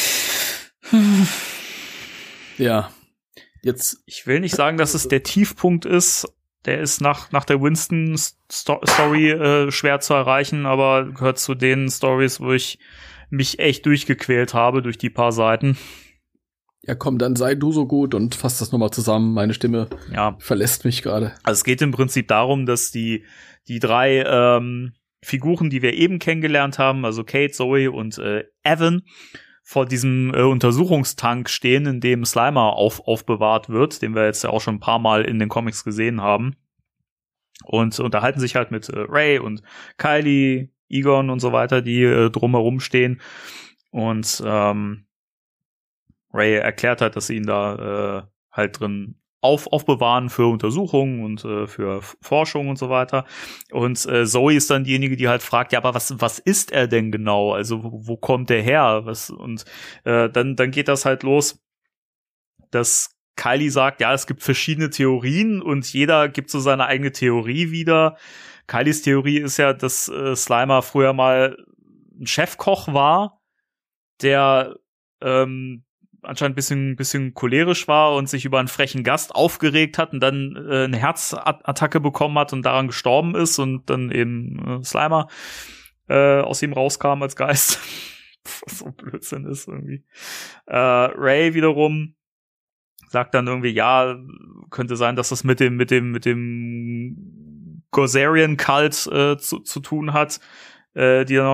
Speaker 5: Ja, jetzt.
Speaker 4: Ich will nicht sagen, dass es der Tiefpunkt ist. Der ist nach nach der Winston-Story äh, schwer zu erreichen, aber gehört zu den Stories, wo ich mich echt durchgequält habe durch die paar Seiten.
Speaker 5: Ja, komm, dann sei du so gut und fass das nochmal zusammen. Meine Stimme
Speaker 4: ja.
Speaker 5: verlässt mich gerade.
Speaker 4: Also es geht im Prinzip darum, dass die die drei ähm, Figuren, die wir eben kennengelernt haben, also Kate, Zoe und äh, Evan, vor diesem äh, Untersuchungstank stehen, in dem Slimer auf, aufbewahrt wird, den wir jetzt ja auch schon ein paar Mal in den Comics gesehen haben. Und unterhalten sich halt mit äh, Ray und Kylie, Egon und so weiter, die äh, drumherum stehen. Und ähm, Ray erklärt halt, dass sie ihn da äh, halt drin auf, aufbewahren für Untersuchungen und äh, für Forschung und so weiter. Und äh, Zoe ist dann diejenige, die halt fragt, ja, aber was was ist er denn genau? Also wo, wo kommt der her? Was und äh, dann dann geht das halt los, dass Kylie sagt, ja, es gibt verschiedene Theorien und jeder gibt so seine eigene Theorie wieder. Kylies Theorie ist ja, dass äh, Slimer früher mal ein Chefkoch war, der ähm, anscheinend ein bisschen, bisschen cholerisch war und sich über einen frechen Gast aufgeregt hat und dann äh, eine Herzattacke bekommen hat und daran gestorben ist und dann eben äh, Slimer äh, aus ihm rauskam als Geist. Was so Blödsinn ist irgendwie. Äh, Ray wiederum sagt dann irgendwie, ja, könnte sein, dass das mit dem, mit dem, mit dem Gozerian-Kult äh, zu, zu tun hat, äh, die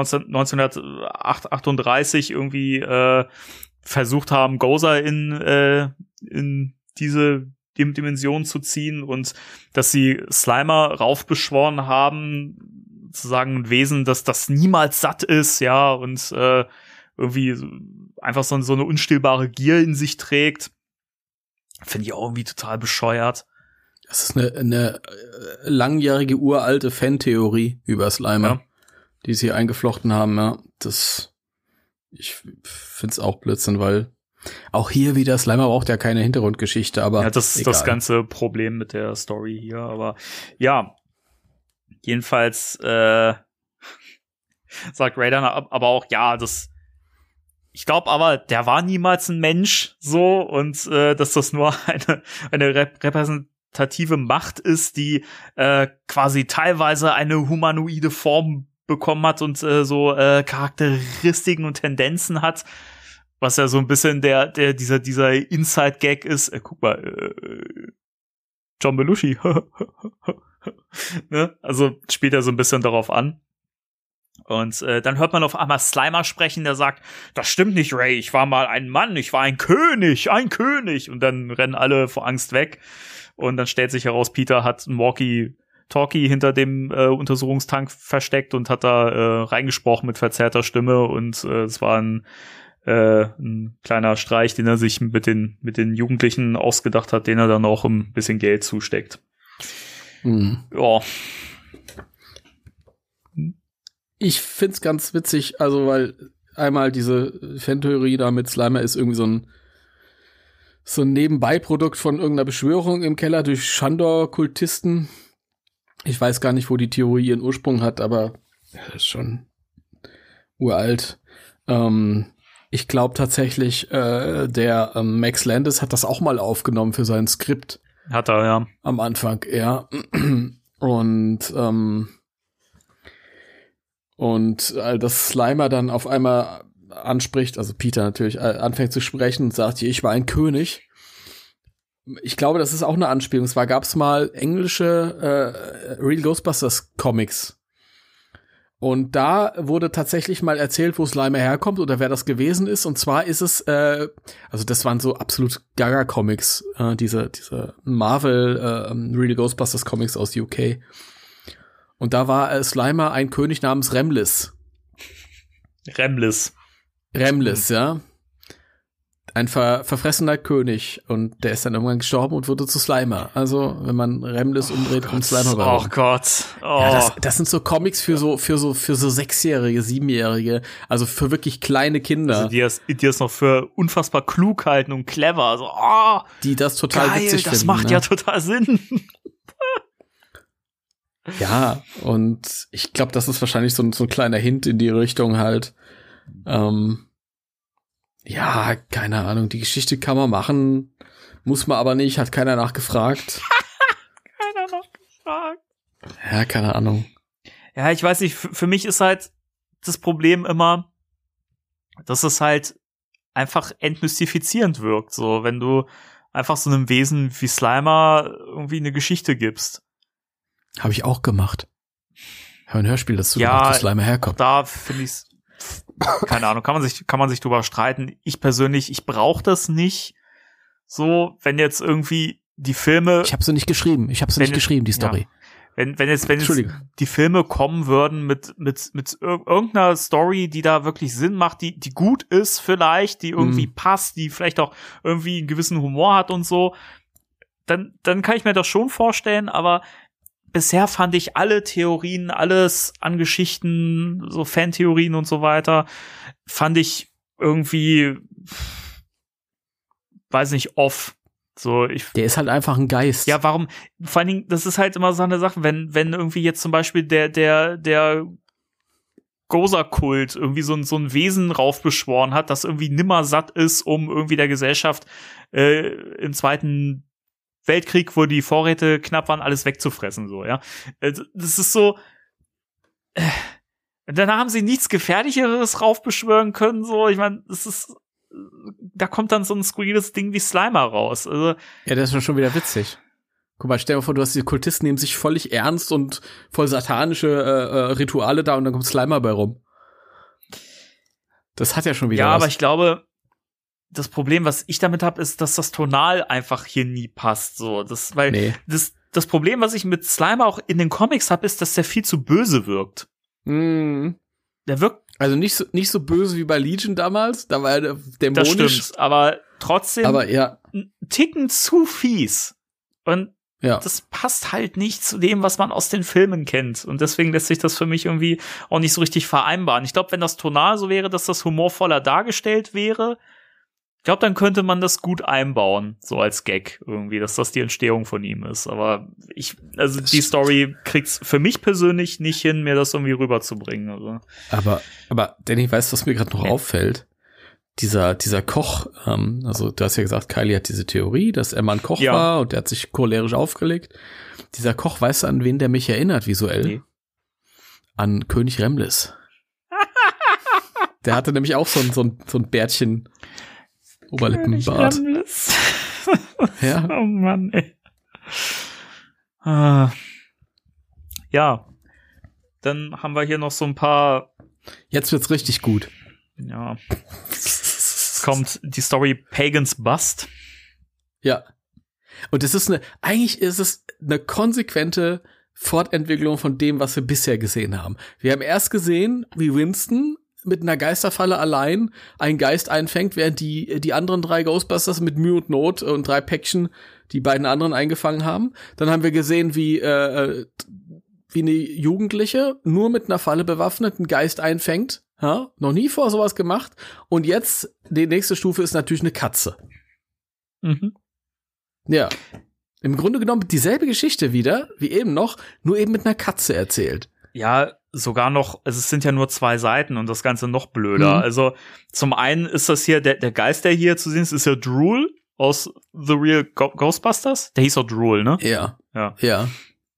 Speaker 4: neunzehnhundertachtunddreißig irgendwie äh, versucht haben, Gozer in, äh, in diese Dimension zu ziehen und dass sie Slimer raufbeschworen haben, sozusagen ein Wesen, dass das niemals satt ist, ja, und äh, irgendwie einfach so, so eine unstillbare Gier in sich trägt. Finde ich auch irgendwie total bescheuert.
Speaker 5: Das ist eine, eine langjährige, uralte Fan-Theorie über Slimer, ja. die sie eingeflochten haben, ja. Das, ich find's auch Blödsinn, weil auch hier wieder, Slimer braucht ja keine Hintergrundgeschichte, aber
Speaker 4: ja, das ist das ganze Problem mit der Story hier, aber ja, jedenfalls äh, sagt Raiden aber auch, ja, das ich glaube aber, der war niemals ein Mensch, so, und äh, dass das nur eine eine rep- repräsentative Macht ist, die äh, quasi teilweise eine humanoide Form bekommen hat und äh, so äh, Charakteristiken und Tendenzen hat, was ja so ein bisschen der der dieser dieser Inside-Gag ist. Äh, guck mal, äh, John Belushi, ne? Also spielt er so ein bisschen darauf an. Und äh, dann hört man auf einmal Slimer sprechen, der sagt, das stimmt nicht, Ray, ich war mal ein Mann, ich war ein König, ein König. Und dann rennen alle vor Angst weg. Und dann stellt sich heraus, Peter hat ein Walkie-Talkie hinter dem äh, Untersuchungstank versteckt und hat da äh, reingesprochen mit verzerrter Stimme. Und äh, es war ein, äh, ein kleiner Streich, den er sich mit den, mit den Jugendlichen ausgedacht hat, den er dann auch ein bisschen Geld zusteckt.
Speaker 5: Mhm.
Speaker 4: Ja.
Speaker 5: Ich find's ganz witzig, also weil einmal diese Fantheorie da mit Slimer ist irgendwie so ein so ein Nebenbeiprodukt von irgendeiner Beschwörung im Keller durch Shandor-Kultisten. Ich weiß gar nicht, wo die Theorie ihren Ursprung hat, aber ja, das ist schon uralt. Ähm, ich glaube tatsächlich, äh, der ähm, Max Landis hat das auch mal aufgenommen für sein Skript.
Speaker 4: Hat er, ja.
Speaker 5: Am Anfang, ja. Und ähm, Und äh, dass Slimer dann auf einmal anspricht, also Peter natürlich, äh, anfängt zu sprechen und sagt, ich war ein König. Ich glaube, das ist auch eine Anspielung. Es war, gab's mal englische äh, Real Ghostbusters Comics. Und da wurde tatsächlich mal erzählt, wo Slimer herkommt oder wer das gewesen ist. Und zwar ist es, äh, also das waren so absolut Gaga-Comics, äh, diese, diese Marvel äh, Real Ghostbusters Comics aus U K. Und da war äh, Slimer ein König namens Remlis.
Speaker 4: Remlis.
Speaker 5: Remlis, ja. Ein ver- verfressener König. Und der ist dann irgendwann gestorben und wurde zu Slimer. Also, wenn man Remlis umdreht,
Speaker 4: oh
Speaker 5: kommt Slimer bei rum.
Speaker 4: Oh Gott. Oh.
Speaker 5: Ja, das, das sind so Comics für so, für so, für so Sechsjährige, Siebenjährige. Also für wirklich kleine Kinder.
Speaker 4: Also die es, die es noch für unfassbar klug halten und clever. Also, oh,
Speaker 5: die das total
Speaker 4: geil,
Speaker 5: witzig
Speaker 4: das
Speaker 5: finden.
Speaker 4: macht
Speaker 5: ne?
Speaker 4: ja total Sinn.
Speaker 5: Ja, und ich glaube, das ist wahrscheinlich so ein, so ein kleiner Hint in die Richtung halt. Ähm, ja, keine Ahnung, die Geschichte kann man machen, muss man aber nicht, hat keiner nachgefragt.
Speaker 4: Keiner nachgefragt.
Speaker 5: Ja, keine Ahnung.
Speaker 4: Ja, ich weiß nicht, für, für mich ist halt das Problem immer, dass es halt einfach entmystifizierend wirkt, so, wenn du einfach so einem Wesen wie Slimer irgendwie eine Geschichte gibst.
Speaker 5: Habe ich auch gemacht. Ich habe ein Hörspiel dazu
Speaker 4: ja,
Speaker 5: gemacht, wo Slimer herkommt.
Speaker 4: Da finde ich's, keine Ahnung, kann man sich, kann man sich drüber streiten. Ich persönlich, ich brauche das nicht. So, wenn jetzt irgendwie die Filme.
Speaker 5: Ich habe sie nicht geschrieben. Ich habe sie nicht
Speaker 4: jetzt,
Speaker 5: geschrieben, die Story.
Speaker 4: Ja, wenn, wenn jetzt, wenn jetzt die Filme kommen würden mit, mit, mit ir- irgendeiner Story, die da wirklich Sinn macht, die, die gut ist vielleicht, die irgendwie mm. passt, die vielleicht auch irgendwie einen gewissen Humor hat und so, dann, dann kann ich mir das schon vorstellen, aber bisher fand ich alle Theorien, alles an Geschichten, so Fantheorien und so weiter, fand ich irgendwie, weiß nicht, off. So, ich,
Speaker 5: der ist halt einfach ein Geist.
Speaker 4: Ja, warum? Vor allen Dingen, das ist halt immer so eine Sache, wenn, wenn irgendwie jetzt zum Beispiel der, der, der Gozer-Kult irgendwie so ein, so ein Wesen raufbeschworen hat, das irgendwie nimmer satt ist, um irgendwie der Gesellschaft äh, im Zweiten Weltkrieg, wo die Vorräte knapp waren, alles wegzufressen, so, ja. Das ist so, äh, dann haben sie nichts Gefährlicheres raufbeschwören können, so, ich meine, das ist, da kommt dann so ein skurriles Ding wie Slimer raus, also.
Speaker 5: Ja, das ist schon wieder witzig. Guck mal, stell dir vor, du hast die Kultisten nehmen sich völlig ernst und voll satanische äh, Rituale da und dann kommt Slimer bei rum. Das hat ja schon wieder
Speaker 4: Ja,
Speaker 5: was.
Speaker 4: aber ich glaube, das Problem, was ich damit habe, ist, dass das Tonal einfach hier nie passt. So, das, weil
Speaker 5: nee.
Speaker 4: das, das Problem, was ich mit Slimer auch in den Comics habe, ist, dass der viel zu böse wirkt.
Speaker 5: Mm.
Speaker 4: Der wirkt
Speaker 5: also nicht so nicht so böse wie bei Legion damals. Da war er dämonisch.
Speaker 4: Das stimmt, aber trotzdem
Speaker 5: aber ja.
Speaker 4: einen Ticken zu fies. Und
Speaker 5: Ja.
Speaker 4: das passt halt nicht zu dem, was man aus den Filmen kennt. Und deswegen lässt sich das für mich irgendwie auch nicht so richtig vereinbaren. Ich glaube, wenn das tonal so wäre, dass das humorvoller dargestellt wäre, ich glaube, dann könnte man das gut einbauen, so als Gag irgendwie, dass das die Entstehung von ihm ist. Aber ich, also die Story kriegt's für mich persönlich nicht hin, mir das irgendwie rüberzubringen. Also.
Speaker 5: Aber, aber Danny, weißt du, was mir gerade noch
Speaker 4: Ja.
Speaker 5: auffällt? Dieser, dieser Koch, ähm, also du hast ja gesagt, Kylie hat diese Theorie, dass er mal ein Koch
Speaker 4: Ja.
Speaker 5: war und der hat sich cholerisch aufgelegt. Dieser Koch, weißt du, an wen der mich erinnert visuell?
Speaker 4: Nee.
Speaker 5: An König Remlis. Der hatte nämlich auch so ein, so ein, so ein Bärtchen Oberlippenbart.
Speaker 4: Remlis.
Speaker 5: Ja.
Speaker 4: Oh Mann, ey. Ah. Ja. Dann haben wir hier noch so ein paar,
Speaker 5: Jetzt wird's richtig gut.
Speaker 4: ja. Jetzt kommt die Story Pagans Bust.
Speaker 5: Ja. Und es ist eine, eigentlich ist es eine konsequente Fortentwicklung von dem, was wir bisher gesehen haben. Wir haben erst gesehen, wie Winston mit einer Geisterfalle allein einen Geist einfängt, während die, die anderen drei Ghostbusters mit Mühe und Not und drei Päckchen die beiden anderen eingefangen haben. Dann haben wir gesehen, wie, äh, wie eine Jugendliche nur mit einer Falle bewaffnet einen Geist einfängt. Ja? Noch nie vor sowas gemacht. Und jetzt, die nächste Stufe ist natürlich eine Katze.
Speaker 4: Mhm.
Speaker 5: Ja. Im Grunde genommen dieselbe Geschichte wieder, wie eben noch, nur eben mit einer Katze erzählt.
Speaker 4: Ja, sogar noch, also es sind ja nur zwei Seiten und das Ganze noch blöder.
Speaker 5: Mhm.
Speaker 4: Also zum einen ist das hier, der, der Geist, der hier zu sehen ist, ist ja Drool aus The Real Go- Ghostbusters. Der hieß auch Drool, ne?
Speaker 5: Ja.
Speaker 4: Ja.
Speaker 5: Ja.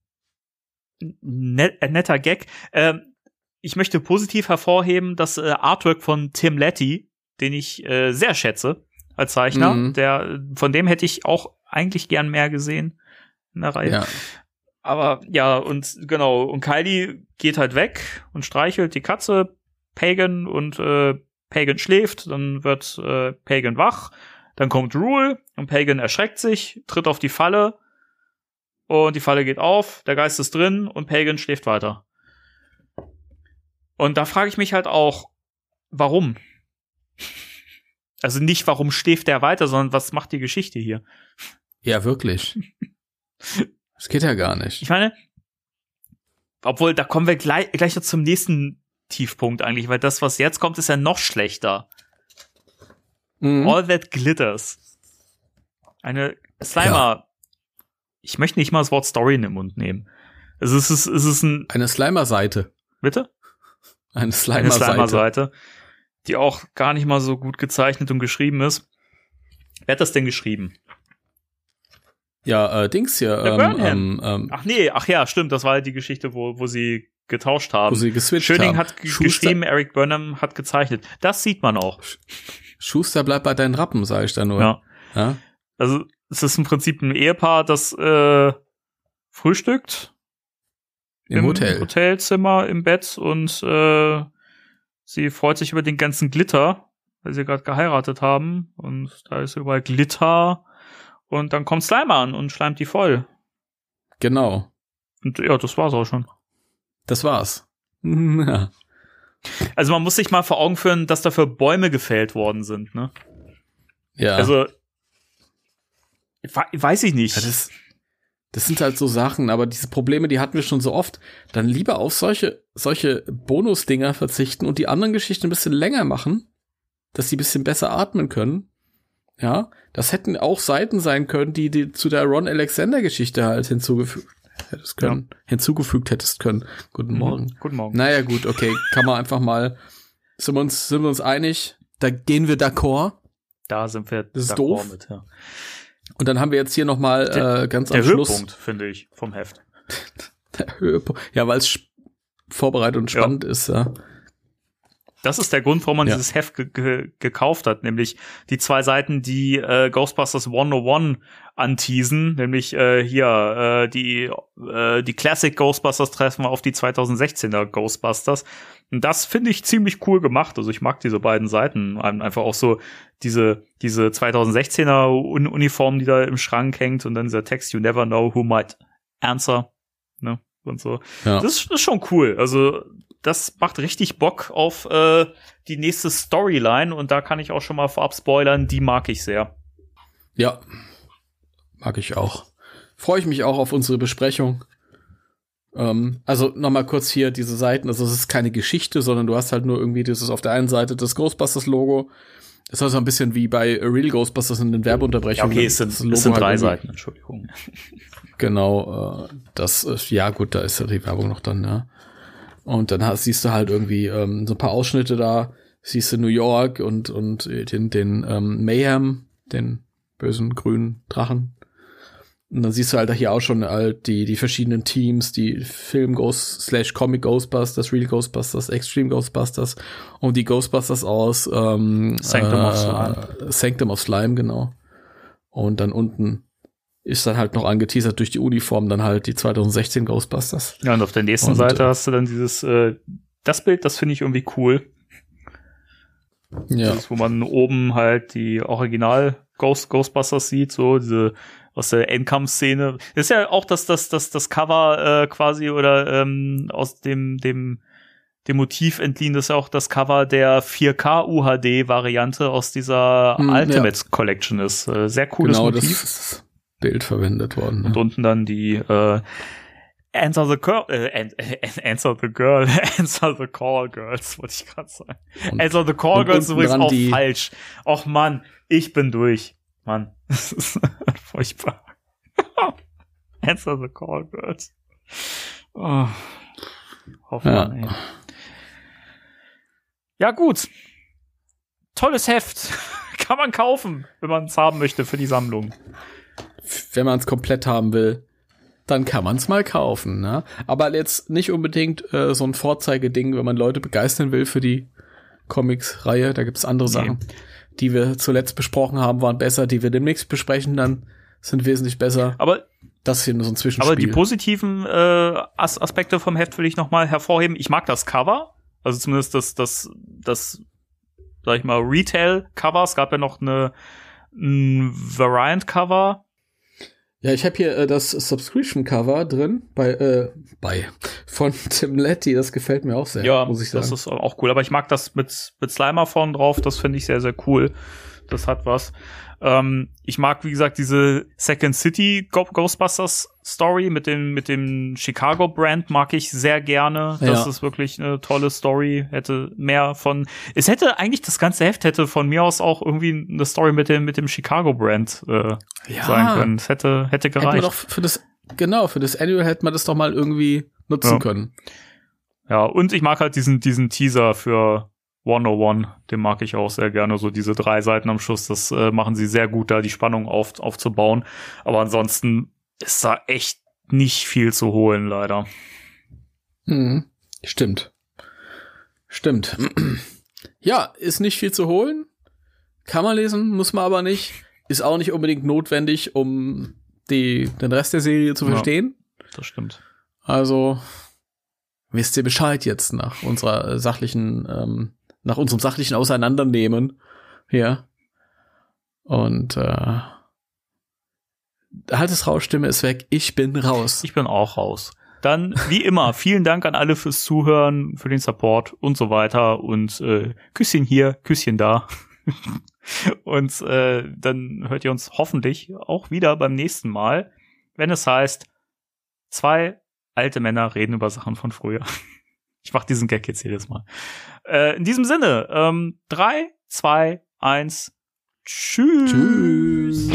Speaker 4: Net, ein netter Gag. Ähm, ich möchte positiv hervorheben, das äh, Artwork von Tim Latty, den ich äh, sehr schätze als Zeichner.
Speaker 5: Mhm.
Speaker 4: Der, von dem hätte ich auch eigentlich gern mehr gesehen in der Reihe.
Speaker 5: Ja.
Speaker 4: Aber ja, und genau, und Kylie geht halt weg und streichelt die Katze, Pagan, und äh, Pagan schläft, dann wird äh, Pagan wach, dann kommt Drool und Pagan erschreckt sich, tritt auf die Falle und die Falle geht auf, der Geist ist drin und Pagan schläft weiter. Und da frage ich mich halt auch, warum? Also nicht, warum schläft der weiter, sondern was macht die Geschichte hier?
Speaker 5: Ja, wirklich. Das geht ja gar nicht.
Speaker 4: Ich meine, obwohl, da kommen wir gleich, gleich noch zum nächsten Tiefpunkt eigentlich, weil das, was jetzt kommt, ist ja noch schlechter.
Speaker 5: Mhm.
Speaker 4: All That Glitters. Eine Slimer.
Speaker 5: Ja.
Speaker 4: Ich möchte nicht mal das Wort Story in den Mund nehmen. Also es ist, es ist ein,
Speaker 5: Eine Slimer-Seite.
Speaker 4: bitte?
Speaker 5: Eine
Speaker 4: Eine
Speaker 5: Slimer-Seite.
Speaker 4: Slimer-Seite, die auch gar nicht mal so gut gezeichnet und geschrieben ist. Wer hat das denn geschrieben?
Speaker 5: Ja, äh, Dings hier.
Speaker 4: Der
Speaker 5: Ähm,
Speaker 4: Burnham.
Speaker 5: ähm, ähm,
Speaker 4: Ach nee, ach ja, stimmt, das war halt die Geschichte, wo, wo sie getauscht haben.
Speaker 5: wo sie geswitcht
Speaker 4: Schöning
Speaker 5: haben.
Speaker 4: hat g-
Speaker 5: Schuster,
Speaker 4: geschrieben, Eric Burnham hat gezeichnet. Das sieht man auch.
Speaker 5: Schuster, bleib bei deinen Rappen, sage ich da nur.
Speaker 4: Ja.
Speaker 5: Ja?
Speaker 4: Also es ist im Prinzip ein Ehepaar, das äh, frühstückt
Speaker 5: Im, Hotel.
Speaker 4: Hotelzimmer im Bett und äh, sie freut sich über den ganzen Glitter, weil sie gerade geheiratet haben und da ist überall Glitter und dann kommt Slimer an und schleimt die voll.
Speaker 5: Genau.
Speaker 4: Und ja, das war's auch schon.
Speaker 5: Das war's. Ja.
Speaker 4: Also man muss sich mal vor Augen führen, dass dafür Bäume gefällt worden sind, ne?
Speaker 5: Ja.
Speaker 4: Also we- weiß ich nicht.
Speaker 5: Ja, das, das sind halt so Sachen, aber diese Probleme, die hatten wir schon so oft. Dann lieber auf solche, solche Bonusdinger verzichten und die anderen Geschichten ein bisschen länger machen, dass sie ein bisschen besser atmen können. Ja, das hätten auch Seiten sein können, die, die zu der Ron Alexander-Geschichte halt hinzugefügt hättest können, ja. hinzugefügt hättest können. Guten Morgen.
Speaker 4: Mhm. Guten Morgen.
Speaker 5: Naja, gut, okay, kann man einfach mal, sind wir uns, sind wir uns einig, da gehen wir d'accord.
Speaker 4: Da sind wir
Speaker 5: Das ist
Speaker 4: d'accord
Speaker 5: doof.
Speaker 4: mit, ja.
Speaker 5: Und dann haben wir jetzt hier noch mal äh, ganz
Speaker 4: Der
Speaker 5: am Schluss
Speaker 4: Höhepunkt, finde ich, vom Heft.
Speaker 5: der Höhepunkt. Ja, weil es vorbereitet und spannend
Speaker 4: Ja.
Speaker 5: ist, ja.
Speaker 4: Das ist der Grund, warum man
Speaker 5: Ja.
Speaker 4: dieses Heft ge ge gekauft hat, nämlich die zwei Seiten, die äh, Ghostbusters hundertundeins anteasen, nämlich äh, hier äh, die äh, die Classic Ghostbusters treffen auf die zweitausendsechzehner Ghostbusters. Und das finde ich ziemlich cool gemacht. Also ich mag diese beiden Seiten, einfach auch so diese diese zweitausendsechzehner Un Uniform, die da im Schrank hängt und dann dieser Text, you never know who might answer, ne, und so.
Speaker 5: Ja.
Speaker 4: Das, das ist schon cool. Also das macht richtig Bock auf äh, die nächste Storyline und da kann ich auch schon mal vorab spoilern, die mag ich sehr.
Speaker 5: Ja. Mag ich auch. freue ich mich auch auf unsere Besprechung. Ähm, also nochmal kurz hier diese Seiten, also es ist keine Geschichte, sondern du hast halt nur irgendwie dieses auf der einen Seite das Ghostbusters-Logo. Das ist also ein bisschen wie bei Real Ghostbusters in den Werbeunterbrechungen.
Speaker 4: Ja, okay, es sind, es sind drei halt Seiten, Entschuldigung.
Speaker 5: Genau, äh, das ist, ja gut, da ist ja die Werbung noch dann, ja. Und dann hast, siehst du halt irgendwie ähm, so ein paar Ausschnitte da, siehst du New York und und den, den ähm, Mayhem, den bösen grünen Drachen. Und dann siehst du halt hier auch schon halt die die verschiedenen Teams, die Film Ghost slash Comic Ghostbusters, Real Ghostbusters, Extreme Ghostbusters und die Ghostbusters aus ähm,
Speaker 4: Sanctum
Speaker 5: äh,
Speaker 4: of Slime.
Speaker 5: Sanctum of Slime, genau. Und dann unten ist dann halt noch angeteasert durch die Uniform dann halt die zwanzig sechzehn Ghostbusters.
Speaker 4: Ja, und auf der nächsten und, Seite hast du dann dieses, äh, das Bild, das finde ich irgendwie cool. Ja. Das, wo man oben halt die Original Ghost, Ghostbusters sieht, so diese aus der Endkampf-Szene. Das ist ja auch das, das, das, das Cover äh, quasi oder ähm, aus dem, dem, dem Motiv entliehen, das ist ja auch das Cover der vier K U H D-Variante aus dieser hm, Ultimate ja. Collection ist. Äh, sehr cooles
Speaker 5: genau,
Speaker 4: Motiv.
Speaker 5: Das ist Bild verwendet worden.
Speaker 4: Und ja. unten dann die äh, Answer the Girl, äh, Answer the Girl, Answer the Call Girls, wollte ich gerade sagen. Und, Answer the Call Girls ist übrigens auch falsch. Och Mann, ich bin durch. Mann, das ist furchtbar. Answer the Call Girls. Oh. Hoffmann, ja. ey. Ja, gut. Tolles Heft. Kann man kaufen, wenn man es haben möchte für die Sammlung.
Speaker 5: Wenn man es komplett haben will, dann kann man es mal kaufen, ne? Aber jetzt nicht unbedingt äh, so ein Vorzeigeding, wenn man Leute begeistern will für die Comics-Reihe. Da gibt es andere nee. Sachen, die wir zuletzt besprochen haben, waren besser, die wir demnächst besprechen, dann sind wesentlich besser.
Speaker 4: Aber
Speaker 5: das hier nur so ein Zwischenspiel.
Speaker 4: Aber die positiven äh, As- Aspekte vom Heft will ich noch mal hervorheben. Ich mag das Cover, also zumindest das, das, das, sag ich mal, Retail-Cover. Es gab ja noch eine ein Variant-Cover.
Speaker 5: Ja, ich habe hier äh, das Subscription-Cover drin bei äh, bei von Tim Latty. Das gefällt mir auch sehr,
Speaker 4: ja,
Speaker 5: muss ich sagen.
Speaker 4: Das ist auch cool. Aber ich mag das mit mit Slimer vorn drauf. Das finde ich sehr, sehr cool. Das hat was. Ähm, ich mag, wie gesagt, diese Second City Ghostbusters Story mit dem mit dem Chicago Brand mag ich sehr gerne. Das ja. ist wirklich eine tolle Story. Hätte mehr von. Es hätte eigentlich das ganze Heft hätte von mir aus auch irgendwie eine Story mit dem mit dem Chicago Brand äh, ja. sein können. Es hätte hätte gereicht.
Speaker 5: Hätten wir doch für das genau für das Annual hätte man das doch mal irgendwie nutzen
Speaker 4: ja.
Speaker 5: können.
Speaker 4: Ja, und ich mag halt diesen diesen Teaser für hundertundeins, den mag ich auch sehr gerne, so diese drei Seiten am Schluss, das äh, machen sie sehr gut, da die Spannung auf, aufzubauen, aber ansonsten ist da echt nicht viel zu holen, leider.
Speaker 5: Hm, stimmt. Stimmt. Ja, ist nicht viel zu holen, kann man lesen, muss man aber nicht, ist auch nicht unbedingt notwendig, um die, den Rest der Serie zu verstehen.
Speaker 4: Ja, das stimmt.
Speaker 5: Also, wisst ihr Bescheid jetzt nach unserer sachlichen ähm, nach unserem sachlichen Auseinandernehmen hier. Und äh, Haltes Raus, Stimme ist weg. Ich bin raus.
Speaker 4: Ich bin auch raus. Dann, wie immer, vielen Dank an alle fürs Zuhören, für den Support und so weiter. Und äh, Küsschen hier, Küsschen da. Und äh, dann hört ihr uns hoffentlich auch wieder beim nächsten Mal, wenn es heißt, zwei alte Männer reden über Sachen von früher. Ich mach diesen Gag jetzt jedes Mal. Äh, in diesem Sinne, ähm, drei, zwei, eins, tschüss.
Speaker 5: Tschüss.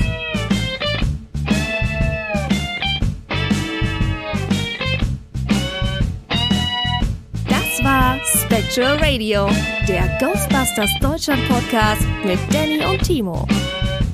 Speaker 1: Das war Spectral Radio, der Ghostbusters Deutschland Podcast mit Danny und Timo.